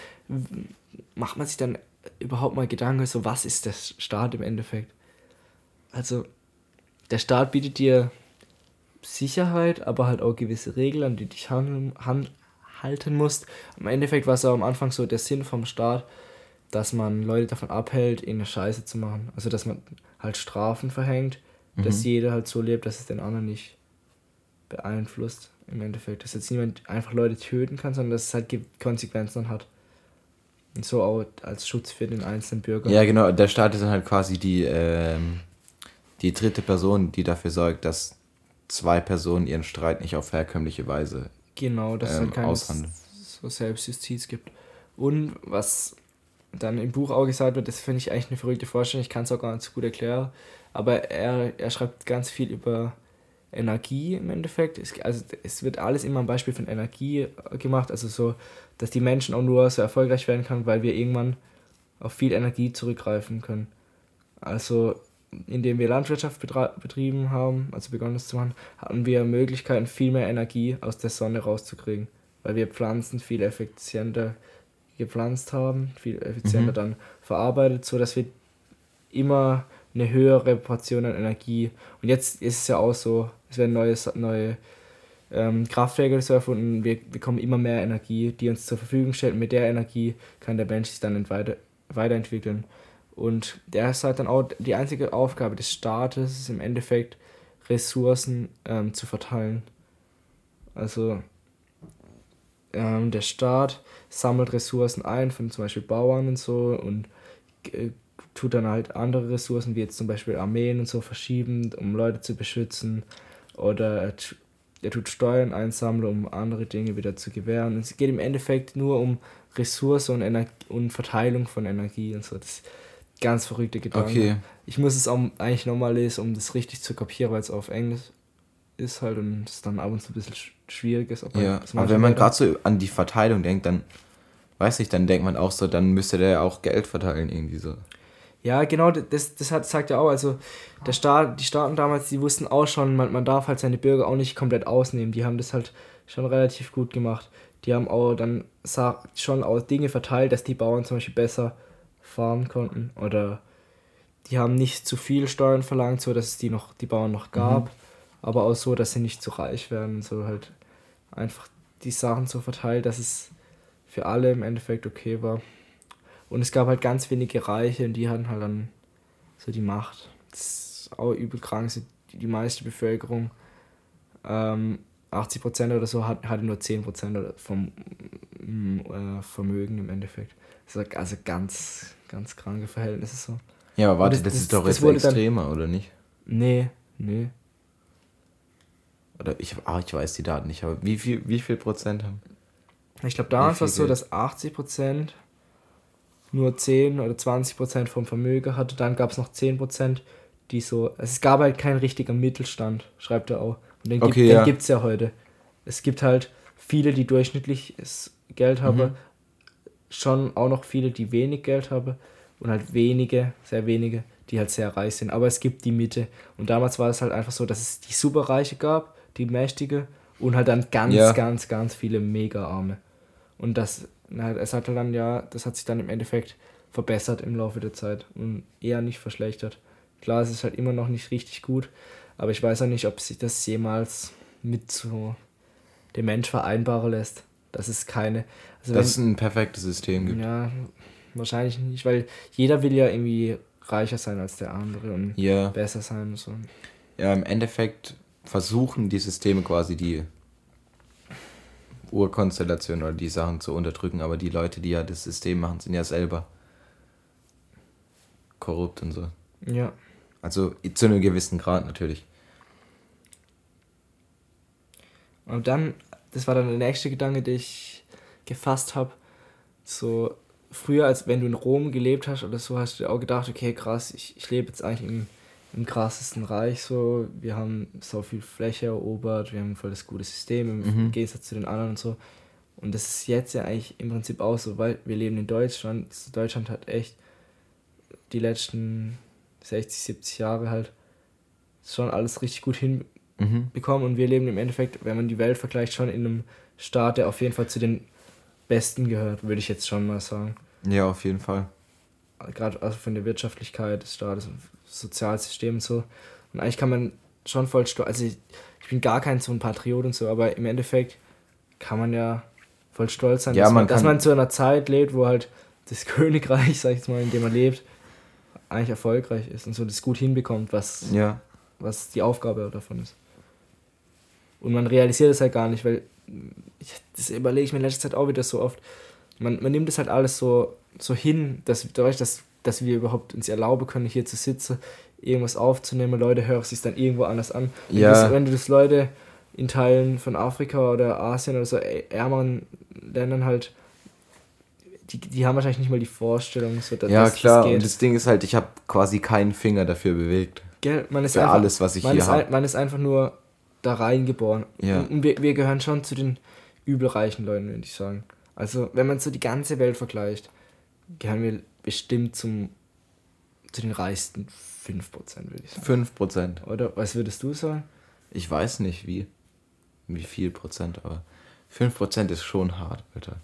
macht man sich dann überhaupt mal Gedanken, so was ist der Staat im Endeffekt? Also, der Staat bietet dir Sicherheit, aber halt auch gewisse Regeln, an die dich handeln, hand, halten musst. Im Endeffekt war es auch am Anfang so der Sinn vom Staat, dass man Leute davon abhält, irgendeine Scheiße zu machen. Also, dass man halt Strafen verhängt, mhm. dass jeder halt so lebt, dass es den anderen nicht beeinflusst. Im Endeffekt, dass jetzt niemand einfach Leute töten kann, sondern dass es halt Konsequenzen hat. Und so auch als Schutz für den einzelnen Bürger. Ja, genau, der Staat ist dann halt quasi die, ähm, die dritte Person, die dafür sorgt, dass zwei Personen ihren Streit nicht auf herkömmliche Weise genau, dass ähm, es halt keine aushandeln. So Selbstjustiz gibt. Und was dann im Buch auch gesagt wird, das finde ich eigentlich eine verrückte Vorstellung, ich kann es auch gar nicht so gut erklären, aber er, er schreibt ganz viel über Energie im Endeffekt. Es, also es wird alles immer ein Beispiel von Energie gemacht, also so, dass die Menschen auch nur so erfolgreich werden können, weil wir irgendwann auf viel Energie zurückgreifen können. Also indem wir Landwirtschaft betrieben haben, also begonnen das zu machen, hatten wir Möglichkeiten, viel mehr Energie aus der Sonne rauszukriegen, weil wir Pflanzen viel effizienter gepflanzt haben, viel effizienter mhm. dann verarbeitet, sodass wir immer eine höhere Portion an Energie, und jetzt ist es ja auch so, es werden neue, neue ähm, Kraftwerke so erfunden, wir bekommen immer mehr Energie, die uns zur Verfügung stellt, und mit der Energie kann der Mensch sich dann weiter, weiterentwickeln. Und der sagt dann auch, die einzige Aufgabe des Staates ist im Endeffekt, Ressourcen ähm, zu verteilen. Also ähm, der Staat sammelt Ressourcen ein von zum Beispiel Bauern und so und äh, tut dann halt andere Ressourcen, wie jetzt zum Beispiel Armeen und so, verschieben, um Leute zu beschützen. Oder er, t- er tut Steuern einsammeln, um andere Dinge wieder zu gewähren. Und es geht im Endeffekt nur um Ressource und, Ener- und Verteilung von Energie und so. Das ist ganz verrückte Gedanken. Okay. Ich muss es auch eigentlich nochmal lesen, um das richtig zu kapieren, weil es auf Englisch ist halt und es dann ab und zu ein bisschen schwierig ist. Aber, ja, aber wenn man gerade so an die Verteilung denkt, dann weiß ich, dann denkt man auch so, dann müsste der ja auch Geld verteilen irgendwie so. Ja, genau, das, das hat, sagt ja auch, also der Staat, die Staaten damals, die wussten auch schon, man, man darf halt seine Bürger auch nicht komplett ausnehmen, die haben das halt schon relativ gut gemacht. Die haben auch dann schon auch Dinge verteilt, dass die Bauern zum Beispiel besser fahren konnten, oder die haben nicht zu viel Steuern verlangt, so dass es die, noch, die Bauern noch gab, mhm. aber auch so, dass sie nicht zu reich werden, so halt einfach die Sachen so verteilt, dass es für alle im Endeffekt okay war. Und es gab halt ganz wenige Reiche und die hatten halt dann so die Macht. Das ist auch übel krank. So die, die meiste Bevölkerung, ähm, achtzig Prozent oder so, hat, hatte nur zehn Prozent vom äh, Vermögen im Endeffekt. Das ist also ganz, ganz kranke Verhältnisse so. Ja, aber warte, das, das, das ist doch das jetzt extremer, dann, oder nicht? Nee, nee. Oder ich, ah, ich weiß die Daten nicht, aber wie viel, wie viel Prozent haben? Ich glaube, damals war es so, dass achtzig Prozent nur zehn oder zwanzig Prozent vom Vermögen hatte. Dann gab es noch zehn Prozent, die so... Also es gab halt keinen richtigen Mittelstand, schreibt er auch. Und den, okay, gibt, ja. den gibt es ja heute. Es gibt halt viele, die durchschnittliches Geld haben, mhm. schon auch noch viele, die wenig Geld haben und halt wenige, sehr wenige, die halt sehr reich sind. Aber es gibt die Mitte. Und damals war es halt einfach so, dass es die Superreiche gab, die Mächtige, und halt dann ganz, ja. ganz, ganz viele Mega-Arme. Und das... Na, es hat dann ja, das hat sich dann im Endeffekt verbessert im Laufe der Zeit und eher nicht verschlechtert. Klar, es ist halt immer noch nicht richtig gut, Aber ich weiß auch nicht, ob sich das jemals mit so dem Mensch vereinbaren lässt. Das ist keine... Also Dass es ein perfektes System gibt. Ja, wahrscheinlich nicht, weil jeder will ja irgendwie reicher sein als der andere und Ja. besser sein und so. Ja, im Endeffekt versuchen die Systeme quasi die Urkonstellation oder die Sachen zu unterdrücken, aber die Leute, die ja das System machen, sind ja selber korrupt und so. Ja. Also zu einem gewissen Grad natürlich. Und dann, das war dann der nächste Gedanke, den ich gefasst habe, so früher, als wenn du in Rom gelebt hast oder so, hast du dir auch gedacht, okay, krass, ich, ich lebe jetzt eigentlich im, im krassesten Reich, so, wir haben so viel Fläche erobert, wir haben voll das gute System im Mhm. Gegensatz zu den anderen und so. Und das ist jetzt ja eigentlich im Prinzip auch so, weil wir leben in Deutschland. Deutschland hat echt die letzten sechzig, siebzig Jahre halt schon alles richtig gut hinbekommen. Mhm. Und wir leben im Endeffekt, wenn man die Welt vergleicht, schon in einem Staat, der auf jeden Fall zu den Besten gehört, würde ich jetzt schon mal sagen. Ja, auf jeden Fall. Gerade also von der Wirtschaftlichkeit des Staates und Sozialsystem und so. Und eigentlich kann man schon voll stolz, also ich, ich bin gar kein so ein Patriot und so, aber im Endeffekt kann man ja voll stolz sein, Ja, dass, man man, dass kann- man zu einer Zeit lebt, wo halt das Königreich, sag ich jetzt mal, in dem man lebt, eigentlich erfolgreich ist und so das gut hinbekommt, was, Ja. was die Aufgabe davon ist. Und man realisiert es halt gar nicht, weil ich, das überlege ich mir in letzter Zeit auch wieder so oft. Man, man nimmt es halt alles so, so hin, dass, dadurch, dass, dass wir überhaupt uns erlauben können, hier zu sitzen, irgendwas aufzunehmen. Leute hören sich dann irgendwo anders an. Wenn, Ja. das, wenn du das Leute in Teilen von Afrika oder Asien oder so ä- ärmeren Ländern halt, die, die haben wahrscheinlich nicht mal die Vorstellung, so, dass Ja, dass klar. das geht. Und das Ding ist halt, ich habe quasi keinen Finger dafür bewegt. Gell, man ist Für einfach, alles, was ich man hier ist hab. ein, Man ist einfach nur da reingeboren. Ja. Und, und wir, wir gehören schon zu den übelreichen Leuten, würde ich sagen. Also, wenn man so die ganze Welt vergleicht, gehören wir bestimmt zum, zu den reichsten fünf Prozent, würde ich sagen. fünf Prozent. Oder was würdest du sagen? Ich weiß nicht wie. Wie viel Prozent, aber fünf Prozent ist schon hart, Alter.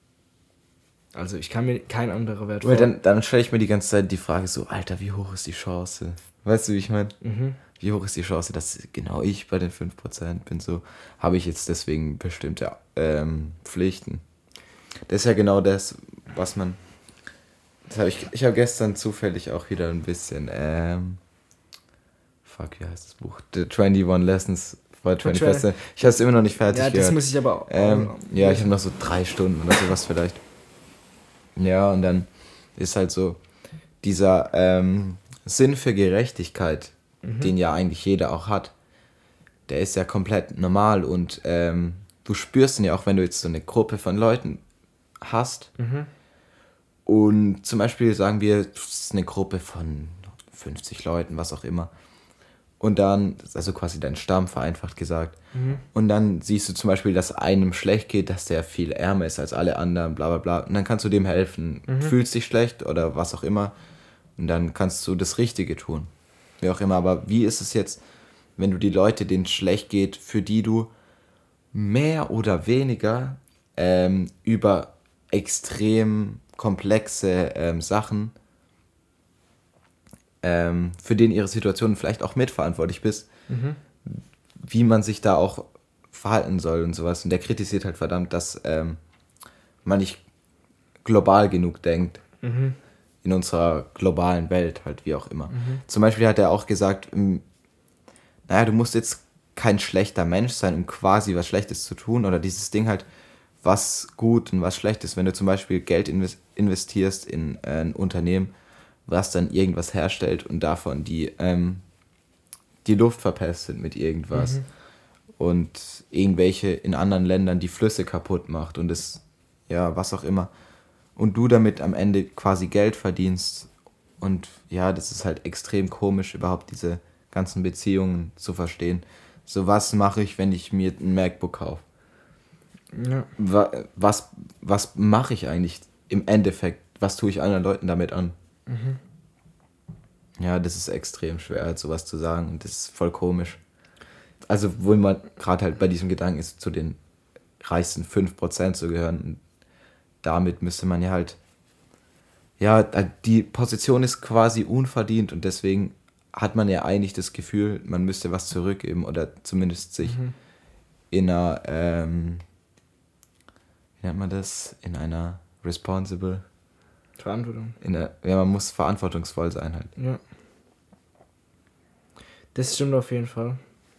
Also, ich kann mir kein anderer Wert Weil vor- dann, dann stelle ich mir die ganze Zeit die Frage so, Alter, wie hoch ist die Chance? Weißt du, wie ich meine? Mhm. Wie hoch ist die Chance, dass genau ich bei den fünf Prozent bin? So, habe ich jetzt deswegen bestimmte ähm, Pflichten? Das ist ja genau das, was man... Das hab ich ich habe gestern zufällig auch wieder ein bisschen... Ähm, fuck, wie heißt das Buch? The einundzwanzig Lessons for twenty-first Century. Ich habe es immer noch nicht fertig Ja, das gehört. muss ich aber auch. Ähm, auch- ja, ich habe noch so drei Stunden oder sowas vielleicht. Ja, und dann ist halt so dieser ähm, Sinn für Gerechtigkeit, Mhm. den ja eigentlich jeder auch hat, der ist ja komplett normal und ähm, du spürst ihn ja auch, wenn du jetzt so eine Gruppe von Leuten hast Mhm. und zum Beispiel sagen wir, es ist eine Gruppe von fünfzig Leuten, was auch immer. Und dann, also quasi dein Stamm, vereinfacht gesagt. Mhm. Und dann siehst du zum Beispiel, dass einem schlecht geht, dass der viel ärmer ist als alle anderen, bla bla bla. Und dann kannst du dem helfen. Mhm. Fühlst dich schlecht oder was auch immer. Und dann kannst du das Richtige tun. Wie auch immer. Aber wie ist es jetzt, wenn du die Leute, denen es schlecht geht, für die du mehr oder weniger ähm, über extrem komplexe ähm, Sachen, ähm, für denen ihre Situation vielleicht auch mitverantwortlich bist, Mhm. wie man sich da auch verhalten soll und sowas. Und der kritisiert halt verdammt, dass ähm, man nicht global genug denkt Mhm. in unserer globalen Welt, halt wie auch immer. Mhm. Zum Beispiel hat er auch gesagt, ähm, naja, du musst jetzt kein schlechter Mensch sein, um quasi was Schlechtes zu tun oder dieses Ding halt, was gut und was schlecht ist. Wenn du zum Beispiel Geld inves- investierst in äh, ein Unternehmen, was dann irgendwas herstellt und davon die, ähm, die Luft verpestet mit irgendwas Mhm. und irgendwelche in anderen Ländern die Flüsse kaputt macht und das, ja, was auch immer. Und du damit am Ende quasi Geld verdienst und ja, das ist halt extrem komisch, überhaupt diese ganzen Beziehungen zu verstehen. So, was mache ich, wenn ich mir ein MacBook kaufe? Ja. Wa- Was, was mache ich eigentlich im Endeffekt? Was tue ich anderen Leuten damit an? Mhm. Ja, das ist extrem schwer, halt sowas zu sagen und das ist voll komisch. Also, wo man gerade halt bei diesem Gedanken ist, zu den reichsten fünf Prozent zu gehören. Und damit müsste man ja halt, ja, die Position ist quasi unverdient und deswegen hat man ja eigentlich das Gefühl, man müsste was zurückgeben oder zumindest sich mhm. in einer, ähm, wie nennt man das, in einer responsible Verantwortung. In einer, ja, man muss verantwortungsvoll sein halt. Ja. Das stimmt auf jeden Fall.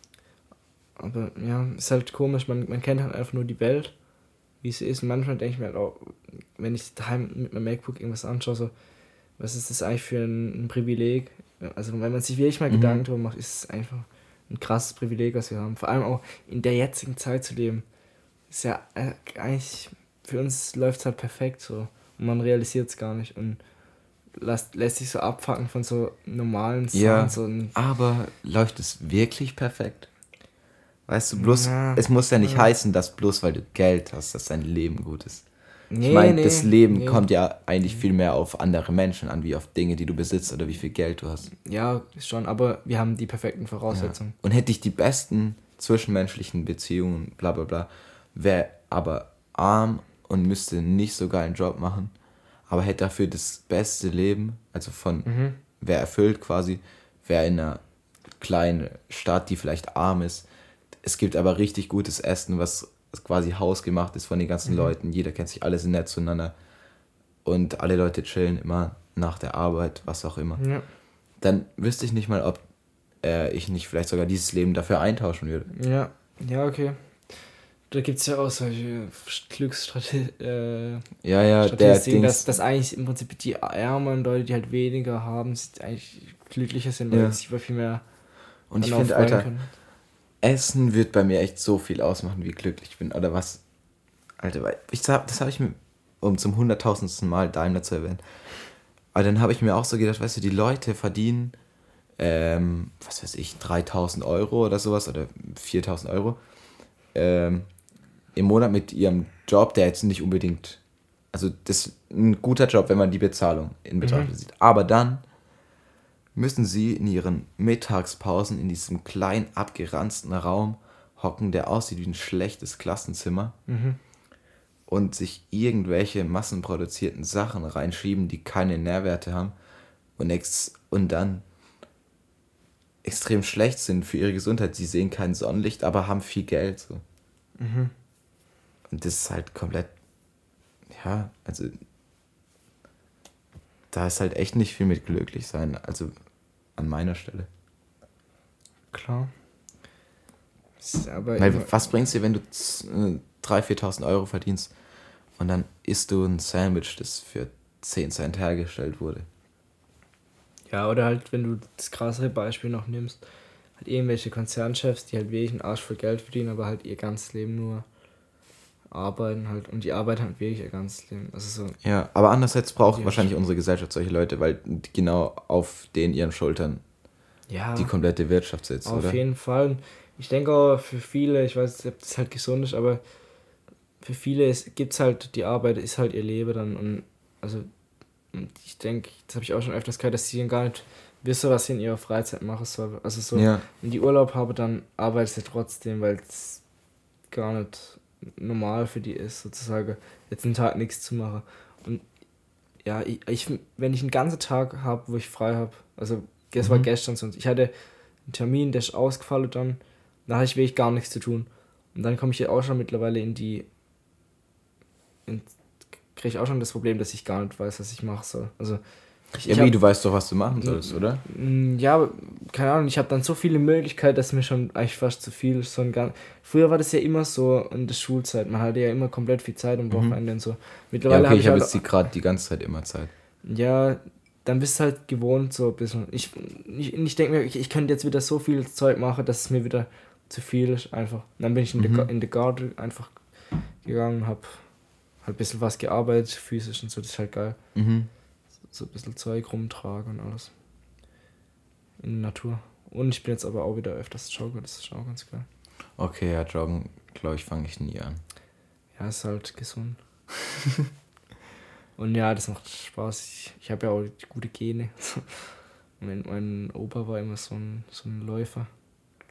Aber ja, ist halt komisch, man, man kennt halt einfach nur die Welt, wie sie ist. Und manchmal denke ich mir halt auch, wenn ich daheim mit meinem MacBook irgendwas anschaue, so, was ist das eigentlich für ein, ein Privileg? Also wenn man sich wirklich mal mhm. Gedanken darüber macht, ist es einfach ein krasses Privileg, was wir haben. Vor allem auch in der jetzigen Zeit zu leben. Ist ja äh, eigentlich, für uns läuft es halt perfekt so. Und man realisiert es gar nicht. Und lässt, lässt sich so abfacken von so normalen Sachen. Ja, so aber läuft es wirklich perfekt? Weißt du, bloß, ja, es muss ja nicht ja. heißen, dass bloß weil du Geld hast, dass dein Leben gut ist. Nee, ich meine, nee, das Leben nee. kommt ja eigentlich viel mehr auf andere Menschen an, wie auf Dinge, die du besitzt oder wie viel Geld du hast. Ja, schon, aber wir haben die perfekten Voraussetzungen. Ja. Und hätte ich die besten zwischenmenschlichen Beziehungen, bla bla bla, wäre aber arm und müsste nicht so geilen Job machen, aber hätte dafür das beste Leben, also von, mhm. wäre erfüllt quasi, wäre in einer kleinen Stadt, die vielleicht arm ist. Es gibt aber richtig gutes Essen, was quasi hausgemacht ist von den ganzen mhm. Leuten. Jeder kennt sich, alle sind nett zueinander. Und alle Leute chillen immer nach der Arbeit, was auch immer. Ja. Dann wüsste ich nicht mal, ob äh, ich nicht vielleicht sogar dieses Leben dafür eintauschen würde. Ja, ja, okay. Da gibt es ja auch solche Glücksstrategien, äh, ja, ja, Statistiken, der dass, dass eigentlich im Prinzip die ärmeren Leute, die halt weniger haben, eigentlich glücklicher sind, weil ja. sie sich viel mehr und ich finde, Alter, können. Essen wird bei mir echt so viel ausmachen, wie glücklich ich bin. Oder was? Alter, weil ich sag, das habe ich mir, um zum hunderttausendsten Mal Daimler zu erwähnen. Aber dann habe ich mir auch so gedacht, weißt du, die Leute verdienen, ähm, was weiß ich, dreitausend Euro oder sowas, oder viertausend Euro, ähm, im Monat mit ihrem Job, der jetzt nicht unbedingt, also das ist ein guter Job, wenn man die Bezahlung in Betracht mhm. sieht. Aber dann müssen sie in ihren Mittagspausen in diesem kleinen, abgeranzten Raum hocken, der aussieht wie ein schlechtes Klassenzimmer mhm. und sich irgendwelche massenproduzierten Sachen reinschieben, die keine Nährwerte haben und, ex- und dann extrem schlecht sind für ihre Gesundheit. Sie sehen kein Sonnenlicht, aber haben viel Geld. So. Mhm. Und das ist halt komplett, ja, also da ist halt echt nicht viel mit glücklich sein, also an meiner Stelle. Klar. Aber Weil was bringt's dir, wenn du dreitausend, viertausend Euro verdienst und dann isst du ein Sandwich, das für zehn Cent hergestellt wurde? Ja, oder halt, wenn du das krassere Beispiel noch nimmst, halt irgendwelche Konzernchefs, die halt wirklich einen Arsch voll Geld verdienen, aber halt ihr ganzes Leben nur arbeiten halt und die arbeiten halt wirklich ihr ganzes Leben. Also so. Ja, aber andererseits braucht wahrscheinlich unsere Gesellschaft solche Leute, weil genau auf denen ihren Schultern ja, die komplette Wirtschaft sitzt, auf oder? Auf jeden Fall. Ich denke auch für viele, ich weiß nicht, ob das halt gesund ist, aber für viele gibt es halt, die Arbeit ist halt ihr Leben dann und also ich denke, das habe ich auch schon öfters gehört, dass sie gar nicht wissen, was sie in ihrer Freizeit machen sollen. Also so, ja. Wenn die Urlaub haben, dann arbeitet sie trotzdem, weil es gar nicht normal für die ist, sozusagen, jetzt einen Tag nichts zu machen. Und ja, ich, ich wenn ich einen ganzen Tag habe, wo ich frei habe, also das mhm. war gestern sonst, ich hatte einen Termin, der ist ausgefallen dann, da hatte ich wirklich gar nichts zu tun. Und dann komme ich ja auch schon mittlerweile in die, in, kriege ich auch schon das Problem, dass ich gar nicht weiß, was ich machen soll. Also Ich, ja, wie, hab, du weißt doch, was du machen sollst, n- oder? Ja, keine Ahnung, ich habe dann so viele Möglichkeiten, dass mir schon eigentlich fast zu viel ist. So ein ganz, früher war das ja immer so in der Schulzeit, man hatte ja immer komplett viel Zeit am Wochenende mhm. und so. Mittlerweile ja, okay, hab ich habe halt, jetzt gerade die ganze Zeit immer Zeit. Ja, dann bist du halt gewohnt so ein bisschen. Ich, ich, ich denke mir, ich, ich könnte jetzt wieder so viel Zeug machen, dass es mir wieder zu viel ist, einfach. Und dann bin ich in mhm. der in der Garde einfach gegangen und habe halt ein bisschen was gearbeitet, physisch und so, das ist halt geil. Mhm. So ein bisschen Zeug rumtragen und alles. In der Natur. Und ich bin jetzt aber auch wieder öfters joggen, das ist auch ganz geil. Okay, ja, joggen, glaube ich, fange ich nie an. Ja, ist halt gesund. Und ja, das macht Spaß. Ich, ich habe ja auch gute Gene. mein, mein Opa war immer so ein, so ein Läufer.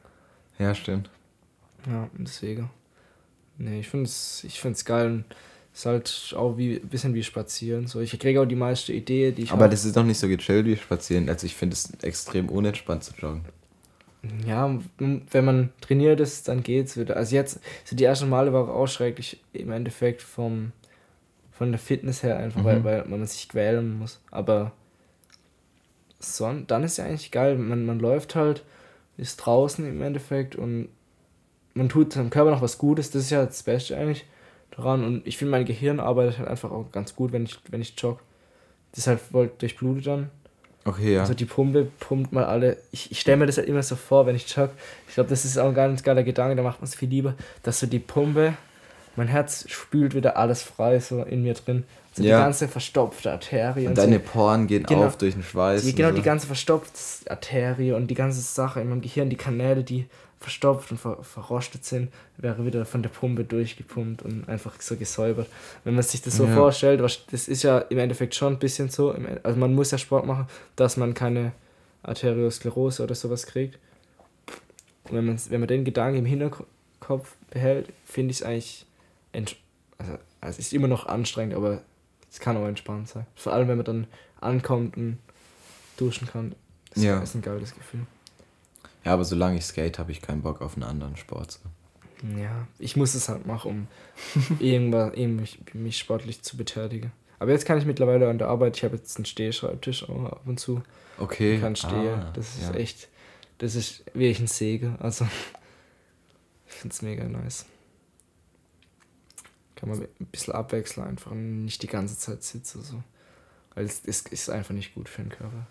Ja, stimmt. Ja, deswegen. Nee, ich finde es ich find's geil. Und Ist halt auch wie ein bisschen wie Spazieren. So. Ich kriege auch die meiste Idee, die ich Aber hab. das ist doch nicht so gechillt wie Spazieren. Also ich finde es extrem unentspannt zu joggen. Ja, wenn man trainiert ist, dann geht's wieder. Also jetzt, so die ersten Male war auch schrecklich im Endeffekt vom, von der Fitness her einfach, Mhm. weil, weil man sich quälen muss. Aber son, dann ist ja eigentlich geil. Man, man läuft halt, ist draußen im Endeffekt und man tut seinem Körper noch was Gutes. Das ist ja das Beste eigentlich daran. Und ich finde, mein Gehirn arbeitet halt einfach auch ganz gut, wenn ich, wenn ich jogge. Das ist halt voll durchblutet dann. Okay, ja. Also die Pumpe pumpt mal alle. Ich, ich stelle mir das halt immer so vor, wenn ich jogge. Ich glaube, das ist auch ein ganz geiler Gedanke, da macht man es viel lieber, dass so die Pumpe, mein Herz spült wieder alles frei so in mir drin. So Ja. die ganze verstopfte Arterie. Und Und deine so. Poren gehen Genau. auf durch den Schweiß. Die, und genau, so. die ganze verstopfte Arterie und die ganze Sache in meinem Gehirn, die Kanäle, die verstopft und ver, verrostet sind, wäre wieder von der Pumpe durchgepumpt und einfach so gesäubert. Wenn man sich das so Ja. vorstellt, was, das ist ja im Endeffekt schon ein bisschen so, im, also man muss ja Sport machen, dass man keine Arteriosklerose oder sowas kriegt. Und wenn man, wenn man den Gedanken im Hinterkopf behält, finde ich es eigentlich, ents- also, also es ist immer noch anstrengend, aber es kann auch entspannt sein. Vor allem, wenn man dann ankommt und duschen kann. Das Ja. ist ein geiles Gefühl. Ja, aber solange ich skate, habe ich keinen Bock auf einen anderen Sport. So. Ja, ich muss es halt machen, um irgendwas, irgendwie mich sportlich zu betätigen. Aber jetzt kann ich mittlerweile an der Arbeit, ich habe jetzt einen Stehschreibtisch auch ab und zu. Okay. Ich kann stehen. Ah, das ist ja. echt, das ist wirklich ein Segen. Also, ich finde es mega nice. Kann man ein bisschen abwechseln einfach und nicht die ganze Zeit sitzen. So. Weil es, es ist einfach nicht gut für den Körper.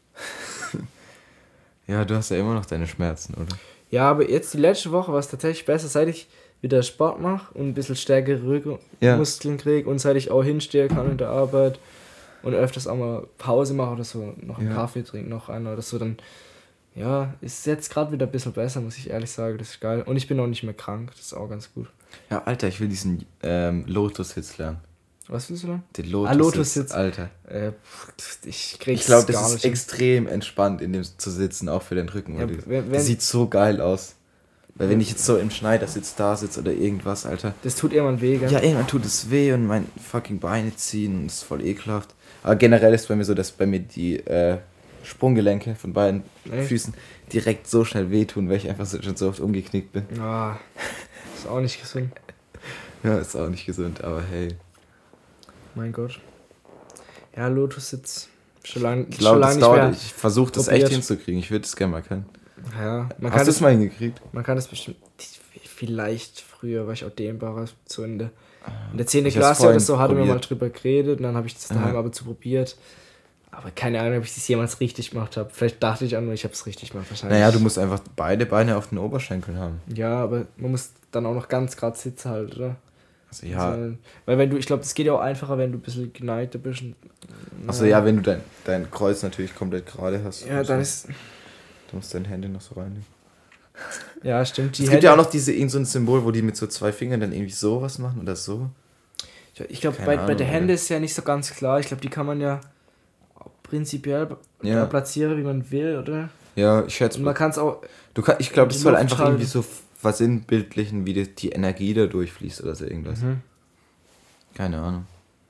Ja, du hast ja immer noch deine Schmerzen, oder? Ja, aber jetzt die letzte Woche war es tatsächlich besser, seit ich wieder Sport mache und ein bisschen stärkere Ja. Rückenmuskeln kriege und seit ich auch hinstehen kann in der Arbeit und öfters auch mal Pause mache oder so, noch einen Ja. Kaffee trinke, noch einen oder so, dann ja, ist jetzt gerade wieder ein bisschen besser, muss ich ehrlich sagen, das ist geil. Und ich bin auch nicht mehr krank, das ist auch ganz gut. Ja, Alter, ich will diesen ähm, Lotus-Sitz lernen. Was willst du dann? Den Ah, Lotus-Sitz, Lotus-Sitz. Alter. Äh, pff, ich krieg's Ich glaube, das gar ist nicht hin. extrem entspannt, in dem zu sitzen, auch für den Rücken. Ja, weil du- wenn- wenn- das sieht so geil aus. Weil wenn ich jetzt so im Schneidersitz da sitze oder irgendwas, Alter. Das tut irgendwann weh, gell? Ja, irgendwann tut es weh und mein fucking Beine ziehen und es ist voll ekelhaft. Aber generell ist bei mir so, dass bei mir die äh, Sprunggelenke von beiden Echt? Füßen direkt so schnell wehtun, weil ich einfach so, schon so oft umgeknickt bin. Ah, ist auch nicht gesund. Ja, ist auch nicht gesund, aber hey. Mein Gott. Ja, Lotus-Sitz. Schon lange Ich glaube, das nicht dauert. mehr. Ich versuche das probiert. echt hinzukriegen. Ich würde es gerne mal können. Ja, man Hast kann, du es das, mal hingekriegt? man kann das bestimmt. Vielleicht früher war ich auch dehnbarer, so in der, in der zehnten Ich hab's Klasse oder vorhin so, hatte man mal probiert. drüber geredet und dann habe ich das daheim Ja. aber zu probiert. Aber keine Ahnung, ob ich das jemals richtig gemacht habe. Vielleicht dachte ich auch nur, ich habe es richtig gemacht. Wahrscheinlich. Naja, du musst einfach beide Beine auf den Oberschenkeln haben. Ja, aber man muss dann auch noch ganz gerade sitzen halt, oder? Also ja. Also, weil wenn du, ich glaube, das geht ja auch einfacher, wenn du ein bisschen geneigter bist. Und, Achso, ja, wenn du dein, dein Kreuz natürlich komplett gerade hast. Ja, musst dann du- ist. Du musst deine Hände noch so reinnehmen. Ja, stimmt. Die Es gibt ja auch noch diese, irgend so ein Symbol, wo die mit so zwei Fingern dann irgendwie sowas machen oder so. Ich glaube, Keine bei, bei Ahnung, der Alter. Hände ist ja nicht so ganz klar. Ich glaube, die kann man ja prinzipiell Ja. ja. platzieren, wie man will, oder? Ja, ich schätze. Und man kann es auch. Du kann, ich glaube, die das soll Luft einfach halten. irgendwie so versinnbildlichen, wie die, die Energie da durchfließt oder so irgendwas. Mhm. Keine Ahnung.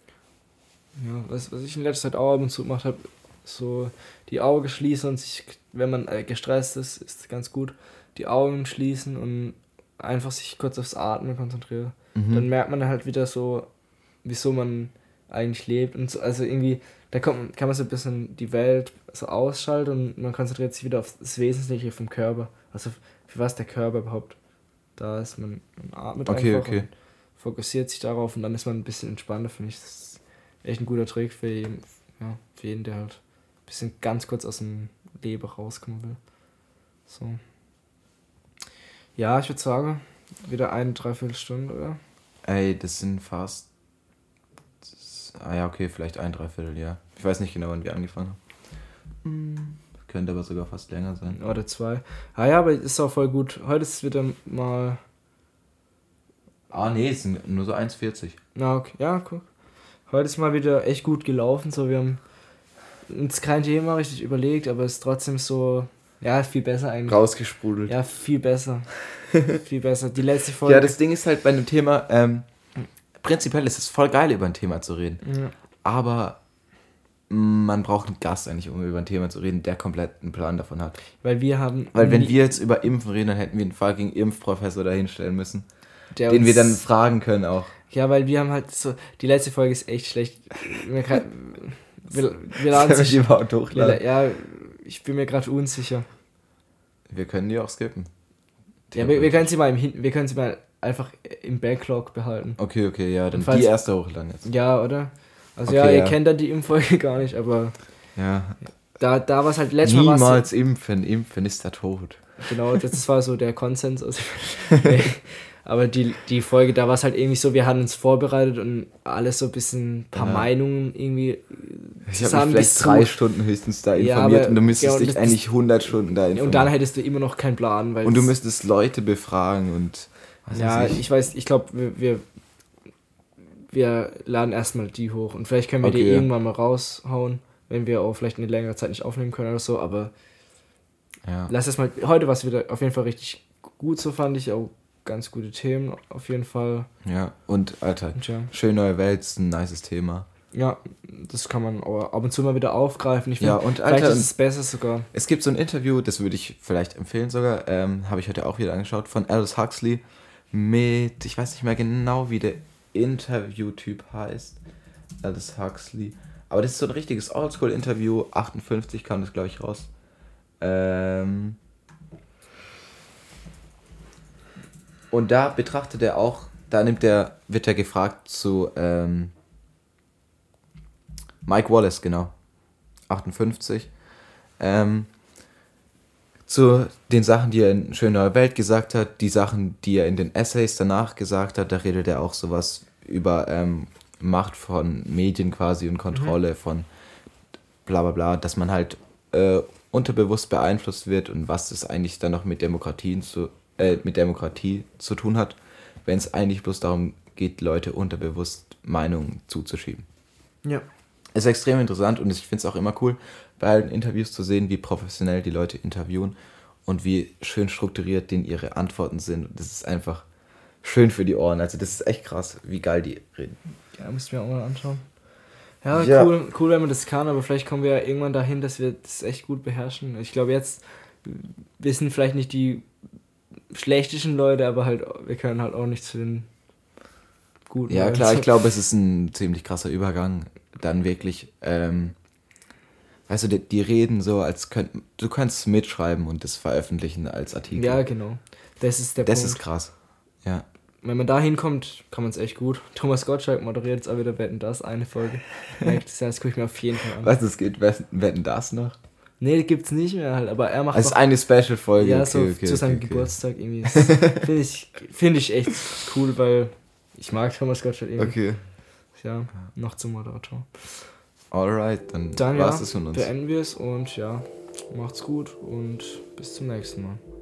Ja, was, was ich in letzter Zeit auch ab und zu gemacht habe, so die Augen schließen und sich, wenn man äh, gestresst ist, ist ganz gut, die Augen schließen und einfach sich kurz aufs Atmen konzentrieren. Mhm. Dann merkt man halt wieder so, wieso man eigentlich lebt und so, also irgendwie, da kommt, kann man so ein bisschen die Welt so ausschalten und man konzentriert sich wieder auf das Wesentliche vom Körper, also für was der Körper überhaupt da ist. Man, man atmet Okay, einfach okay. und fokussiert sich darauf und dann ist man ein bisschen entspannter, finde ich. Das ist echt ein guter Trick für jeden, ja, für jeden, der halt ein bisschen ganz kurz aus dem Leben rauskommen will. So. Ja, ich würde sagen, wieder eine Dreiviertelstunde, oder? Ey, das sind fast. das- Ah ja, okay, vielleicht ein Dreiviertel, ja. Ich weiß nicht genau, wann wir angefangen haben. Hm, könnte aber sogar fast länger sein. Oder zwei. Ah ja, aber ist auch voll gut. Heute ist es wieder mal. Ah, nee, es sind nur so eins vierzig. Na, okay. Ja, guck. Heute ist mal wieder echt gut gelaufen. So, wir haben uns kein Thema richtig überlegt, aber es ist trotzdem so. Ja, viel besser eigentlich. Rausgesprudelt. Ja, viel besser. viel besser. Die letzte Folge. Ja, das Ding ist halt bei dem Thema, ähm, prinzipiell ist es voll geil, über ein Thema zu reden. Ja. Aber man braucht einen Gast eigentlich, um über ein Thema zu reden, der komplett einen Plan davon hat. Weil wir haben... Weil wenn wir jetzt über Impfen reden, dann hätten wir einen fucking Impfprofessor dahinstellen müssen, der den uns, wir dann fragen können auch. Ja, weil wir haben halt so... Die letzte Folge ist echt schlecht. Wir, grad, wir, wir laden sich... überhaupt hochladen? Ja, ich bin mir gerade unsicher. Wir können die auch skippen. Ja, wir, wir können sie mal im Hin- wir können sie mal einfach im Backlog behalten. Okay, okay, ja, dann falls- die erste hochladen jetzt. Ja, oder? Also Okay, ja, ihr ja. kennt dann die Impffolge gar nicht, aber Ja. da, da war es halt letztes Mal... war's so- Niemals impfen, impfen ist der Tod. Genau, das, das war so der Konsens. Also, nee. Aber die, die Folge, da war es halt irgendwie so, wir hatten uns vorbereitet und alles so ein bisschen, ein paar Ja. Meinungen irgendwie Ich habe mich vielleicht drei Stunden höchstens da Ja, informiert aber- und du müsstest ja, und dich das- eigentlich hundert Stunden da informieren. Und dann hättest du immer noch keinen Plan. Weil Und du das- müsstest Leute befragen und was Ja, weiß ich. ich. weiß, ich glaube, wir, wir, wir laden erstmal die hoch und vielleicht können wir die Okay. irgendwann mal raushauen, wenn wir auch vielleicht eine längere Zeit nicht aufnehmen können oder so, aber Ja. lass es mal, heute war es wieder auf jeden Fall richtig gut, so fand ich, auch ganz gute Themen auf jeden Fall. ja, und Alter, Und ja, schön neue Welt ist ein nices Thema. ja, das kann man auch ab und zu mal wieder aufgreifen. Ich Ja, finde, und vielleicht Alter, ist es besser sogar. es gibt so ein Interview, das würde ich vielleicht empfehlen sogar, ähm, habe ich heute auch wieder angeschaut, von Aldous Huxley mit, ich weiß nicht mehr genau, wie der Interviewtyp heißt, Aldous Huxley, aber das ist so ein richtiges Oldschool-Interview, achtundfünfzig kam das, glaube ich, raus. Ähm und da betrachtet er auch, da nimmt er, wird er gefragt zu ähm, Mike Wallace, genau, achtundfünfzig, ähm, zu den Sachen, die er in Schöne neue Welt gesagt hat, die Sachen, die er in den Essays danach gesagt hat, da redet er auch sowas über ähm, Macht von Medien quasi und Kontrolle mhm. von bla bla bla, dass man halt äh, unterbewusst beeinflusst wird und was das eigentlich dann noch mit Demokratien zu, äh, mit Demokratie zu tun hat, wenn es eigentlich bloß darum geht, Leute unterbewusst Meinungen zuzuschieben. Ja. Ist extrem interessant und ich finde es auch immer cool, bei allen Interviews zu sehen, wie professionell die Leute interviewen und wie schön strukturiert denen ihre Antworten sind. Und das ist einfach schön für die Ohren. Also das ist echt krass, wie geil die reden. Ja, müssen wir auch mal anschauen. Ja, Ja. Cool, cool, wenn man das kann, aber vielleicht kommen wir ja irgendwann dahin, dass wir das echt gut beherrschen. Ich glaube jetzt, wir sind vielleicht nicht die schlechtesten Leute, aber halt, wir können halt auch nicht zu den guten Ja Leuten. klar, ich glaube, es ist ein ziemlich krasser Übergang, dann wirklich, ähm, weißt du, die, die reden so, als könnt, du könntest mitschreiben und das veröffentlichen als Artikel. Ja, genau. Das ist der das Punkt. ist krass. Ja. Wenn man da hinkommt, kann man es echt gut. Thomas Gottschalk moderiert jetzt auch wieder Wetten, das eine Folge. Nächstes Jahr, das gucke ich mir auf jeden Fall an. Was, es geht, wetten das noch? Nee, gibt's nicht mehr halt, aber er macht Also noch, eine Special-Folge. ja, okay, so okay, zu seinem okay, okay. Geburtstag irgendwie. Das Finde ich, find ich echt cool, weil ich mag Thomas Gottschalk irgendwie. Okay. Ja, noch zum Moderator. Alright, dann, Dann war's ja, das von uns. beenden wir es und ja, macht's gut und bis zum nächsten Mal.